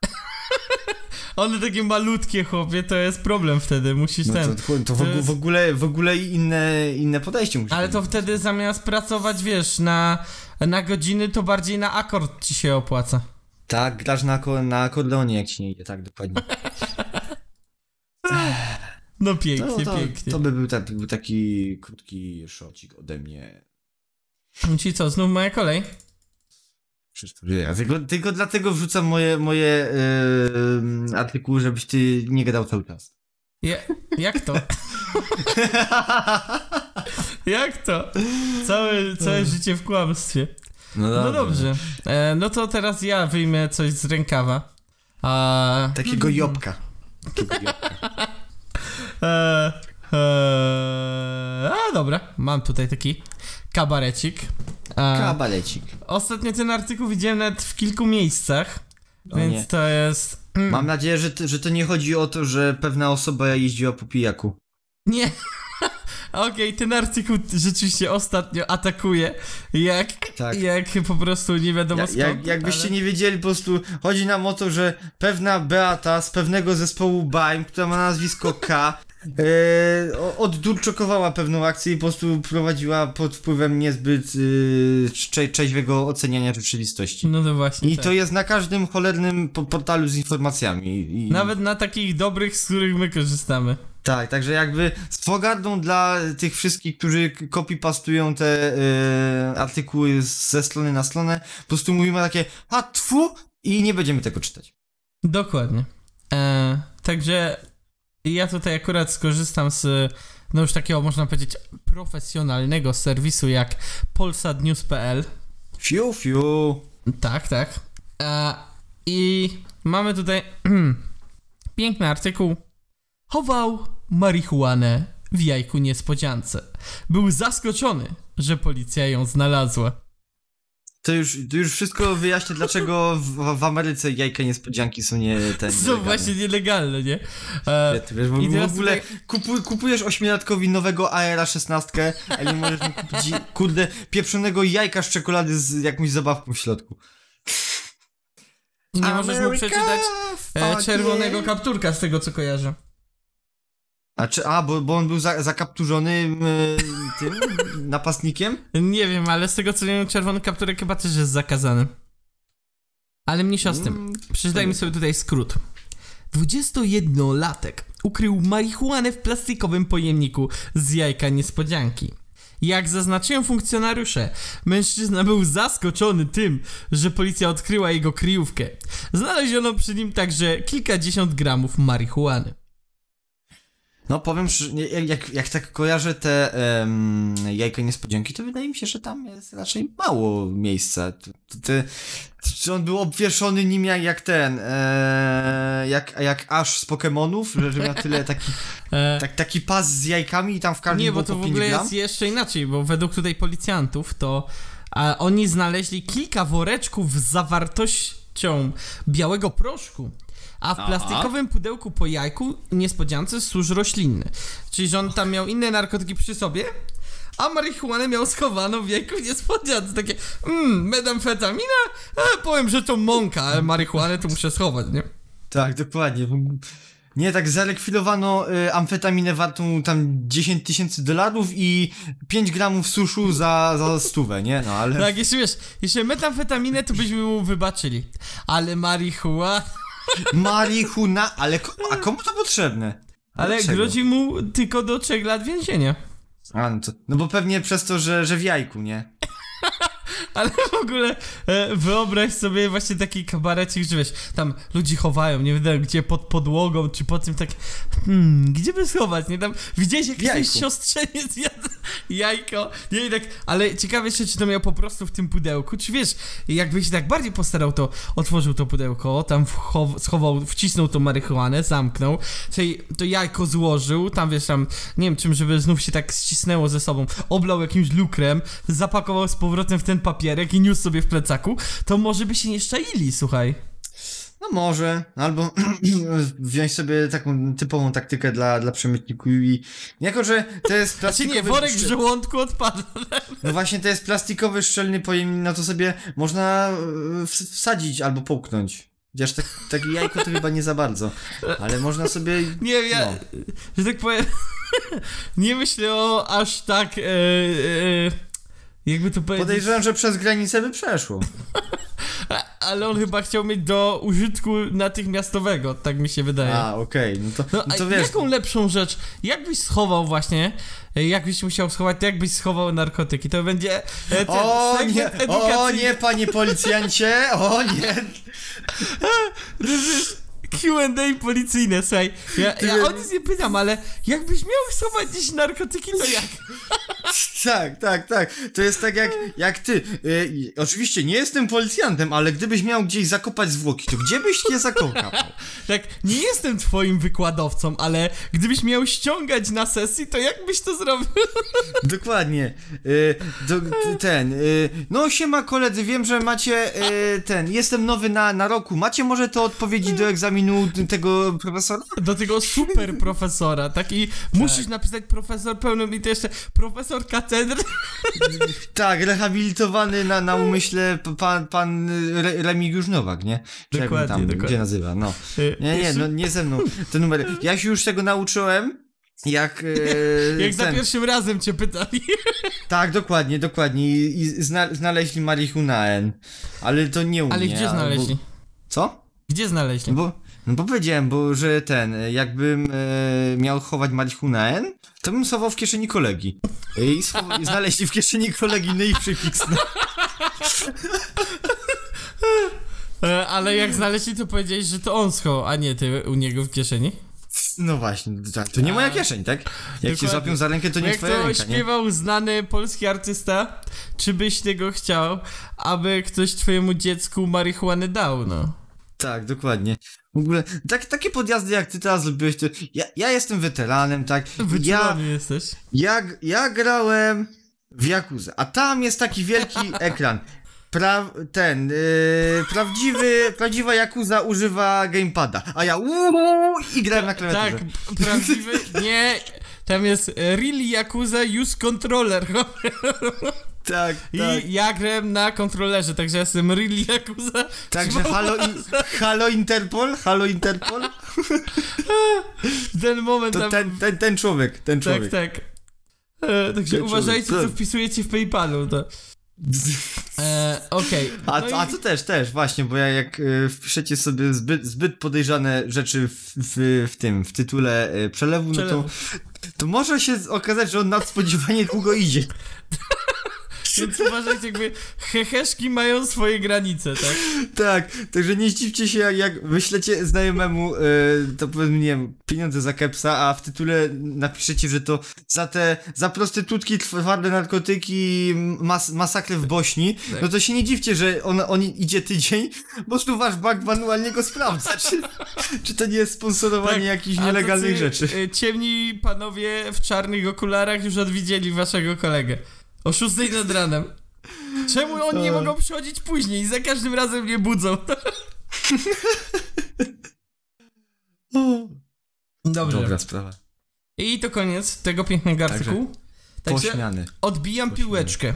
One takie malutkie, chłopie, to jest problem wtedy, musisz No ten... to, to, to w, jest- w ogóle, w ogóle inne, inne podejście musisz Ale to mieć. wtedy zamiast pracować, wiesz, na, na godziny, to bardziej na akord ci się opłaca. Tak, grasz na, ako- na akordeonie, jak ci nie idzie, tak, dokładnie. No No, pięknie, to, pięknie. to by był, tak, był taki krótki szocik ode mnie. Czyli co, znów moja kolej? Krzysztof, ja tylko, tylko dlatego wrzucam moje, moje yy, artykuły, żebyś ty nie gadał cały czas. Je, jak to? Jak to? Całe, całe życie w kłamstwie. No, No dobrze. E, no to teraz ja wyjmę coś z rękawa. A... Takiego jobka. Takiego jobka. E, e, a dobra, mam tutaj taki kabarecik. E, Kabalecik. ostatnio ten artykuł widziałem nawet w kilku miejscach, O więc nie. to jest... Mm, Mam nadzieję, że, t- że to nie chodzi o to, że pewna osoba jeździła po pijaku. Nie. Okej, ten artykuł rzeczywiście ostatnio atakuje, jak, Tak. jak po prostu nie wiadomo Ja, skąd. jak, jakbyście ale... nie wiedzieli, po prostu chodzi nam o to, że pewna Beata z pewnego zespołu Baim, która ma nazwisko K, e, o- oddurczokowała pewną akcję i po prostu prowadziła pod wpływem niezbyt e, trze- trzeźwego oceniania rzeczywistości. No to właśnie I tak. to jest na każdym cholernym po- portalu z informacjami. I, Nawet na takich dobrych, z których my korzystamy. Tak, także jakby z pogardą dla tych wszystkich, którzy k- copy-pastują te e, artykuły z- ze strony na stronę, po prostu mówimy takie a tfu i nie będziemy tego czytać. Dokładnie. E, także ja tutaj akurat skorzystam z, no już takiego można powiedzieć, profesjonalnego serwisu jak polsat news kropka p l. Fiu, fiu. Tak, tak. E, I mamy tutaj piękny artykuł. Chował marihuanę w jajku niespodziance. Był zaskoczony, że policja ją znalazła. To już, to już wszystko wyjaśnia, dlaczego w, w Ameryce jajka niespodzianki są nie ten. Są nielegalne. właśnie nielegalne, nie? E, Ty wiesz, bo I w teraz ogóle tutaj- kupuj, kupujesz ośmiolatkowi nowego A R A szesnaście, a nie możesz mu kupić, kurde, pieprzonego jajka z czekolady z jakąś zabawką w środku. nie możesz mu America, przeczytać e, fuck czerwonego yeah. kapturka z tego, co kojarzę. A, czy, a bo, bo on był za, zakapturzony y, tym napastnikiem? Nie wiem, ale z tego, co wiem, czerwony kapturek chyba też jest zakazany. Ale mniejsza z tym. Mm, Przeczytajmy sobie tutaj skrót. dwudziestojednolatek ukrył marihuanę w plastikowym pojemniku z jajka niespodzianki. Jak zaznaczają funkcjonariusze, mężczyzna był zaskoczony tym, że policja odkryła jego kryjówkę. Znaleziono przy nim także kilkadziesiąt gramów marihuany. No powiem, że nie- jak, jak, jak tak kojarzę te em, jajka niespodzianki, to wydaje mi się, że tam jest raczej mało miejsca. To, to, te, czy on był obwieszony nim jak, jak ten, e, jak, jak Ash z Pokemonów, że, że miał tyle taki, E, tak, taki pas z jajkami i tam w każdym Nie, bo było to po w pięć ogóle gram? jest jeszcze inaczej, bo według tutaj policjantów to a, oni znaleźli kilka woreczków z zawartością białego proszku, a w Aha. plastikowym pudełku po jajku niespodziance sóż roślinny. Czyli że on tam miał inne narkotyki przy sobie, a marihuanę miał schowaną w jajku niespodziance. Takie, mmm, metamfetamina? E, powiem, że to mąka, ale marihuanę to muszę schować, nie? Tak, dokładnie. Nie, tak zarekwirowano y, amfetaminę wartą tam dziesięć tysięcy dolarów i pięć gramów suszu za, za stówę, nie? No ale... Tak, jeszcze wiesz, jeszcze metamfetaminę to byśmy mu wybaczyli, ale marihuana... Marihuana, ale ko- a komu to potrzebne? Ale Dlaczego? grozi mu tylko do trzech lat więzienia. A, no, to, no bo pewnie przez to, że, że w jajku, nie? Ale w ogóle e, wyobraź sobie właśnie taki kabarecik, że wiesz, tam ludzi chowają, nie wiem gdzie, pod podłogą, czy pod tym tak, hmm, gdzie by schować, nie tam, widziałeś jak jajku. jakiś siostrzeniec jadł jajko, nie i tak, ale ciekawe jeszcze, czy to miał po prostu w tym pudełku, czy wiesz, jakby się tak bardziej postarał, to otworzył to pudełko, tam wchow- schował, wcisnął tą marihuanę, zamknął, czyli to jajko złożył, tam wiesz, tam, nie wiem czym, żeby znów się tak ścisnęło ze sobą, oblał jakimś lukrem, zapakował z powrotem w ten papierek i niósł sobie w plecaku, to może by się nie szczaili, słuchaj. No może, albo wziąć sobie taką typową taktykę dla, dla przemytników i jako, że to jest Znaczy plastikowy... nie, worek w szcze- żołądku odpada. No właśnie, to jest plastikowy, szczelny pojemnik, no to sobie można e, ws- wsadzić albo połknąć. Chociaż tak, takie jajko to chyba nie za bardzo, ale można sobie... Nie, ja, No. że tak powiem, nie myślę o aż tak, e, e, jakby to powiedzieć, Podejrzewam, że przez granicę by przeszło. ale on chyba chciał mieć do użytku natychmiastowego, tak mi się wydaje. A, okej, no to, No, no a to wiesz... jaką lepszą rzecz, jakbyś schował właśnie, e, jakbyś musiał schować, to jakbyś schował narkotyki, to będzie e, ten O segment nie, edukacyjny. o nie, panie policjancie, o nie. To jest Q and A policyjne, słuchaj. Ja, ja o nic nie pytam, ale jakbyś miał schować gdzieś narkotyki, to jak? Tak, tak, tak. To jest tak jak, jak ty. Y, oczywiście nie jestem policjantem, ale gdybyś miał gdzieś zakopać zwłoki, to gdzie byś je zakopał? Tak, nie jestem twoim wykładowcą, ale gdybyś miał ściągać na sesji, to jak byś to zrobił? Dokładnie. Y, do, t- ten. Y, no siema koledzy, wiem, że macie y, ten. Jestem nowy na, na roku. Macie może te odpowiedzi do egzaminu tego profesora? Do tego super profesora, tak? I musisz napisać profesor pełnym i to jeszcze profesor katedry. Tak, rehabilitowany na, na umyśle p- pan, pan Re, Remigiusz Nowak, nie? Czy jak on Dokładnie, tam, dokładnie. gdzie nazywa, no. Y, Nie, nie, no nie ze mną. Te numery. Ja się już tego nauczyłem. Jak, e, Jak za ten, pierwszym razem cię pytali. Tak, dokładnie, dokładnie. I, i zna, znaleźli marihuanę. Ale to nie u mnie. Ale gdzie a- znaleźli? Bo, co? Gdzie znaleźli? No bo, no bo powiedziałem, bo że ten, jakbym e, miał chować marihuanę, to bym schował w kieszeni kolegi. I, schow, i znaleźli w kieszeni kolegi, no i przypiksnę. E, ale jak znaleźli, to powiedziałeś, że to on schował, a nie ty u niego w kieszeni. No właśnie, tak, to nie moja kieszeń, tak? Jak Dokładnie. cię złapią za rękę, to nie Jak twoja to ręka, nie? śpiewał znany polski artysta, czy byś tego chciał, aby ktoś twojemu dziecku marihuanę dał, no. Tak, dokładnie. W ogóle, tak, takie podjazdy jak ty teraz zrobiłeś, to ja, ja jestem weteranem, tak? Ja, Wyczulony jesteś. ja, ja grałem w Yakuzę, a tam jest taki wielki ekran. Pra, ten, yy, prawdziwy, prawdziwa Yakuza używa gamepada, a ja uuu, i grałem na klawiaturze. Tak, prawdziwy, nie, tam jest Really Yakuza Use Controller. tak, I tak. ja grałem na kontrolerze, także jestem Really Yakuza. Także halo, in, halo Interpol, halo Interpol, Ten moment to tam... ten, ten, ten człowiek, ten Tak, człowiek. tak. E, także Ten uważajcie, człowiek, co tak. wpisujecie w PayPalu, to... E, Okej. A, No a i- to też, też, właśnie, bo ja jak y, wpiszecie sobie zbyt, zbyt podejrzane rzeczy w, w, w tym, w tytule y, przelewu, Przelewu. no to, to może się okazać, że on nadspodziewanie długo idzie. Więc uważajcie, jakby heheszki mają swoje granice, tak? Tak, także nie zdziwcie się, jak, jak wyślecie znajomemu, y, to powiedzmy, nie wiem, pieniądze za kepsa, a w tytule napiszecie, że to za te, za prostytutki, twarde narkotyki, mas, masakry w Bośni, no to się nie dziwcie, że on, on idzie tydzień, po prostu wasz bank manualnie go sprawdza, czy, czy to nie jest sponsorowanie Tak, jakichś a nielegalnych tacy, rzeczy. y, Ciemni panowie w czarnych okularach już odwiedzieli waszego kolegę. O szóstej nad ranem. Czemu oni nie O. mogą przychodzić później? Za każdym razem mnie budzą. Dobrze. Dobra sprawa. I to koniec tego pięknego artykułu. Także Pośmiany. odbijam Pośmiany. piłeczkę.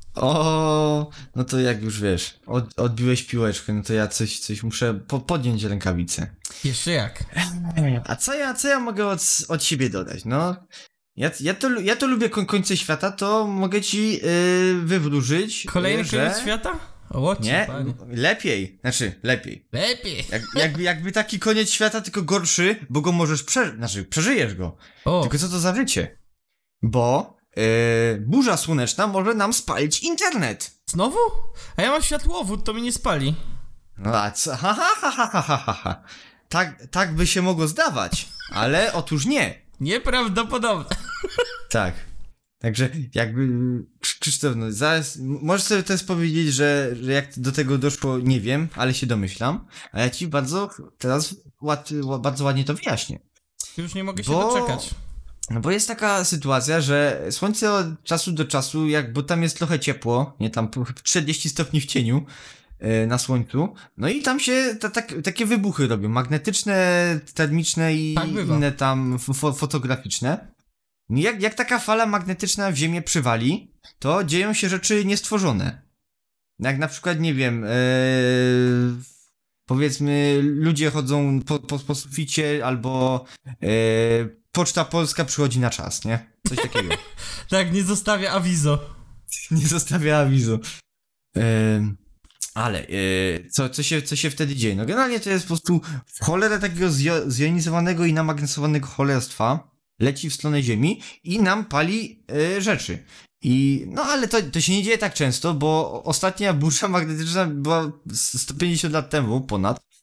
O, no to jak już wiesz, od, odbiłeś piłeczkę, no to ja coś, coś muszę po, podjąć rękawice. Jeszcze jak? A co ja, co ja mogę od, od siebie dodać? No, ja, ja, to, ja to lubię koń, końce świata, to mogę ci yy, wywróżyć, Kolejny yy, że... koniec świata? O, ci, Nie, panie. lepiej, znaczy lepiej. Lepiej. Jak, jakby, jakby taki koniec świata, tylko gorszy, bo go możesz przeżyć, znaczy przeżyjesz go. O, Tylko co to za życie? Bo yy, burza słoneczna może nam spalić internet. znowu? A ja mam światłowód, to mi nie spali. No a co? Ha, ha, ha, ha, ha, ha, ha. Tak, tak by się mogło zdawać, ale otóż nie. Nieprawdopodobne. Tak. Także jakby Krz- Krzysztof, no zaraz, m- możesz sobie też powiedzieć, że, że jak do tego doszło, nie wiem, ale się domyślam, a ja ci bardzo teraz łat, ła- bardzo ładnie to wyjaśnię. Już nie mogę się Bo- doczekać. No bo jest taka sytuacja, że słońce od czasu do czasu, jak, bo tam jest trochę ciepło, nie tam p- czterdzieści stopni w cieniu yy, na słońcu, no i tam się ta, tak, takie wybuchy robią, magnetyczne, termiczne i Tak bywa. inne tam fo- fotograficzne. Jak, jak taka fala magnetyczna w ziemię przywali, to dzieją się rzeczy niestworzone. Jak na przykład, nie wiem, yy, powiedzmy, ludzie chodzą po, po, po suficie, albo yy, Poczta Polska przychodzi na czas, nie? Coś takiego. Tak, nie zostawia awizo. Nie zostawia awizu. Yy, ale yy, co, co, się, co się wtedy dzieje? No generalnie to jest po prostu w cholerę takiego zjo- zjonizowanego i namagnetyzowanego cholerstwa leci w stronę Ziemi i nam pali yy, rzeczy. I no ale to, to się nie dzieje tak często, bo ostatnia burza magnetyczna była sto pięćdziesiąt lat temu ponad.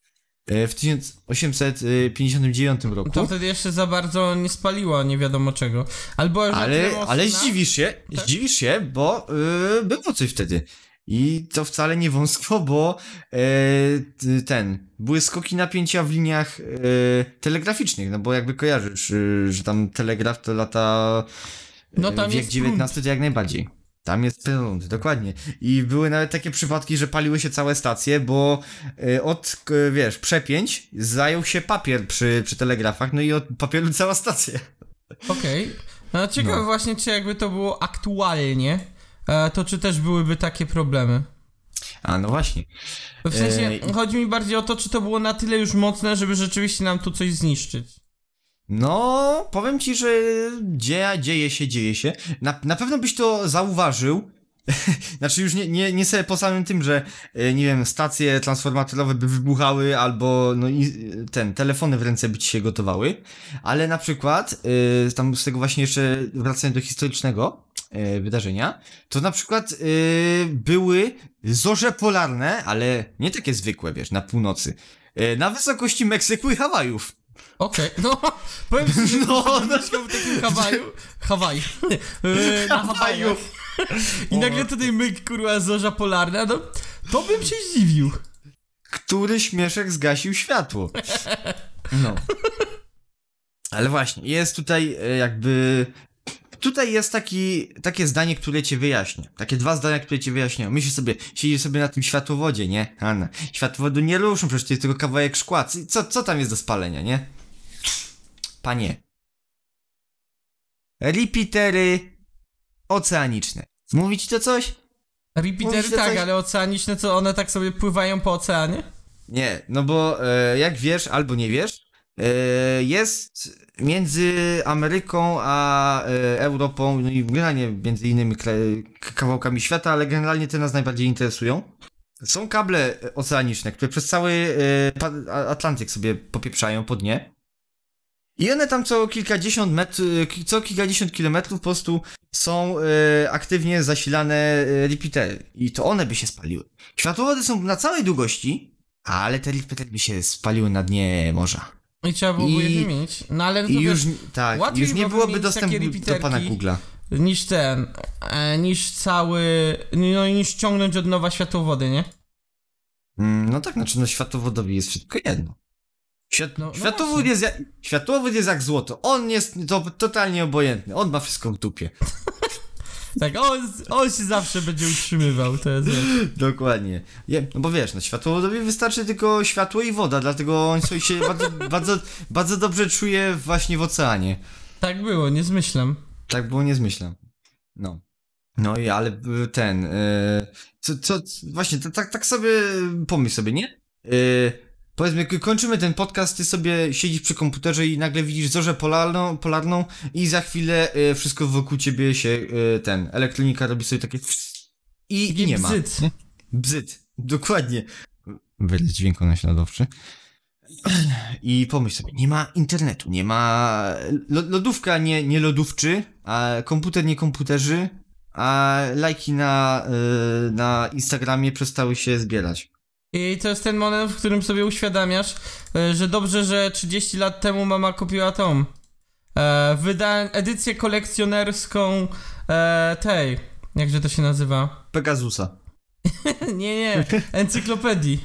e, w tysiąc osiemset pięćdziesiątym dziewiątym roku. To wtedy jeszcze za bardzo nie spaliło, nie wiadomo czego. Albo już na Ale, tyle mocno, ale na- zdziwisz się, Tak? zdziwisz się, bo yy, było coś wtedy. I to wcale nie wąsko, bo e, t- ten, były skoki napięcia w liniach e, telegraficznych, no bo jakby kojarzysz, e, że tam telegraf to lata e, No tam wiek jest dziewiętnasty to jak najbardziej. Tam jest prąd, dokładnie. I były nawet takie przypadki, że paliły się całe stacje, bo e, od, k- wiesz, przepięć zajął się papier przy, przy telegrafach, no i od papieru cała stacja. Okej. No ciekawe No. właśnie, czy jakby to było aktualnie, e, to czy też byłyby takie problemy. A, no właśnie. W sensie, Ej. chodzi mi bardziej o to, czy to było na tyle już mocne, żeby rzeczywiście nam tu coś zniszczyć. No, powiem ci, że dzieje, dzieje się, dzieje się. Na, na pewno byś to zauważył. Znaczy już nie, nie, nie sobie po samym tym, że e, nie wiem, stacje transformatorowe by wybuchały albo no i e, ten, telefony w ręce by ci się gotowały, ale na przykład e, tam z tego właśnie jeszcze wracając do historycznego e, wydarzenia, to na przykład e, były zorze polarne, ale nie takie zwykłe, wiesz, na północy, e, na wysokości Meksyku i Hawajów. Okej, no, powiem ci, że No, no, no. mieszkał w takim Hawaju, Hawaju, Yy, na Hawaju i nagle tutaj myk, kurwa, zorza polarna, no, to bym się zdziwił. Który śmieszek zgasił światło. No. Ale właśnie, jest tutaj e, jakby... Tutaj jest taki, takie zdanie, które cię wyjaśnia. Takie dwa zdania, które cię wyjaśniają. Myślisz sobie, siedzisz sobie na tym światłowodzie, nie? Anna, światłowodu nie ruszą, przecież to jest tylko kawałek szkła. Co, co tam jest do spalenia, nie? Panie. Repeatery oceaniczne. Mówi ci to coś? Repeatery Mówisz, że tak, coś- ale oceaniczne, co one tak sobie pływają po oceanie? Nie, no bo e, jak wiesz albo nie wiesz, e, jest między Ameryką a e, Europą, no i generalnie między innymi kla- k- kawałkami świata, ale generalnie te nas najbardziej interesują. Są kable oceaniczne, które przez cały e, pa- a- Atlantyk sobie popieprzają po dnie. I one tam co kilkadziesiąt metrów, co kilkadziesiąt kilometrów po prostu są e, aktywnie zasilane e, repeatery. I to one by się spaliły. Światłowody są na całej długości, ale te repeatery by się spaliły na dnie morza. I trzeba byłoby I- je wymienić. No ale to I wiesz, już, tak, łatwiej już nie byłoby byłoby mieć dostępu takie do repeaterki. pana Google'a. niż ten, e, niż cały, no i niż ciągnąć od nowa światłowody, nie? Mm, no tak, znaczy no światłowodowi jest wszystko jedno. Świat, No- no światłowód, właśnie. jest jak, światłowód jest jak złoto. On jest to, totalnie obojętny. On ma wszystko w dupie. Tak, on, on się zawsze będzie utrzymywał, to jest wiesz. Dokładnie. Je, no bo wiesz, no światłowodowi wystarczy tylko światło i woda, dlatego on sobie się bardzo, bardzo, bardzo dobrze czuje właśnie w oceanie. Tak było, nie zmyślam. Tak było, nie zmyślam. No. No i ale y, ten, y, co, co, właśnie, to, tak, tak sobie pomyśl sobie, nie? Y, powiedzmy, k- kończymy ten podcast, ty sobie siedzisz przy komputerze i nagle widzisz zorzę polarną, polarną i za chwilę y, wszystko wokół ciebie się, y, ten, elektronika robi sobie takie i, i nie ma. Bzyt. Bzyt, dokładnie. Wydź dźwięk naśladowczy. I pomyśl sobie, nie ma internetu, nie ma... Lo, lodówka nie, nie lodówczy, a komputer nie komputerzy, a lajki na, y, na Instagramie przestały się zbierać. I to jest ten moment, w którym sobie uświadamiasz, e, że dobrze, że trzydzieści lat temu mama kupiła tą e, wyda edycję kolekcjonerską e, tej, jakże to się nazywa? Pegasusa. nie, nie, encyklopedii.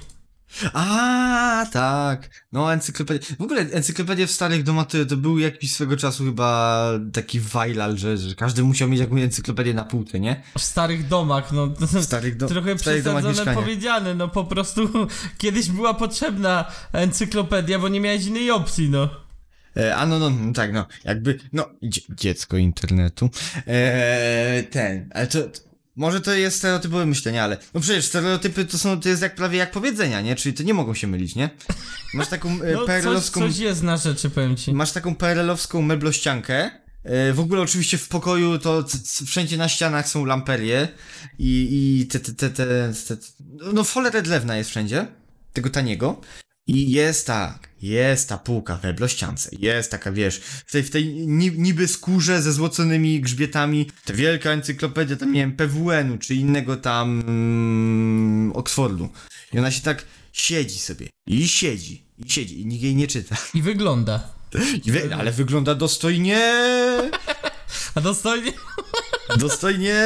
A tak. No, encyklopedia. W ogóle encyklopedie w starych domach to, to był jakiś swego czasu chyba taki viral, że, że każdy musiał mieć jakąś encyklopedię na półce, nie? W starych domach, no. W starych, do, Trochę w starych domach przesadzone mieszkania. powiedziane, no po prostu kiedyś była potrzebna encyklopedia, bo nie miałeś innej opcji, no. E, a no, no, no, tak, no, jakby, no, dzie dziecko internetu. E, ten, ale to, to, może to jest stereotypowe myślenie, ale, no przecież stereotypy to są, to jest jak prawie jak powiedzenia, nie? Czyli to nie mogą się mylić, nie? Masz taką e, No coś, perelowską, coś jest na rzeczy, powiem ci. masz taką perelowską meblościankę. E, w ogóle oczywiście w pokoju to c c wszędzie na ścianach są lamperie i, i te, te, te, te, te, te, no folerę drewna jest wszędzie, tego taniego. I jest tak, jest ta półka w meblościance, jest taka, wiesz, w tej, w tej ni niby skórze ze złoconymi grzbietami, ta wielka encyklopedia, tam nie wiem, P W N-u, czy innego tam mm, Oxfordu. I ona się tak siedzi sobie, i siedzi, I siedzi i nikt jej nie czyta. I wygląda. I wy, ale wygląda dostojnie! A dostojnie? Dostojnie!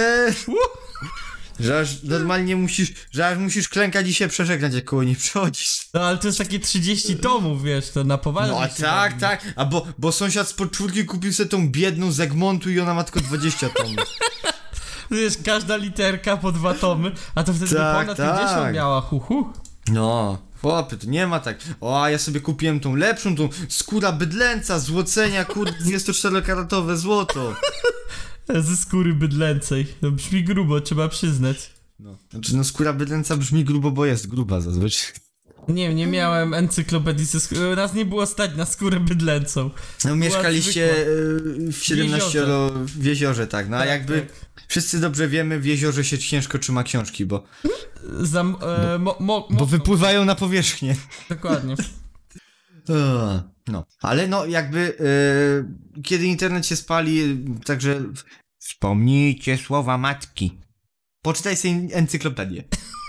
Że aż normalnie musisz, że aż musisz klękać i się przeżegnać, jak koło niej przechodzisz. No ale to jest takie trzydzieści tomów, wiesz, to na poważnie. No a się tak, robi. tak, a bo, bo sąsiad z podczwórki kupił sobie tą biedną z Egmontu i ona ma tylko dwadzieścia tomów. Wiesz, każda literka po dwa tomy, a to wtedy Tak, by ponad tak. pięćdziesiąt miała, hu, hu. No, chłopie, to nie ma tak. O, a ja sobie kupiłem tą lepszą, tą skóra bydlęca, złocenia, kur... dwudziestoczterokaratowe złoto. Ze skóry bydlęcej. To brzmi grubo, trzeba przyznać. No, znaczy no skóra bydlęca brzmi grubo, bo jest gruba zazwyczaj. Nie, nie miałem encyklopedii ze skóry. Nas nie było stać na skórę bydlęcą. No mieszkaliście zwykła. y, w siedemnaście w jeziorze, tak, no a Tak, jakby tak. wszyscy dobrze wiemy, w jeziorze się ciężko trzyma książki, bo, Zam, e, mo, mo, mo, bo wypływają na powierzchnię. Dokładnie. Eee, No, ale no jakby e, kiedy internet się spali, także wspomnijcie słowa matki. Poczytaj sobie encyklopedię.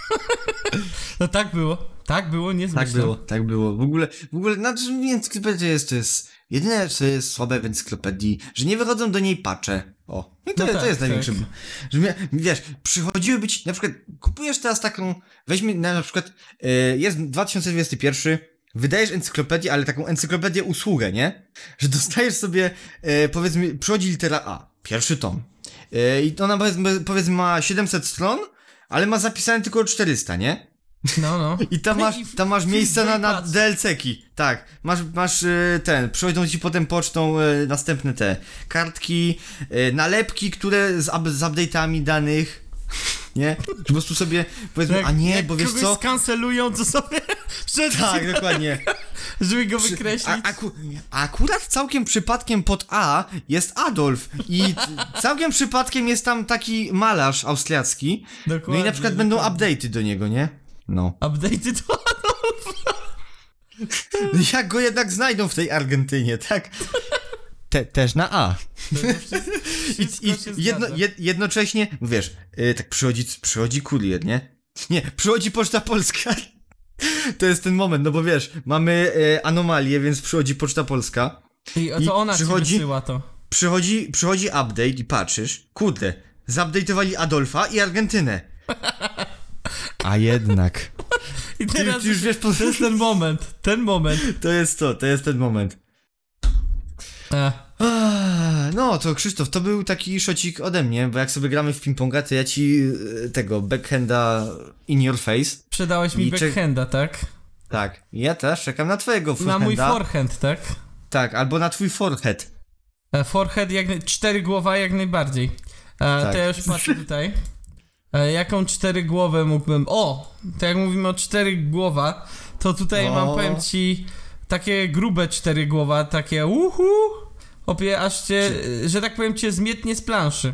No tak było. Tak było, nie Tak zmyślam. było, tak było. W ogóle, w ogóle, znaczy encyklopedia jest, to jest jedyne, co jest słabe w encyklopedii, że nie wychodzą do niej patche. O, i to, No to tak, jest największy. tak. Że mnie, wiesz, przychodziły być, na przykład, kupujesz teraz taką, weźmy na, na przykład, e, jest dwa tysiące dwudziesty pierwszy, wydajesz encyklopedię, ale taką encyklopedię usługę, nie? Że dostajesz sobie, e, powiedzmy, przychodzi litera A, pierwszy tom. E, I ona powiedzmy, powiedzmy ma siedemset stron, ale ma zapisane tylko czterysta, nie? No, no. I tam masz, tam masz miejsce na, na patrz. D L C-ki. Tak, masz, masz y, ten, przychodzą ci potem pocztą y, następne te kartki, y, nalepki, które z, up- z update'ami danych, nie? Po prostu sobie powiedzmy, Jak, a nie, jak bo wiesz kogoś co? skancelują, to sobie przed Tak, dokładnie. żeby go Przy- wykreślić. A, aku, akurat całkiem przypadkiem pod A jest Adolf i t- całkiem przypadkiem jest tam taki malarz austriacki. No i Dokładnie, na przykład będą dokładnie. update'y do niego, nie? No. Update'y to... Jak go jednak znajdą w tej Argentynie, tak? Te, też na A. I, i jedno, jed, jednocześnie, wiesz, yy, tak przychodzi, przychodzi kurier, nie? Nie, przychodzi Poczta Polska. To jest ten moment, no bo wiesz, mamy yy, anomalię, więc przychodzi Poczta Polska. I to i ona przychodzi- ci wysyła to. Przychodzi, przychodzi update i patrzysz, kurde, zupdate'owali Adolfa i Argentynę. A jednak. I Ty, teraz ty już wiesz, po... to jest ten moment, ten moment. to jest to, to jest ten moment. E, Ah, No to Krzysztof, to był taki szocik ode mnie, bo jak sobie gramy w ping-ponga, to ja ci e, tego backhanda in your face. Przedałeś mi I czek- backhanda, tak? Tak, ja też czekam na twojego Na forehanda. mój forehand, tak? Tak, albo na twój forehead. E, forehead jak naj... cztery głowa jak najbardziej. E, Tak. To ja już patrzę tutaj. E, jaką cztery głowę mógłbym... O! To jak mówimy o cztery głowa, to tutaj O. mam, powiem ci, takie grube cztery głowa, takie uhu! Opie, aż cię, że tak powiem, cię zmietnie z planszy.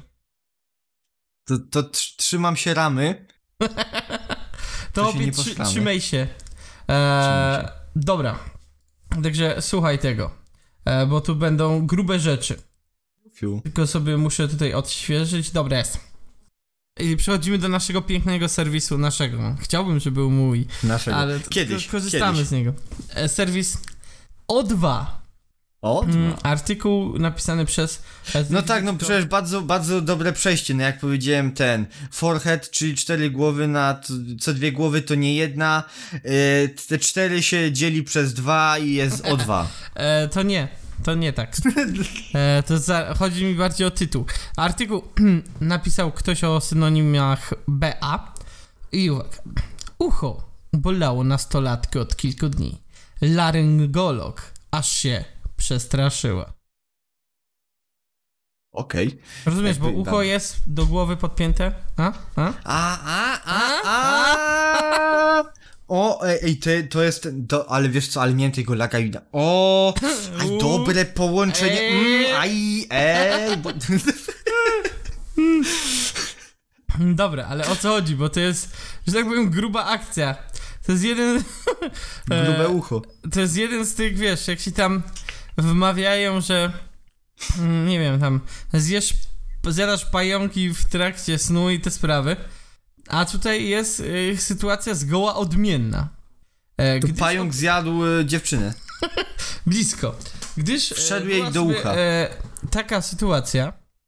To, to tr- trzymam się ramy. To, To się opie, nie trzy, posramy. trzymaj się. E, Trzymaj się. Dobra. Także słuchaj tego, e, bo tu będą grube rzeczy. Fiu. Tylko sobie muszę tutaj odświeżyć. Dobra, jest. I przechodzimy do naszego pięknego serwisu, naszego. Chciałbym, żeby był mój, Naszego. ale t- Kiedyś, ko- korzystamy kiedyś. z niego. E, serwis O dwa. O, Mm, artykuł napisany przez... e, No tak, no przecież bardzo, bardzo dobre przejście, no jak powiedziałem ten forehead, czyli cztery głowy na t- co dwie głowy to nie jedna, yy, te cztery się dzieli przez dwa i jest o dwa. E, to nie, to nie tak. E, to za, chodzi mi bardziej o tytuł. Artykuł napisał ktoś o synonimach B A i uwaga. Ucho bolało nastolatkę od kilku dni. Laryngolog aż się przestraszyła. Okej. Rozumiesz, bo Jakby ucho tam- jest do głowy podpięte? A? A? A, a, a, a. O, ej, ej to, to jest ten, to, ale wiesz co, ale nie wiem tego laga i da- O, aj, U. dobre połączenie, Ej. mm, aj, ej, bo... Dobra, ale o co chodzi? Bo to jest, że tak powiem, gruba akcja. To jest jeden... Grube e, ucho. To jest jeden z tych, wiesz, jak ci tam wmawiają, że mm, nie wiem, tam zjesz, zjadasz pająki w trakcie snu i te sprawy, a tutaj jest y, sytuacja zgoła odmienna. E, To gdyż pająk zjadł e, dziewczynę. Blisko. Gdyż e, Wszedł jej była do sobie, ucha. E, taka sytuacja,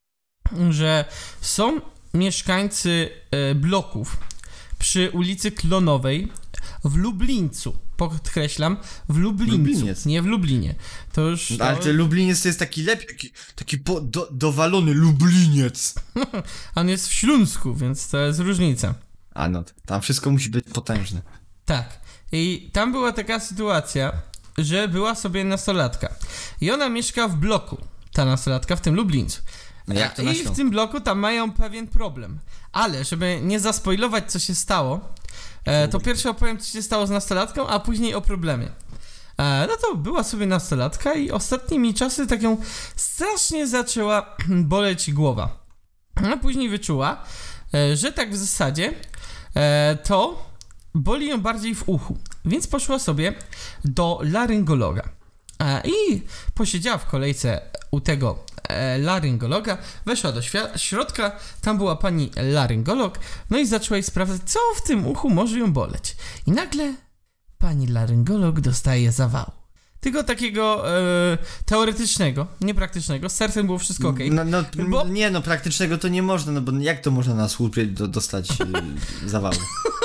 że są mieszkańcy e, bloków przy ulicy Klonowej w Lublińcu. Podkreślam, w Lublińcu, Lubliniec. nie w Lublinie. To już... To... Ale ten Lubliniec to jest taki lepiej, taki, taki po, do, dowalony Lubliniec. On jest w Śląsku, więc to jest różnica. A no, tam wszystko musi być potężne. Tak. I tam była taka sytuacja, że była sobie nastolatka. I ona mieszka w bloku, ta nastolatka, w tym Lublińcu. No jak to na I Śląsku? w tym bloku tam mają pewien problem. Ale, żeby nie zaspoilować, co się stało, e, to pierwsze opowiem, co się stało z nastolatką, a później o problemie. E, no to była sobie nastolatka i ostatnimi czasy tak ją strasznie zaczęła boleć głowa. A później wyczuła, e, że tak w zasadzie e, to boli ją bardziej w uchu. Więc poszła sobie do laryngologa. E, I posiedziała w kolejce u tego e, laryngologa, weszła do świ- środka, tam była pani laryngolog, no i zaczęła jej sprawdzać, co w tym uchu może ją boleć. I nagle pani laryngolog dostaje zawału. Tylko takiego e, teoretycznego, niepraktycznego, z sercem było wszystko okej. No, no, Bo- Nie no, praktycznego to nie można, no bo jak to można na słupie do, dostać e, zawału?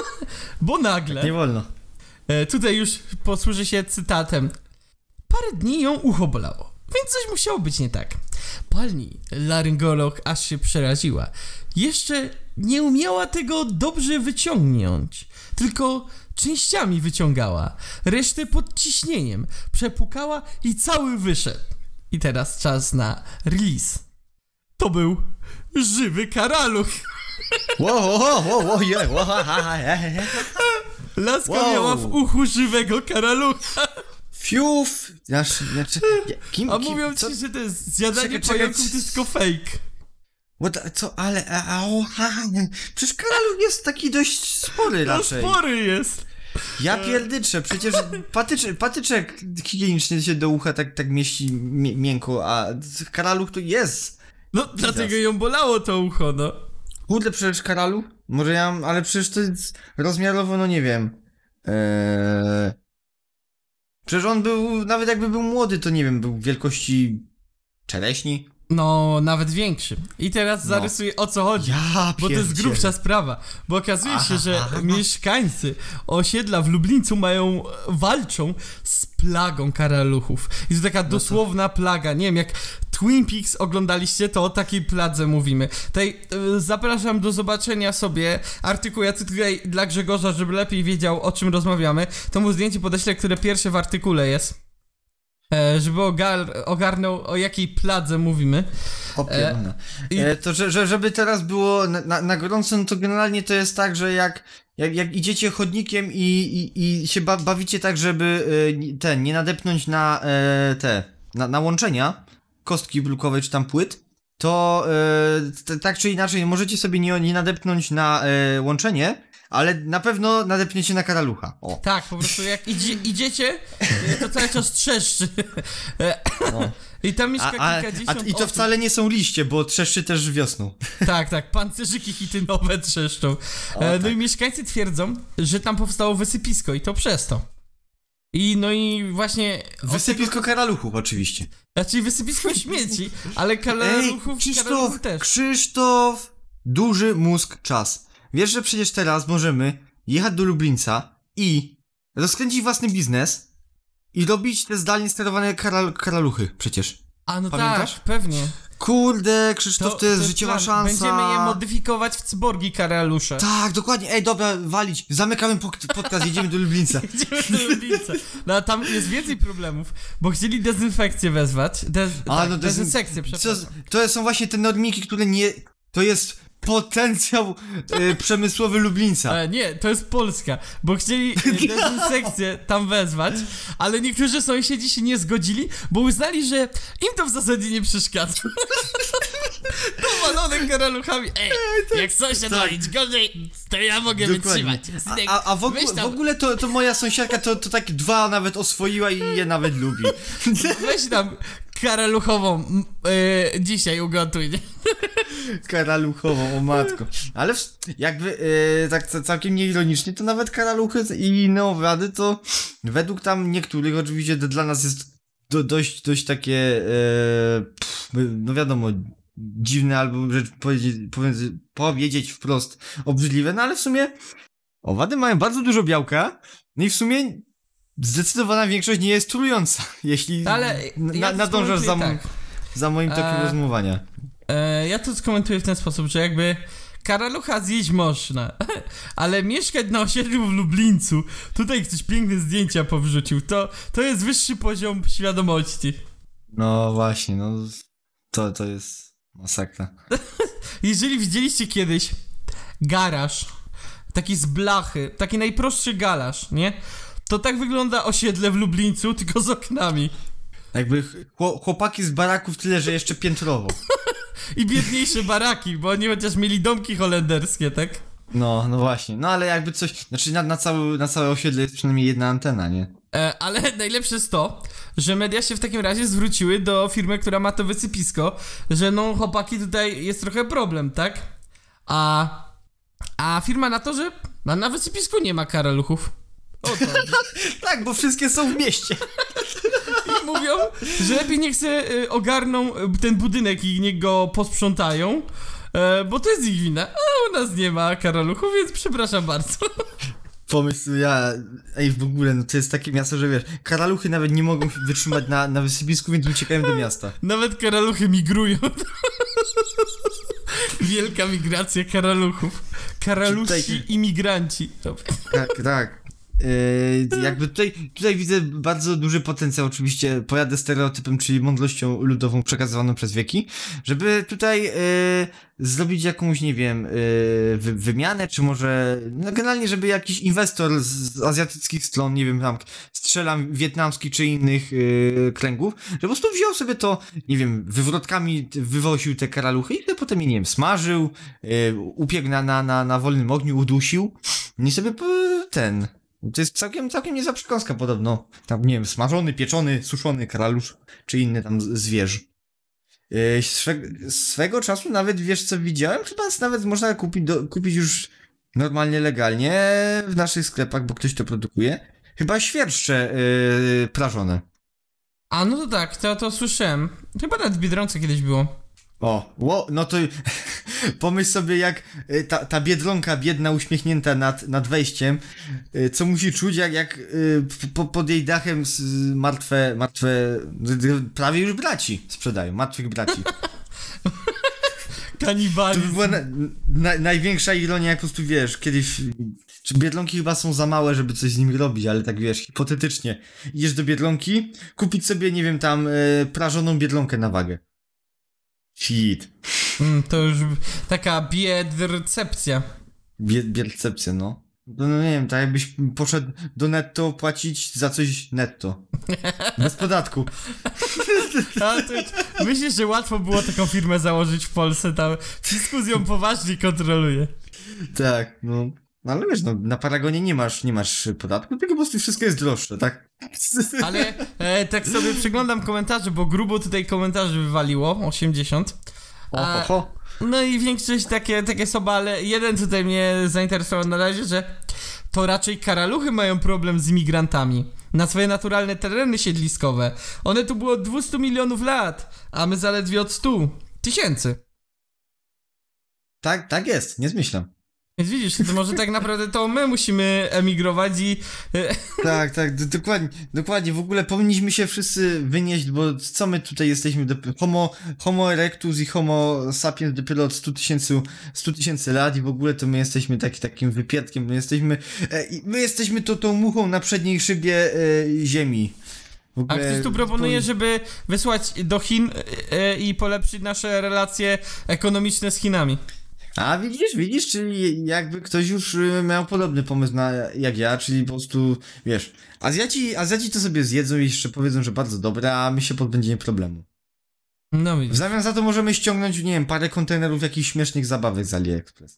Bo nagle, Nie wolno. e, tutaj już posłużę się cytatem, parę dni ją ucho bolało, więc coś musiało być nie tak. Pani laryngolog aż się przeraziła. Jeszcze nie umiała tego dobrze wyciągnąć, tylko częściami wyciągała, resztę pod ciśnieniem, przepukała i cały wyszedł. I teraz czas na release. To był żywy karaluch. Wow, wow, wow, wow, je, wow, ha, ha, ha, he, he. Laska Wow. miała w uchu żywego karalucha. Fiuf! Znaczy, znaczy, ja- kim, A kim, mówią co, ci, że to jest zjadanie Czekaj, czekaj, pająków, to jest tylko fake. what, co, ale, a, a, o, ha, nie. Przecież karaluch jest taki dość spory No raczej. spory jest. Ja pierdyczę, przecież patyczek, patyczek higieniczny się do ucha tak, tak mieści mi, miękko, a karaluch to jest. No dlatego ją bolało to ucho, no. Kurde, przecież karaluch? Może ja mam, ale przecież to jest rozmiarowo, no nie wiem. Eee... Przecież on był, nawet jakby był młody, to nie wiem, był wielkości czereśni. No, nawet większy. I teraz No. zarysuję, o co chodzi. Ja Bo to jest pierdzielę. grubsza sprawa. Bo okazuje się, Aha, że aha. mieszkańcy osiedla w Lublińcu mają, walczą z plagą karaluchów. I to taka dosłowna plaga. Nie wiem, jak Twin Peaks oglądaliście, to o takiej pladze mówimy. Tutaj y, zapraszam do zobaczenia sobie artykuł. Ja tutaj dla Grzegorza, żeby lepiej wiedział, o czym rozmawiamy, to mu zdjęcie podeślę, które pierwsze w artykule jest. E, żeby ogar- ogarnął, o jakiej pladze mówimy. O pierdolę. i- E, to, że, że, żeby teraz było na, na, na gorąco, no to generalnie to jest tak, że jak, jak, jak idziecie chodnikiem i, i, i się ba, bawicie tak, żeby e, ten, nie nadepnąć na e, te, na, na łączenia kostki brukowej czy tam płyt, to e, t, tak czy inaczej możecie sobie nie, nie nadepnąć na e, łączenie, ale na pewno nadepniecie na karalucha. O. Tak, po prostu jak idzie, idziecie, e, to cały czas trzeszczy. E, No. I tam mieszka A, a, a, kilkadziesiąt I to osób. wcale nie są liście, bo trzeszczy też wiosną. Tak, tak, pancerzyki chitynowe trzeszczą. E, no tak. i mieszkańcy twierdzą, że tam powstało wysypisko i to przez to. I no i właśnie... od Wysypisko tego- karaluchów oczywiście. Znaczy wysypisko śmieci, ale Ej, karaluchów, Krzysztof, karaluchów też. Krzysztof! Duży mózg, czas. Wiesz, że przecież teraz możemy jechać do Lublińca i rozkręcić własny biznes i robić te zdalnie sterowane karal- karaluchy przecież. A no Pamiętasz? tak, pewnie. Kurde, Krzysztof, to, jest życiowa plan. szansa. Będziemy je modyfikować w cyborgi karalusze. Tak, dokładnie. Ej, dobra, walić. Zamykamy pok- podcast, jedziemy do Lublińca. Idziemy do Lublińca. No a tam jest więcej problemów, bo chcieli dezynfekcję wezwać. Dez, A, tak, no, dezyn- dezynsekcję, Co, przepraszam. to są właśnie te normiki, które nie... To jest potencjał e, przemysłowy Lublińca. E, nie, to jest Polska, bo chcieli e, dezynsekcję tam wezwać, ale niektórzy sąsiedzi się nie zgodzili, bo uznali, że im to w zasadzie nie przeszkadza. Powalone karaluchami. Ej, jak sąsiad tak. walić gorzej, to ja mogę Dokładnie. wytrzymać. Synek, A, a w, ogóle, weź w tam- ogóle to, to moja sąsiadka to, to tak dwa nawet oswoiła i je nawet lubi. Weź tam karaluchową m, e, dzisiaj ugotuj, nie? Karaluchową, o matko. Ale w, jakby e, tak ca- całkiem nieironicznie, to nawet karaluchy i inne owady to według tam niektórych oczywiście to dla nas jest do, dość, dość takie e, pff, no wiadomo, dziwne albo rzecz powiedzieć, powiedzieć, powiedzieć wprost obrzydliwe, no ale w sumie owady mają bardzo dużo białka, no i w sumie zdecydowana większość nie jest trująca, jeśli Ale na, ja to nadążasz za, skomentuję m- tak. za moim tokiem E, rozumowania. E, ja to skomentuję w ten sposób, że jakby karalucha zjeść można, ale mieszkać na osiedlu w Lublińcu, tutaj ktoś piękne zdjęcia powrzucił, to, to jest wyższy poziom świadomości. No właśnie, no to, to jest masakra. Jeżeli widzieliście kiedyś garaż, taki z blachy, taki najprostszy garaż, nie? To tak wygląda osiedle w Lublińcu, tylko z oknami. Jakby chło- chłopaki z baraków tyle, że jeszcze piętrowo. I biedniejsze baraki, bo oni chociaż mieli domki holenderskie, tak? No, no właśnie. No ale jakby coś, znaczy na, na, cały, na całe osiedle jest przynajmniej jedna antena, nie? E, ale najlepsze jest to, że media się w takim razie zwróciły do firmy, która ma to wysypisko, że no chłopaki, tutaj jest trochę problem, tak? A, a firma na to, że na, na wysypisku nie ma karaluchów. O to chodzi. Tak, bo wszystkie są w mieście. I mówią, że lepiej niech se y, ogarną y, ten budynek i niech go posprzątają, y, bo to jest ich wina. A u nas nie ma karaluchów, więc przepraszam bardzo. Pomysł, ja, ej w ogóle, no to jest takie miasto, że wiesz, karaluchy nawet nie mogą wytrzymać na, na wysypisku, więc uciekają do miasta. Nawet karaluchy migrują. Wielka migracja karaluchów. Karalusi Tutaj- imigranci. Dobra. Tak, tak. Yy, jakby tutaj, tutaj widzę bardzo duży potencjał, oczywiście pojadę stereotypem, czyli mądrością ludową przekazywaną przez wieki, żeby tutaj yy, zrobić jakąś, nie wiem, yy, wy, wymianę, czy może, no generalnie, żeby jakiś inwestor z, z azjatyckich stron, nie wiem, tam strzelam wietnamskich czy innych yy, kręgów, że po prostu wziął sobie to, nie wiem, wywrotkami wywoził te karaluchy i sobie potem je, nie wiem, smażył, yy, upiekł na, na, na, na wolnym ogniu, udusił i sobie yy, ten... To jest całkiem, całkiem niezła przekąska podobno. Tam, nie wiem, smażony, pieczony, suszony karalusz, czy inny tam z- zwierz. Yy, swe, swego czasu nawet, wiesz co widziałem? Chyba nawet można kupić, do, kupić już normalnie, legalnie w naszych sklepach, bo ktoś to produkuje. Chyba świerszcze yy, prażone. A no to tak, to, to słyszałem. Chyba nawet w Biedronce kiedyś było. O, ło, no to pomyśl sobie, jak y, ta, ta biedronka biedna, uśmiechnięta nad, nad wejściem, y, co musi czuć, jak, jak y, po, pod jej dachem s- martwe, martwe, y, prawie już braci sprzedają, martwych braci. To Kanibalizm. by była na, na, największa ironia, jak po prostu wiesz, kiedyś, czy biedronki chyba są za małe, żeby coś z nimi robić, ale tak wiesz, hipotetycznie, idziesz do biedronki, kupić sobie, nie wiem, tam y, prażoną biedronkę na wagę. Shit. Mm, to już taka biedrecepcja. Bie- Biercepcja, no. No, no nie wiem, tak jakbyś poszedł do netto płacić za coś netto. Bez podatku. A to, myślisz, że łatwo było taką firmę założyć w Polsce? Tam fiskus ją poważnie kontroluje. Tak, no. No ale wiesz, no, na Paragonie nie masz, nie masz podatku, tylko po prostu wszystko jest droższe, tak? Ale e, tak sobie przeglądam komentarze, bo grubo tutaj komentarzy wywaliło, osiemdziesiąt. A, Oho. no i większość takie, takie są, ale jeden tutaj mnie zainteresował na razie, że to raczej karaluchy mają problem z imigrantami na swoje naturalne tereny siedliskowe. One tu było od dwieście milionów lat, a my zaledwie od stu tysięcy. Tak, tak jest, nie zmyślam. Więc widzisz, to może tak naprawdę to my musimy emigrować i... e, Tak, tak, d- dokładnie, dokładnie. W ogóle powinniśmy się wszyscy wynieść, bo co my tutaj jesteśmy? Dop- Homo, homo erectus i homo sapiens dopiero od stu tysięcy stu tysięcy lat i w ogóle to my jesteśmy taki, takim wypierdkiem, my jesteśmy, e, i my jesteśmy to tą muchą na przedniej szybie e, ziemi. W A ogóle ktoś tu proponuje, powin- żeby wysłać do Chin e, i polepszyć nasze relacje ekonomiczne z Chinami. A widzisz, widzisz, czyli jakby ktoś już y, miał podobny pomysł na, jak ja, czyli po prostu, wiesz, Azjaci, Azjaci to sobie zjedzą i jeszcze powiedzą, że bardzo dobre, a my się pozbędziemy problemu. No W widzisz. zamian za to możemy ściągnąć, nie wiem, parę kontenerów jakichś śmiesznych zabawek z AliExpress.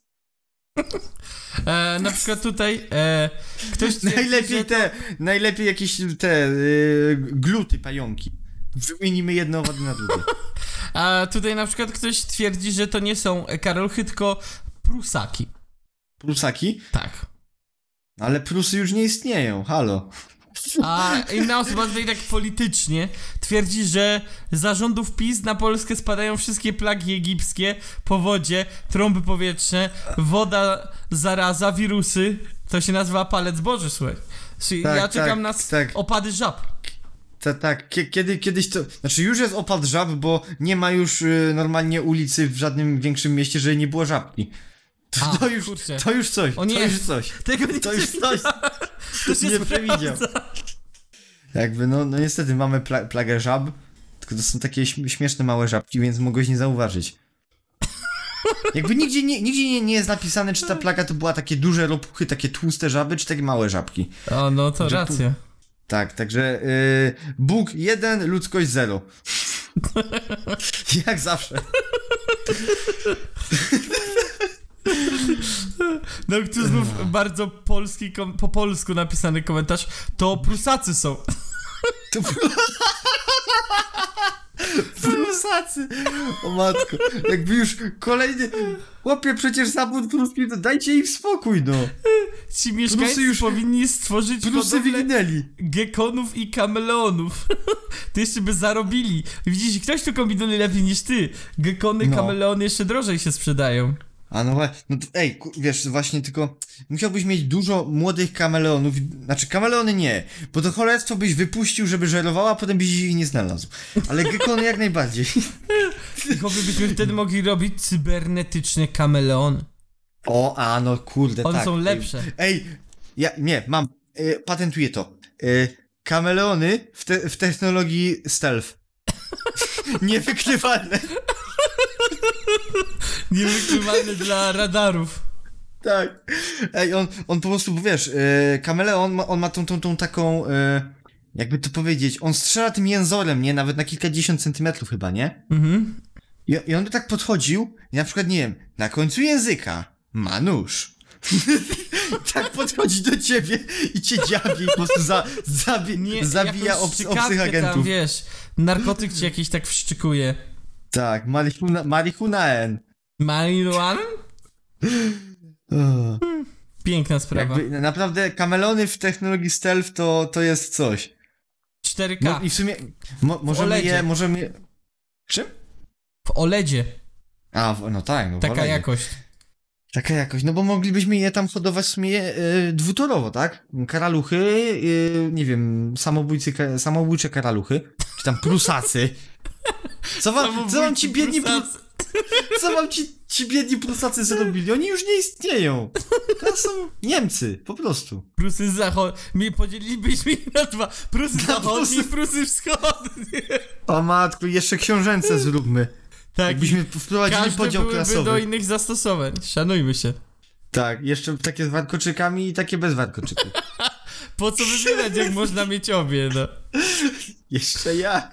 E, na przykład tutaj e, ktoś... twierdzi, Najlepiej że- te, najlepiej jakieś te y, gluty pająki. wymienimy jedne owady na drugie. A tutaj na przykład ktoś twierdzi, że to nie są karolchy, tylko prusaki. Prusaki? Tak. Ale Prusy już nie istnieją, halo. A inna osoba tutaj tak politycznie twierdzi, że za rządów PiS na Polskę spadają wszystkie plagi egipskie, powodzie, trąby powietrzne, woda, zaraza, wirusy. To się nazywa palec Boży, słuchaj. Tak, ja czekam tak, na tak. opady żab. Tak, tak, kiedy, kiedyś to... Znaczy już jest opad żab, bo nie ma już y, normalnie ulicy w żadnym większym mieście, że nie było żabki. To, A, to, już, kurczę. to już coś, O nie. to już coś. Tego nie To już coś. To się nie przewidział. Jakby, no, no niestety mamy pla plagę żab, tylko to są takie śm śmieszne małe żabki, więc mogłeś nie zauważyć. Jakby nigdzie, nie, nigdzie nie, nie jest napisane, czy ta plaga to była takie duże ropuchy, takie tłuste żaby, czy takie małe żabki. O, no to Że racja. Tak, także yy, Bóg jeden, ludzkość zero. Jak zawsze. No tu znów bardzo polski, kom- po polsku napisany komentarz. To Prusacy są. To Prusacy! O matko, jakby już kolejny... Chłopie, przecież zabór pruski, to dajcie im spokój, no. Ci mieszkańcy Prusy już- powinni stworzyć Prusy hodowlę wyginęli. gekonów i kameleonów. To jeszcze by zarobili. Widzisz, ktoś tu kombinuje lepiej niż ty. Gekony, No. kameleony jeszcze drożej się sprzedają. A no właśnie, no to, ej, ku- wiesz, właśnie tylko musiałbyś mieć dużo młodych kameleonów, znaczy kameleony nie, bo to cholerstwo byś wypuścił, żeby żerowała, a potem byś ich nie znalazł. Ale gekony jak najbardziej. Tylko byśmy wtedy mogli robić cybernetyczne kameleony. O, a no kurde, One tak. są lepsze. Ej, ja, nie, mam, y, patentuję to. Y, kameleony w, te, w technologii stealth. Niewykrywalne. Niewykrywalne dla radarów. Tak. Ej, on, on po prostu, bo wiesz, yy, kameleon, ma, on ma tą, tą, tą taką, yy, jakby to powiedzieć, on strzela tym jęzorem, nie? Nawet na kilkadziesiąt centymetrów chyba, nie? Mhm. I, I on by tak podchodził i na przykład, nie wiem, na końcu języka ma nóż. Tak podchodzi do ciebie i cię dziabi i po prostu za, zabi, Nie, zabija jakąś obcy, szczykawkę obcych agentów. Tam, wiesz, narkotyk ci jakiś tak wszczykuje. Tak, marihuana, marihunaen. Marihuana? Oh. Piękna sprawa. Jakby, naprawdę kameleony w technologii stealth to, to jest coś. cztery K. No i w sumie mo, możemy OLEDzie. je, możemy je... Czym? W OLEDzie. A, w, no tak, no w Taka OLEDzie. jakość. Taka jakość, no bo moglibyśmy je tam hodować w sumie y, dwutorowo, tak? Karaluchy, y, nie wiem, samobójcy, ka, samobójcze karaluchy, czy tam prusacy. Co wam, co wam ci biedni Prusacy. Co wam ci, ci biedni prusacy zrobili? Oni już nie istnieją. To są Niemcy, po prostu. Prusy zachodnie. My podzielilibyśmy ich na dwa. Prusy Na zachodnie i Prusy- Prusy wschodnie. O matku, jeszcze książęce zróbmy. Tak. Jakbyśmy wprowadzili Każdy podział byłyby klasowy. do innych zastosowań. Szanujmy się. Tak, jeszcze takie z warkoczykami i takie bez warkoczyków. Po co wybierać, jak można mieć obie, no. Jeszcze ja.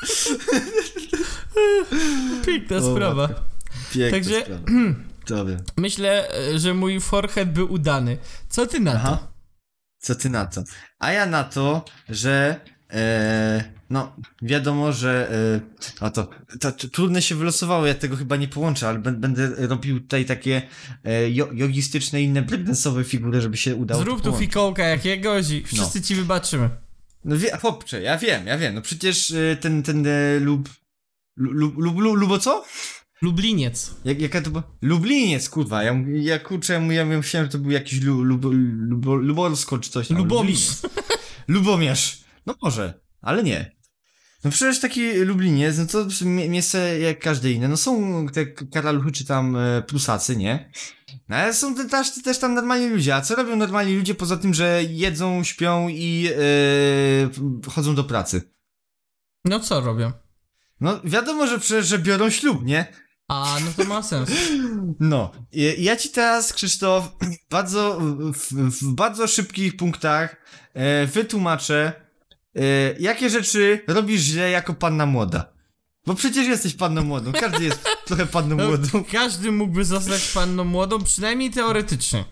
Piękna O, sprawa. matko. Piękna Także- sprawa. Dobra. Myślę, e, że mój forehead był udany. Co ty na to? Aha. Co ty na to? A ja na to, że e, no wiadomo, że e, a to, to, to trudne się wylosowało, ja tego chyba nie połączę, ale b- będę robił tutaj takie e, jo, jogistyczne inne breakdance'owe figury, żeby się udało Zrób to tu połączyć. fikołka jakiegoś i wszyscy ci wybaczymy. No wie, chłopcze, ja wiem, ja wiem, no przecież e, ten, ten e, lub, lub, lub, lub, lubo co? Lubliniec. Jak, jaka to była? Lubliniec, kurwa, ja, ja kurczę, ja, ja myślałem, że to był jakiś lu, lub, lub, Luborsko czy coś tam. Lubomisz. Lubomierz. No może, ale nie. No przecież taki Lubliniec, no to mie- miejsce jak każde inne. No są te karaluchy czy tam e, prusacy, nie? No ale są te, też, też tam normalni ludzie. A co robią normalni ludzie poza tym, że jedzą, śpią i e, chodzą do pracy? No co robią? No wiadomo, że przecież, że biorą ślub, nie? A, no to ma sens. No, i- ja ci teraz, Krzysztof, bardzo, w, w bardzo szybkich punktach e, wytłumaczę, e, jakie rzeczy robisz źle jako panna młoda. Bo przecież jesteś panną młodą, każdy jest trochę panną No, młodą. każdy mógłby zostać panną młodą, przynajmniej teoretycznie.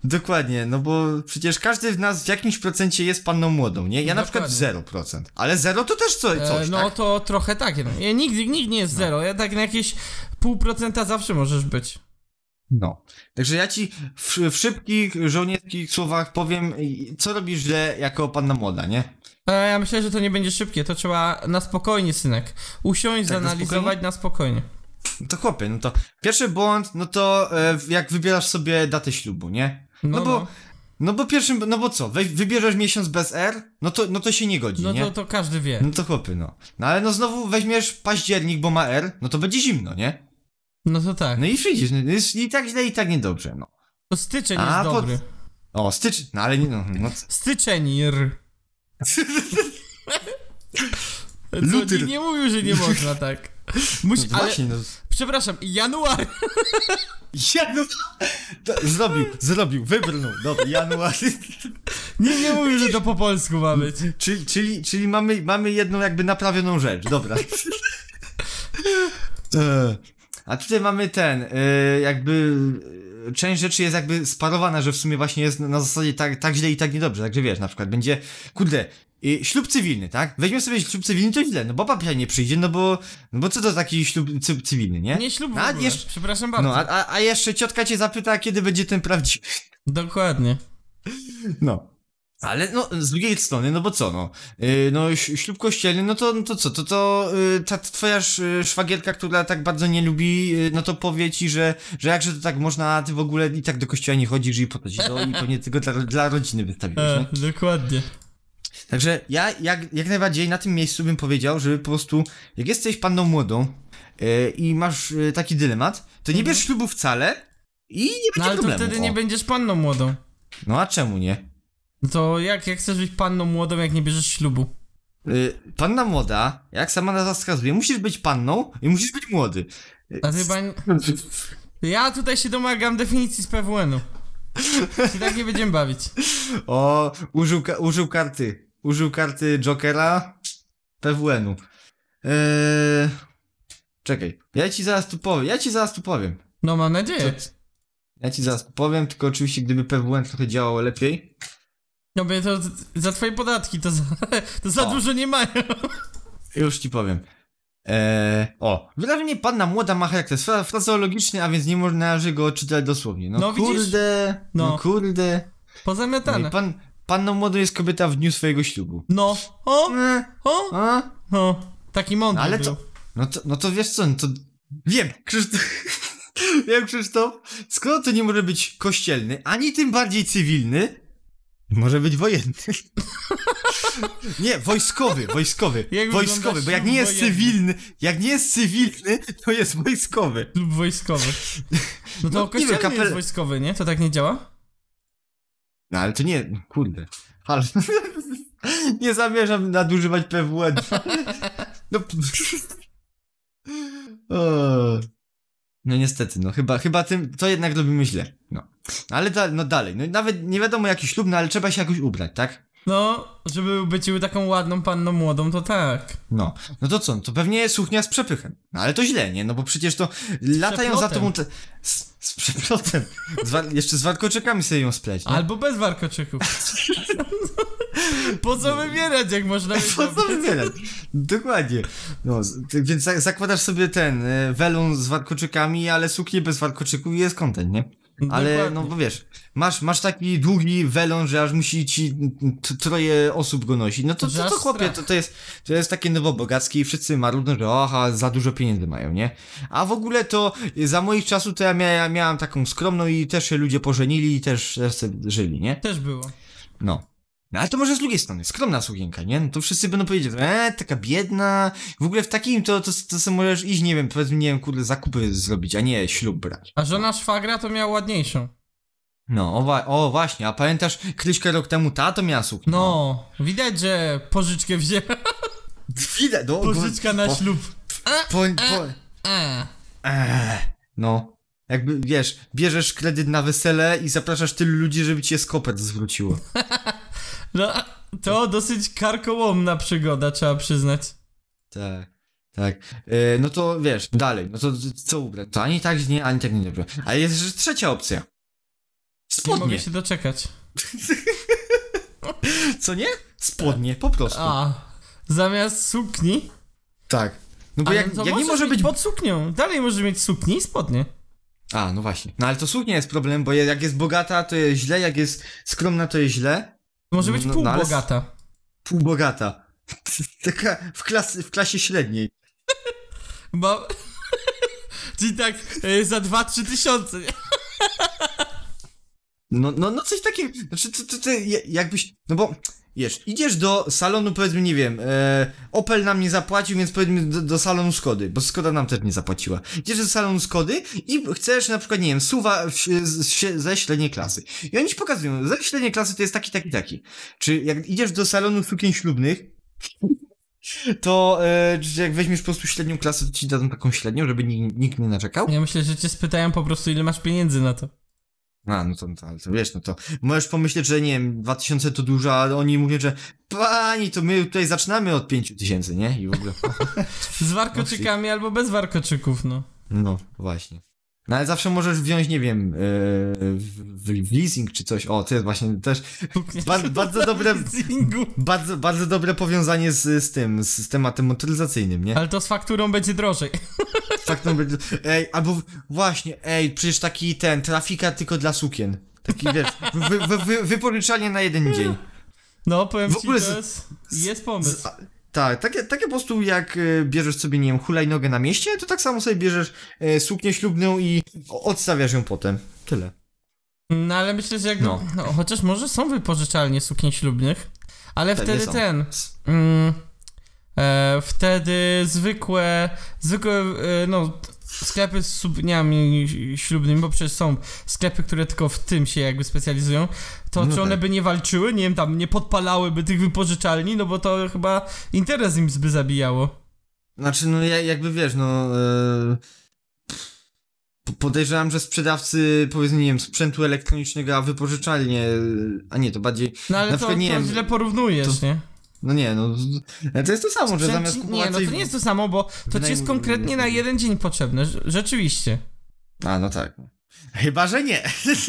Dokładnie, no bo przecież każdy z nas w jakimś procencie jest panną młodą, nie? Ja na przykład Dokładnie. zero procent. Ale zero to też co, coś, E, no tak? to trochę takie. No. Ja nigdy, nigdy nie jest zero. Ja tak na jakieś pół procenta zawsze możesz być. No. Także ja ci w, w szybkich, żołnierskich słowach powiem, co robisz źle jako panna młoda, nie? E, ja myślę, że to nie będzie szybkie. To trzeba na spokojnie, synek. Usiąść, Tak, na zanalizować spokojnie? na spokojnie. No to chłopie, no to pierwszy błąd, no to e, jak wybierasz sobie datę ślubu, nie? No, No, bo, no bo pierwszym, no bo co, weź, wybierzesz miesiąc bez R, no to, no to się nie godzi, No nie? to, to każdy wie. No to chłopy, no. No ale no znowu weźmiesz październik, bo ma R, no to będzie zimno, nie? No to tak. No i widzisz, no, jest i tak źle, i tak niedobrze, no. To styczeń A, jest pod- dobry. O, styczeń, no ale nie, no, no co? Styczeń-r. Co, Luty. nikt nie mówił, że nie można tak. Musi, No ale, właśnie, no. przepraszam, januar. Januar! To, zrobił, zrobił, wybrnął, dobra, januar. Nikt nie mówił, że to po polsku ma być. Czyli, czyli, czyli mamy, mamy jedną jakby naprawioną rzecz, dobra. E, A tutaj mamy ten, e, jakby e, część rzeczy jest jakby sparowana, że w sumie właśnie jest na zasadzie tak, tak źle i tak niedobrze, także wiesz, na przykład będzie, kurde, e, ślub cywilny, tak? Weźmiemy sobie ślub cywilny, to źle, no bo papież nie przyjdzie, no bo, no bo co to taki ślub cy, cywilny, nie? Nie ślub w A, ogóle. jeszcze- Przepraszam bardzo. No, a, a, a jeszcze ciotka cię zapyta, kiedy będzie ten prawdziwy. Dokładnie. No. Ale no, z drugiej strony, no bo co, no, yy, no ś- ślub kościelny, no to, no to co, to to yy, ta twoja sz, szwagierka, która tak bardzo nie lubi, yy, no to powie ci, że, że jakże to tak można, a ty w ogóle i tak do kościoła nie chodzisz i po to ci to i pewnie tylko dla, dla rodziny wystawiłeś, E, nie? dokładnie. Także ja jak, jak najbardziej na tym miejscu bym powiedział, żeby po prostu, jak jesteś panną młodą yy, i masz yy, taki dylemat, to nie bierz ślubu wcale i nie będzie No ale to problemu. wtedy o. nie będziesz panną młodą. No a czemu nie? No to jak, jak chcesz być panną młodą, jak nie bierzesz ślubu? Y, panna młoda, jak sama nazwa wskazuje, musisz być panną i musisz być młody. Y, A ty chyba... nie- Ja tutaj się domagam definicji z P W N-u. I tak nie będziemy bawić. O, użył, ka- użył karty. Użył karty Jokera P W N-u. Eee, czekaj, ja ci zaraz tu powiem, ja ci zaraz tu powiem. No mam nadzieję. To, ja ci zaraz powiem, tylko oczywiście gdyby P W N trochę działało lepiej. No bo to za twoje podatki to za, to za O. dużo nie mają. Już ci powiem. Eee, o, wyraźnie panna młoda ma charakter fra- frazeologiczny, a więc nie należy go czytać dosłownie. No, No, widzisz? kurde, no, No. kurde. No Pozamiatane. i pan, panną młodą jest kobieta w dniu swojego ślubu. No. O, E, o, a? o. Taki mądry No ale był. to, no to, no to wiesz co, no to wiem, Krzysztof, wiem Krzysztof, skoro to nie może być kościelny, ani tym bardziej cywilny, może być wojenny. Nie, wojskowy, wojskowy, Jak wojskowy, wygląda bo jak ślub nie jest wojenny? cywilny, jak nie jest cywilny, to jest wojskowy. Lub wojskowy. No to No, nie kościelny wiem, kapel- jest wojskowy, nie? To tak nie działa? No ale to nie, kurde, halo, nie zamierzam nadużywać P W N. No, o. No niestety, no chyba, chyba tym, to jednak robimy źle, no. Ale da, no dalej, no nawet nie wiadomo jaki ślub, no ale trzeba się jakoś ubrać, tak? No, żeby być taką ładną panną młodą, to tak. No, no to co, no to pewnie suknia z przepychem. No ale to źle, nie? No bo przecież to latają za tobą te... Z, z przeplotem. Z war... Jeszcze z warkoczekami sobie ją spleć, nie? Albo bez warkoczyków. Po co wybierać, jak można mieć Po co wybierać? Dokładnie. No, z- ty- więc za- zakładasz sobie ten y, welon z warkoczykami, ale suknię bez warkoczyków i jest content, nie? Ale Dokładnie. no bo wiesz, masz, masz taki długi welon, że aż musi ci t- troje osób go nosić. No to Że to, to aż chłopie, strach. to, to jest to jest takie nowobogackie i wszyscy marudno, że oha, za dużo pieniędzy mają, nie? A w ogóle to za moich czasów to ja, mia- ja miałem taką skromną i też się ludzie pożenili i też, też sobie żyli, nie? Też było. No. No ale to może z drugiej strony, skromna sukienka, nie? No to wszyscy będą powiedzieć, eee, taka biedna. W ogóle w takim to, to, to sobie możesz iść, nie wiem, powiedzmy, nie wiem, kurde, zakupy zrobić, a nie ślub brać. A żona szwagra to miała ładniejszą. No, o, wa- o właśnie, a pamiętasz, Kryśkę rok temu tato miała suknię? No, widać, że pożyczkę wzięła. Widać, no, Pożyczka na po- ślub. Po, po, A. eee, no. Jakby, wiesz, bierzesz kredyt na wesele i zapraszasz tylu ludzi, żeby ci skopet zwróciło. No, to dosyć karkołomna przygoda, trzeba przyznać. Tak, tak. E, no to wiesz, dalej, no to co ubrać? To ani tak nie, ani tak nie dobrze. Ale jest jeszcze trzecia opcja. Nie mogę Spodnie. się doczekać. Co nie? Spodnie, po prostu. A, zamiast sukni? Tak. No bo Ale jak, to jak nie możesz może mieć być... pod suknią. Dalej może mieć sukni i spodnie. A, no właśnie. No ale to suknia jest problem, bo jak jest bogata, to jest źle, jak jest skromna, to jest źle. Może być No, no, ale- półbogata. Półbogata. Taka w, klas, w klasie średniej. Bo... Czyli tak y, za dwa trzy tysiące, nie? No, no, no coś takiego, znaczy ty, ty, ty ja- jakbyś, no bo, wiesz, idziesz do salonu, powiedzmy, nie wiem, e, Opel nam nie zapłacił, więc powiedzmy do, do salonu Skody, bo Skoda nam też nie zapłaciła. Idziesz do salonu Skody i chcesz na przykład, nie wiem, suwa w, z, z, ze średniej klasy. I oni ci pokazują, ze średniej klasy to jest taki, taki, taki. Czy jak idziesz do salonu sukien ślubnych, to e, czy jak weźmiesz po prostu średnią klasę, to ci dadzą taką średnią, żeby nikt, nikt nie naczekał? Ja myślę, że cię spytają po prostu, ile masz pieniędzy na to. A, no to, no to, ale to wiesz, no to możesz pomyśleć, że nie wiem, dwa tysiące to dużo, ale oni mówią, że pani, to my tutaj zaczynamy od pięć tysięcy, nie? I w ogóle, Z warkoczykami albo bez warkoczyków, no. no właśnie. No ale zawsze możesz wziąć, nie wiem, yy, w, w leasing czy coś, o, to jest właśnie też Bar- bardzo dobre- leasingu. bardzo, bardzo dobre powiązanie z, z tym, z, z tematem motoryzacyjnym, nie? Ale to z fakturą będzie drożej. Fakt, no, będzie- ej, albo w- właśnie, ej, przecież taki ten, trafika tylko dla sukien. Taki, wiesz, wy, wy, wy, wypożyczalnie na jeden dzień. No, powiem W ci, ogóle to z- jest, jest pomysł. Z, a, tak, takie, takie po prostu jak e, bierzesz sobie, nie wiem, hulajnogę na mieście, to tak samo sobie bierzesz e, suknię ślubną i o- odstawiasz ją potem. Tyle. No, ale myślę, że jak... No. No. No, chociaż może są wypożyczalnie sukien ślubnych, ale Pewnie wtedy są. ten... Mm, e, wtedy zwykłe... Zwykłe, e, no... Sklepy z sukniami ślubnymi, bo przecież są sklepy, które tylko w tym się jakby specjalizują, to No czy one tak. by nie walczyły, nie wiem, tam nie podpalałyby tych wypożyczalni, no bo to chyba interes im by zabijało. Znaczy, no ja, jakby wiesz, no... E, p- podejrzewam, że sprzedawcy, powiedzmy, nie wiem, sprzętu elektronicznego, a wypożyczalnie, e, a nie, to bardziej... No ale Na to, przykład, nie to wiem, źle porównujesz, to- nie? No nie, no... z- ale to jest to samo, że Sprzęt- zamiast nie, kupować no coś- to nie jest to samo, bo to ci jest wynajmu- konkretnie na jeden dzień potrzebne, rz- rzeczywiście. A, no tak. Chyba, że nie.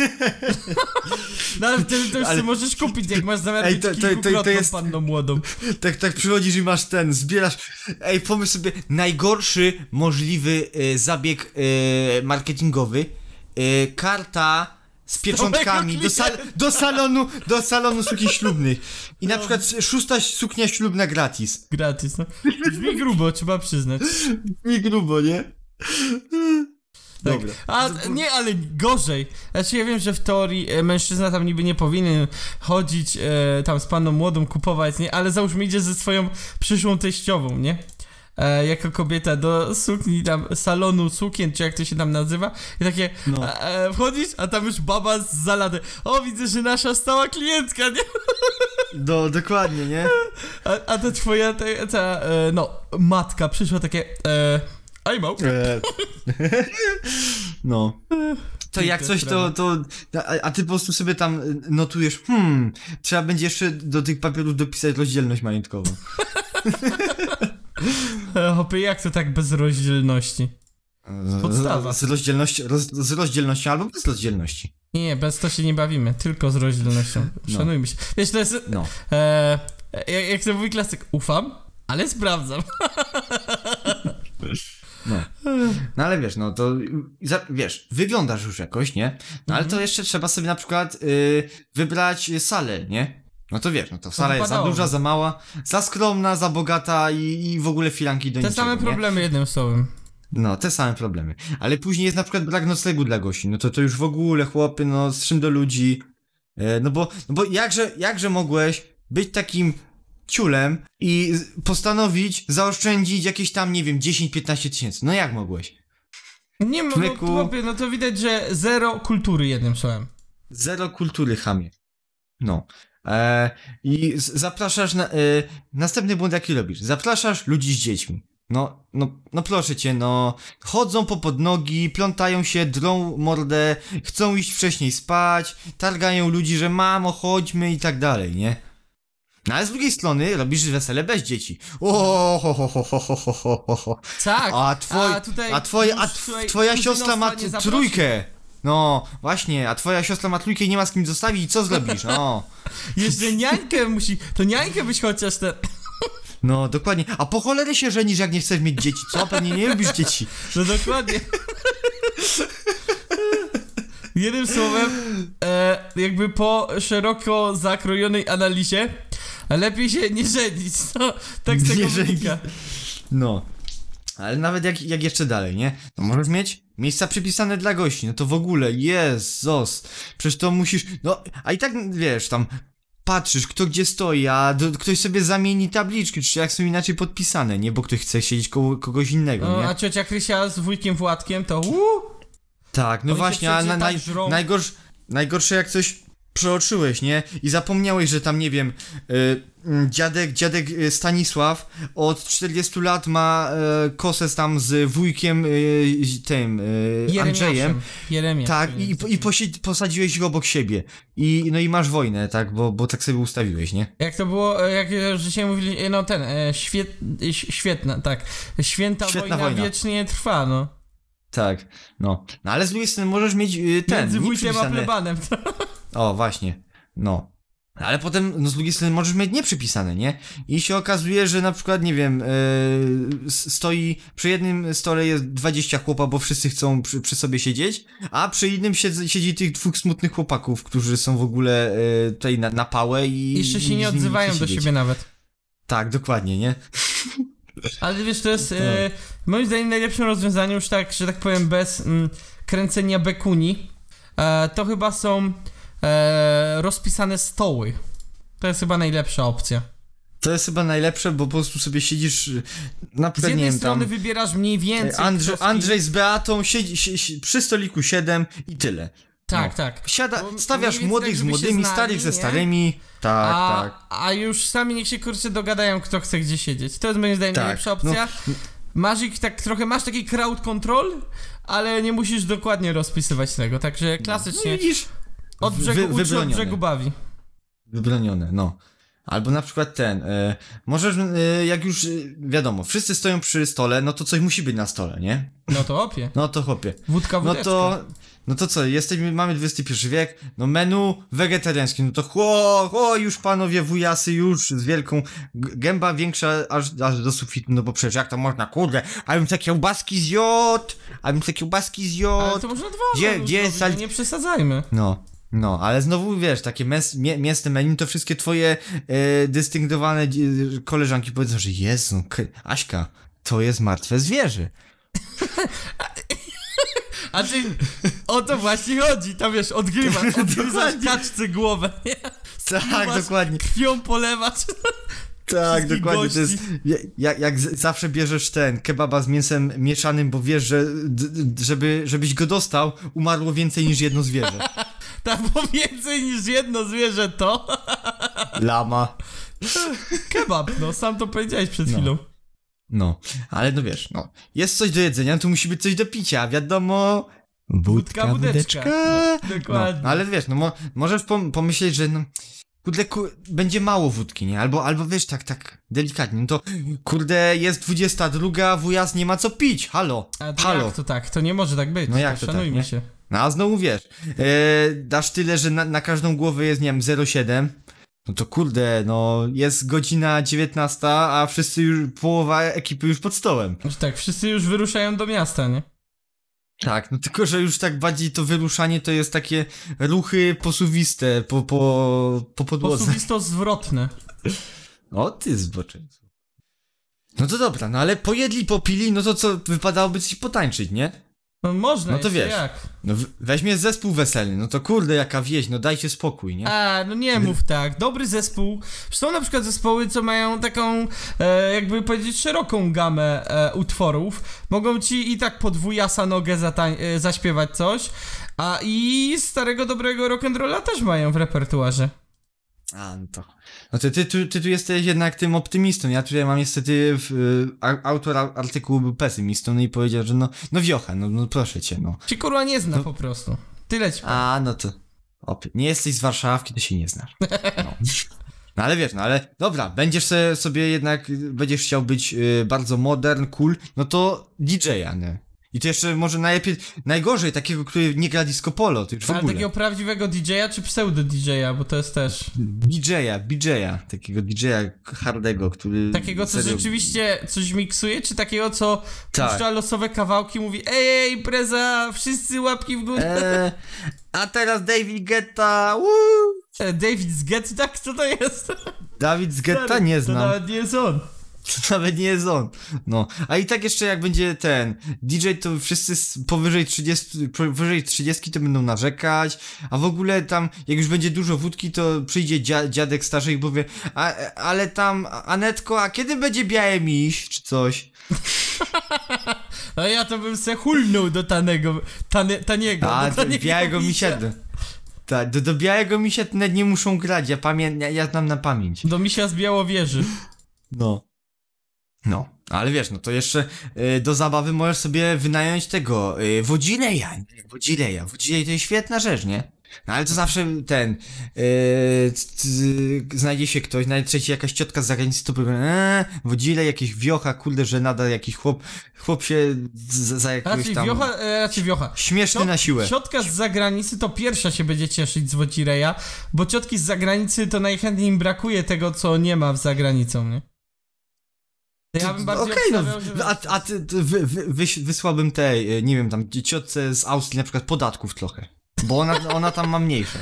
No ale wtedy to już Ale- ale... możesz kupić, jak masz zamiar Ej, być to- to- to- to kilkukrotną jest- panną młodą. Tak, tak przychodzisz i masz ten, zbierasz. Ej, pomyśl sobie, najgorszy możliwy e, zabieg e, marketingowy. E, karta z pieczątkami do, sal, do salonu, do salonu sukien ślubnych. I na przykład szósta suknia ślubna gratis. Gratis, no. Brzmi grubo, trzeba przyznać. Mi grubo, nie? Dobra. A nie, ale gorzej. Znaczy ja wiem, że w teorii e, mężczyzna tam niby nie powinien chodzić e, tam z panną młodą, kupować, nie? Ale załóżmy idzie ze swoją przyszłą teściową, nie? E, jako kobieta do sukni tam, salonu sukien, czy jak to się tam nazywa i takie No. e, wchodzisz, a tam już baba z zalady. O, widzę, że nasza stała klientka, nie? Do, dokładnie, nie? A, a ta twoja, ta, ta e, no, matka przyszła takie e, I'm out. E, no. To jak Piękna coś, to, to a, a ty po prostu sobie tam notujesz, hmm, trzeba będzie jeszcze do tych papierów dopisać rozdzielność majątkową. E, Hopy, jak to tak bez rozdzielności? Podstawa. Z, z, rozdzielności, roz, z rozdzielnością albo bez rozdzielności. Nie, bez to się nie bawimy, tylko z rozdzielnością. No. Szanujmy się. Wiesz, to jest, No. e, jak, jak to mówi klasyk, ufam, ale sprawdzam. No. No ale wiesz, no to za, wiesz, wyglądasz już jakoś, nie? No ale to jeszcze trzeba sobie na przykład y, wybrać salę, nie? No to wiesz, no to sala jest za wypadałoby. duża, za mała, za skromna, za bogata i, i w ogóle filanki do Te niczego, same nie? problemy jednym słowem. No, te same problemy. Ale później jest na przykład brak noclegu dla gości. No to to już w ogóle, chłopy, no z czym do ludzi. E, no bo, no bo jakże, jakże mogłeś być takim ciulem i z- postanowić zaoszczędzić jakieś tam, nie wiem, dziesięć piętnaście tysięcy. No jak mogłeś? Nie no, no, Człowieku. chłopie, no to widać, że zero kultury jednym słowem. Zero kultury, chamie. No. E, I z- zapraszasz na... E, następny błąd jaki robisz? Zapraszasz ludzi z dziećmi. No, no, no proszę cię, no. Chodzą po podnogi, plątają się, drą mordę, chcą iść wcześniej spać, targają ludzi, że mamo, chodźmy i tak dalej, nie? No ale z drugiej strony robisz wesele bez dzieci. O, ho, ho, ho, ho, ho, ho, ho, ho, ho. Tak, A twoj, a tutaj a twoje, a już tw- tutaj twoja kuzynostwa siostra ma nie t- zaprosi. trójkę. No, właśnie, a twoja siostra ma trójkę i nie ma z kim zostawić i co zrobisz? No. Jeszcze niańkę musi, to niańkę byś chociaż ten... No, dokładnie. A po cholerę się żenisz, jak nie chcesz mieć dzieci, co? Pewnie nie lubisz dzieci. No dokładnie. Jednym słowem, e, jakby po szeroko zakrojonej analizie, lepiej się nie żenić, no, tak z tego Nie żenić. wynika. No. Ale nawet jak, jak jeszcze dalej, nie? No możesz mieć miejsca przypisane dla gości, no to w ogóle, Jezus. Przecież to musisz, no, a i tak, wiesz, tam patrzysz, kto gdzie stoi, a do, ktoś sobie zamieni tabliczki, czy jak są inaczej podpisane, nie? Bo ktoś chce siedzieć koło kogoś innego, No, nie? a ciocia Krysia z wujkiem Władkiem to uuu, Tak, no Oni się właśnie, a przecież na, tak naj, żrą. najgorsze, najgorsze jak coś przeoczyłeś, nie? I zapomniałeś, że tam, nie wiem, y, mm, dziadek, dziadek y, Stanisław od czterdziestu lat ma y, kosę tam z wujkiem y, tym, y, Andrzejem. Jeremiaszem. Jeremiasz. Tak, i, i posi- posadziłeś ich obok siebie. I, no i masz wojnę, tak, bo, bo tak sobie ustawiłeś, nie? Jak to było, e, jak już dzisiaj mówili, e, no ten, e, świet, e, ś- świetna, tak, święta Świetna wojna, wojna. wiecznie trwa, no. Tak, no. No ale z drugiej strony możesz mieć y, ten, Między nie wujkiem a przypisane. plebanem. O, właśnie, no. Ale potem, no z drugiej strony możesz mieć nieprzypisane, nie? I się okazuje, że na przykład, nie wiem, yy, stoi, przy jednym stole jest dwadzieścia chłopa, bo wszyscy chcą przy, przy sobie siedzieć, a przy innym siedzi, siedzi tych dwóch smutnych chłopaków, którzy są w ogóle yy, tutaj na, na pałę i... Jeszcze się i nie z nimi odzywają chce do siedzieć. siebie nawet. Tak, dokładnie, nie? Ale wiesz, to jest e, moim zdaniem najlepszym rozwiązaniem już tak, że tak powiem, bez mm, kręcenia bekuni, e, to chyba są e, rozpisane stoły. To jest chyba najlepsza opcja. To jest chyba najlepsze, bo po prostu sobie siedzisz, yy, na Z przykład, nie jednej wiem, strony tam... wybierasz mniej więcej... Andrzej, kto z kim- Andrzej z Beatą siedzi, si, si, przy stoliku siedem i tyle. Tak, no. tak. Siada, Bo stawiasz mniej więcej młodych tak, z żeby się młodymi, znali, starych ze nie? starymi. Tak, a, tak. a już sami niech się kurczę dogadają, kto chce gdzie siedzieć. To jest moim zdaniem Tak, najlepsza opcja. no. Masz ich tak trochę, masz taki crowd control, ale nie musisz dokładnie rozpisywać tego, także No klasycznie widzisz? od brzegu Wy- uczy, od wybronione. brzegu bawi. Wybronione, no. Albo na przykład ten, e, możesz, e, jak już, e, wiadomo, wszyscy stoją przy stole, no to coś musi być na stole, nie? No to opie. No to chłopie. Wódka, No wódeczka. to, no to co, jesteśmy, mamy dwudziesty pierwszy wiek, no menu wegetariańskie, no to chło, chło, już panowie wujasy, już z wielką, g- gęba większa aż, aż do sufitu, no bo przecież jak to można, kurde, a bym te kiełbaski zjadł, a bym te kiełbaski Ale zjadł. to można dwa Gdzie- razy gdzie jest zrobić, sal- no nie przesadzajmy. No, no, ale znowu wiesz, takie mes, mie, mięsne menu, to wszystkie twoje e, dystyngowane e, koleżanki powiedzą, że Jezu, K- Aśka, to jest martwe zwierzę. A ty, o to właśnie chodzi, tam wiesz, odgrywasz, odgryzasz Dokładnie. kaczce głowę, nie? Tak, Masz dokładnie. krwią polewać. Tak, wszystkich dokładnie, to jest, gości. ja- jak, jak z- zawsze bierzesz ten kebaba z mięsem mieszanym, bo wiesz, że d, d, żeby, żebyś go dostał, umarło więcej niż jedno zwierzę. Tak, bo więcej niż jedno zwierzę to Lama. kebab, no sam to powiedziałeś przed No. chwilą. No, ale no wiesz, no, jest coś do jedzenia, tu musi być coś do picia, wiadomo. Wódka, wódeczka. wódeczka. No, dokładnie. No, ale wiesz, no mo, możesz pom pomyśleć, że no, kurde, ku, będzie mało wódki, nie? Albo, albo wiesz, tak, tak, delikatnie, no to, kurde, jest dwudziesta druga, wujas nie ma co pić, halo, A to halo. jak to tak? To nie może tak być. No jak to tak, Szanujmy nie? się. No a znowu wiesz, e, dasz tyle, że na, na każdą głowę jest, nie wiem, zero przecinek siedem, no to kurde, no, jest godzina dziewiętnasta, a wszyscy już, połowa ekipy już pod stołem. Że tak, wszyscy już wyruszają do miasta, nie? Tak, no tylko, że już tak bardziej to wyruszanie to jest takie ruchy posuwiste po, po, po podłodze. Posuwisto zwrotne. O, ty zboczeńcu. No to dobra, no ale pojedli, popili, no to co, wypadałoby coś potańczyć, nie? No można, No to jeszcze wiesz. jak. No w- weźmie zespół weselny, no to kurde jaka wieś, no dajcie spokój, nie? A, no nie mów tak. Dobry zespół. Są na przykład zespoły, co mają taką, e, jakby powiedzieć, szeroką gamę e, utworów. Mogą ci i tak pod wujasa nogę zatań- e, zaśpiewać coś, a i starego dobrego rock'n'rolla też mają w repertuarze. A, no to... No to ty, ty, ty tu jesteś jednak tym optymistą, ja tutaj mam niestety, w, y, a- autor a- artykułu był pesymistą, no i powiedział, że no, no wiocha, no, no proszę cię, no. Ci kurwa nie zna po prostu. Tyle ci powiem. A, no to... Op, nie jesteś z Warszawki, to się nie znasz. No. No ale wiesz, no ale dobra, będziesz se, sobie jednak, będziesz chciał być y, bardzo modern, cool, no to D J-a, nie? I to jeszcze może najlepiej, najgorzej takiego, który nie gra disco polo, to już w Ale ogóle. takiego prawdziwego D J a czy pseudo-D J a, bo to jest też... B J a, B J a, takiego D J a hardego, który... Takiego, co serio... rzeczywiście coś miksuje, czy takiego, co Tak. puszcza losowe kawałki, mówi ej, ej, impreza, wszyscy łapki w górę. Eee, a teraz David Guetta, woo! E, David z Get, tak, co to jest? Dawid z Getta Stary, nie To znam. nawet nie jest on. To nawet nie jest on. No. A i tak jeszcze jak będzie ten D J, to wszyscy s- powyżej trzydziestu, powyżej trzydziestki to będą narzekać, a w ogóle tam, jak już będzie dużo wódki, to przyjdzie dzia- dziadek starszy i powie, a, ale tam, Anetko, a kiedy będzie białe miś, czy coś? A ja to bym se hulnął do tanego, tanie, taniego. A, do do taniego białego misia. misia. Tak, do, do białego misia to nawet nie muszą grać, ja pamię- ja, ja znam na pamięć. Do misia z Białowieży. No. No, ale wiesz, no to jeszcze y, do zabawy możesz sobie wynająć tego, y, wodzileja, nie? wodzileja, wodzilej to jest świetna rzecz, nie? No ale to zawsze ten, y, c- c- znajdzie się ktoś, nawet trzeci jakaś ciotka z zagranicy, to powie, eee, wodzilej, jakieś wiocha, kurde, że nada jakiś chłop, chłop się z, za jakiegoś Raczej tam, wiocha, e, raczej wiocha. śmieszny Ciot- na siłę. Ciotka z zagranicy to pierwsza się będzie cieszyć z Wodzireja, bo ciotki z zagranicy to najchętniej im brakuje tego, co nie ma w zagranicą, nie? Ja bym bardziej Okej, no, obstawiał, że... a, a ty, ty wy, wy, wyś- wysłałbym tej, y, nie wiem, tam ciotce z Austrii na przykład podatków trochę, bo ona, ona tam ma mniejsze.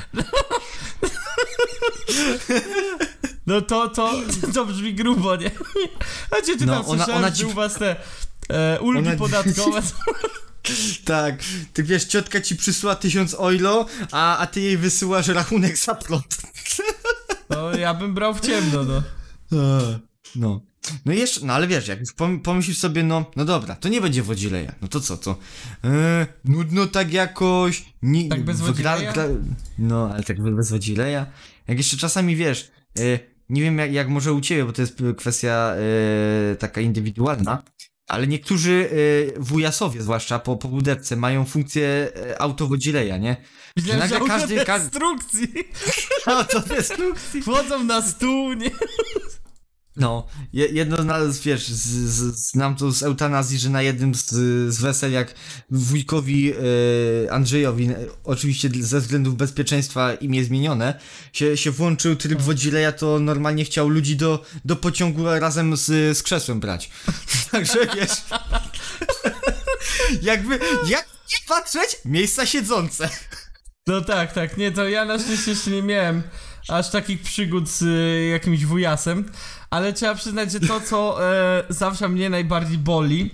No to, to, to brzmi grubo, nie? A cię ty No, tam ona- słyszałem, ona że ci- u was te e, ulgi Ona- podatkowe. Tak, ty wiesz, ciotka ci przysła tysiąc euro, a, a ty jej wysyłasz rachunek za prąd. No ja bym brał w ciemno, no. No. No i jeszcze, no ale wiesz, jak już pom- pomyślisz sobie, no, no dobra, to nie będzie wodzileja, no to co, to eee, nudno tak jakoś, ni- Tak bez w- wodzileja? no, ale tak bez wodzileja, jak jeszcze czasami, wiesz, e, nie wiem jak, jak może u ciebie, bo to jest e, kwestia e, taka indywidualna, ale niektórzy e, wujasowie, zwłaszcza po, po buderce, mają funkcję e, autowodzileja, nie? Myślałem, nagle że każdy- każdy, każdy- instrukcji. No, to jest Wchodzą na stół, nie? No, je, jedno z nas, wiesz, z, z, znam to z eutanazji, że na jednym z, z wesel, jak wujkowi e, Andrzejowi, e, oczywiście ze względów bezpieczeństwa imię zmienione, się, się włączył tryb wodzileja, to normalnie chciał ludzi do, do pociągu razem z, z krzesłem brać. Także wiesz, jakby, jak nie patrzeć, miejsca siedzące. No tak, tak, nie, to ja na szczęście jeszcze nie miałem aż takich przygód z y, jakimś wujasem, ale trzeba przyznać, że to, co e, zawsze mnie najbardziej boli,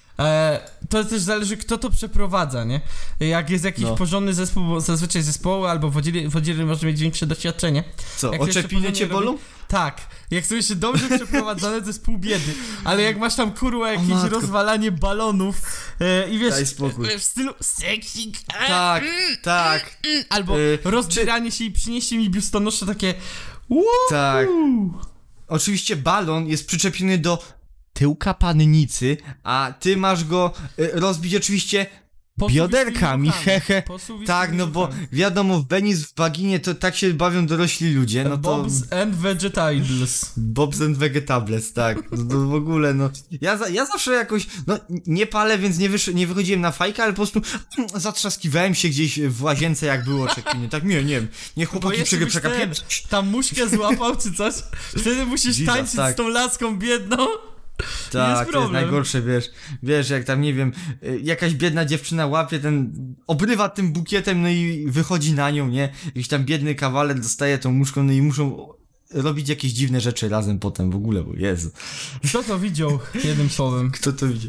e, to też zależy, kto to przeprowadza, nie? Jak jest jakiś No. porządny zespół, bo zazwyczaj zespoły albo wodziry, wodziry może mieć większe doświadczenie. Co, Jak to jeszcze oczepiny porządnie cię bolą? robi- Tak, jak są jeszcze dobrze przeprowadzone, to jest pół biedy, ale jak masz tam kurwa jakieś matko. rozwalanie balonów e, i wiesz, Daj spokój. e, w stylu sexy, e, Tak, tak, albo Y, rozdzieranie się i przynieście mi biustonosze takie Woo! tak. Oczywiście balon jest przyczepiony do tyłka pannicy, a ty masz go y, rozbić oczywiście Posuwistymi bioderkami, ruchami. hehe. Posuwistymi Tak, no bo ruchami. wiadomo, w Benis w waginie to tak się bawią dorośli ludzie, no to... Bobs and Vegetables. Bobs and Vegetables, tak. No, w ogóle, no. Ja, za, ja zawsze jakoś, no, nie palę, więc nie, wysz, nie wychodziłem na fajkę, ale po prostu zatrzaskiwałem się gdzieś w łazience, jak było czepienie. Tak, nie, nie, nie Bo chłopaki jeszcze byś ten, przegapia. tam muśkę złapał czy coś, wtedy musisz Jesus, tańczyć tak. z tą laską biedną. Tak, to jest problem. najgorsze, wiesz, wiesz, jak tam, nie wiem, y, jakaś biedna dziewczyna łapie ten, obrywa tym bukietem, no i wychodzi na nią, nie? Jakiś tam biedny kawaler dostaje tą muszką, no i muszą robić jakieś dziwne rzeczy razem potem w ogóle, bo Jezu. Kto to widział, jednym słowem? Kto to widzi?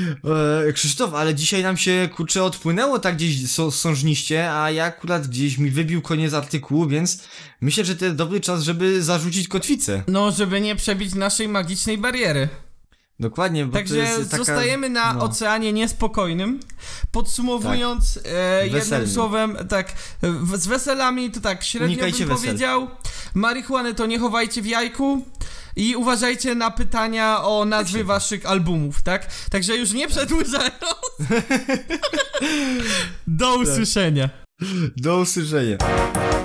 E, Krzysztof, ale dzisiaj nam się, kurczę, odpłynęło tak gdzieś so, sążniście, a ja akurat gdzieś mi wybił koniec artykułu, więc myślę, że to jest dobry czas, żeby zarzucić kotwicę. No, żeby nie przebić naszej magicznej bariery. Dokładnie, bo to Także jest taka... zostajemy na no. oceanie niespokojnym. Podsumowując e, jednym Weselnym. słowem, tak, w, z weselami to tak średnio Unikajcie bym wesel. powiedział. Marihuany to nie chowajcie w jajku. I uważajcie na pytania o nazwy waszych albumów, tak? Także już nie przedłużając. Do usłyszenia. Do usłyszenia.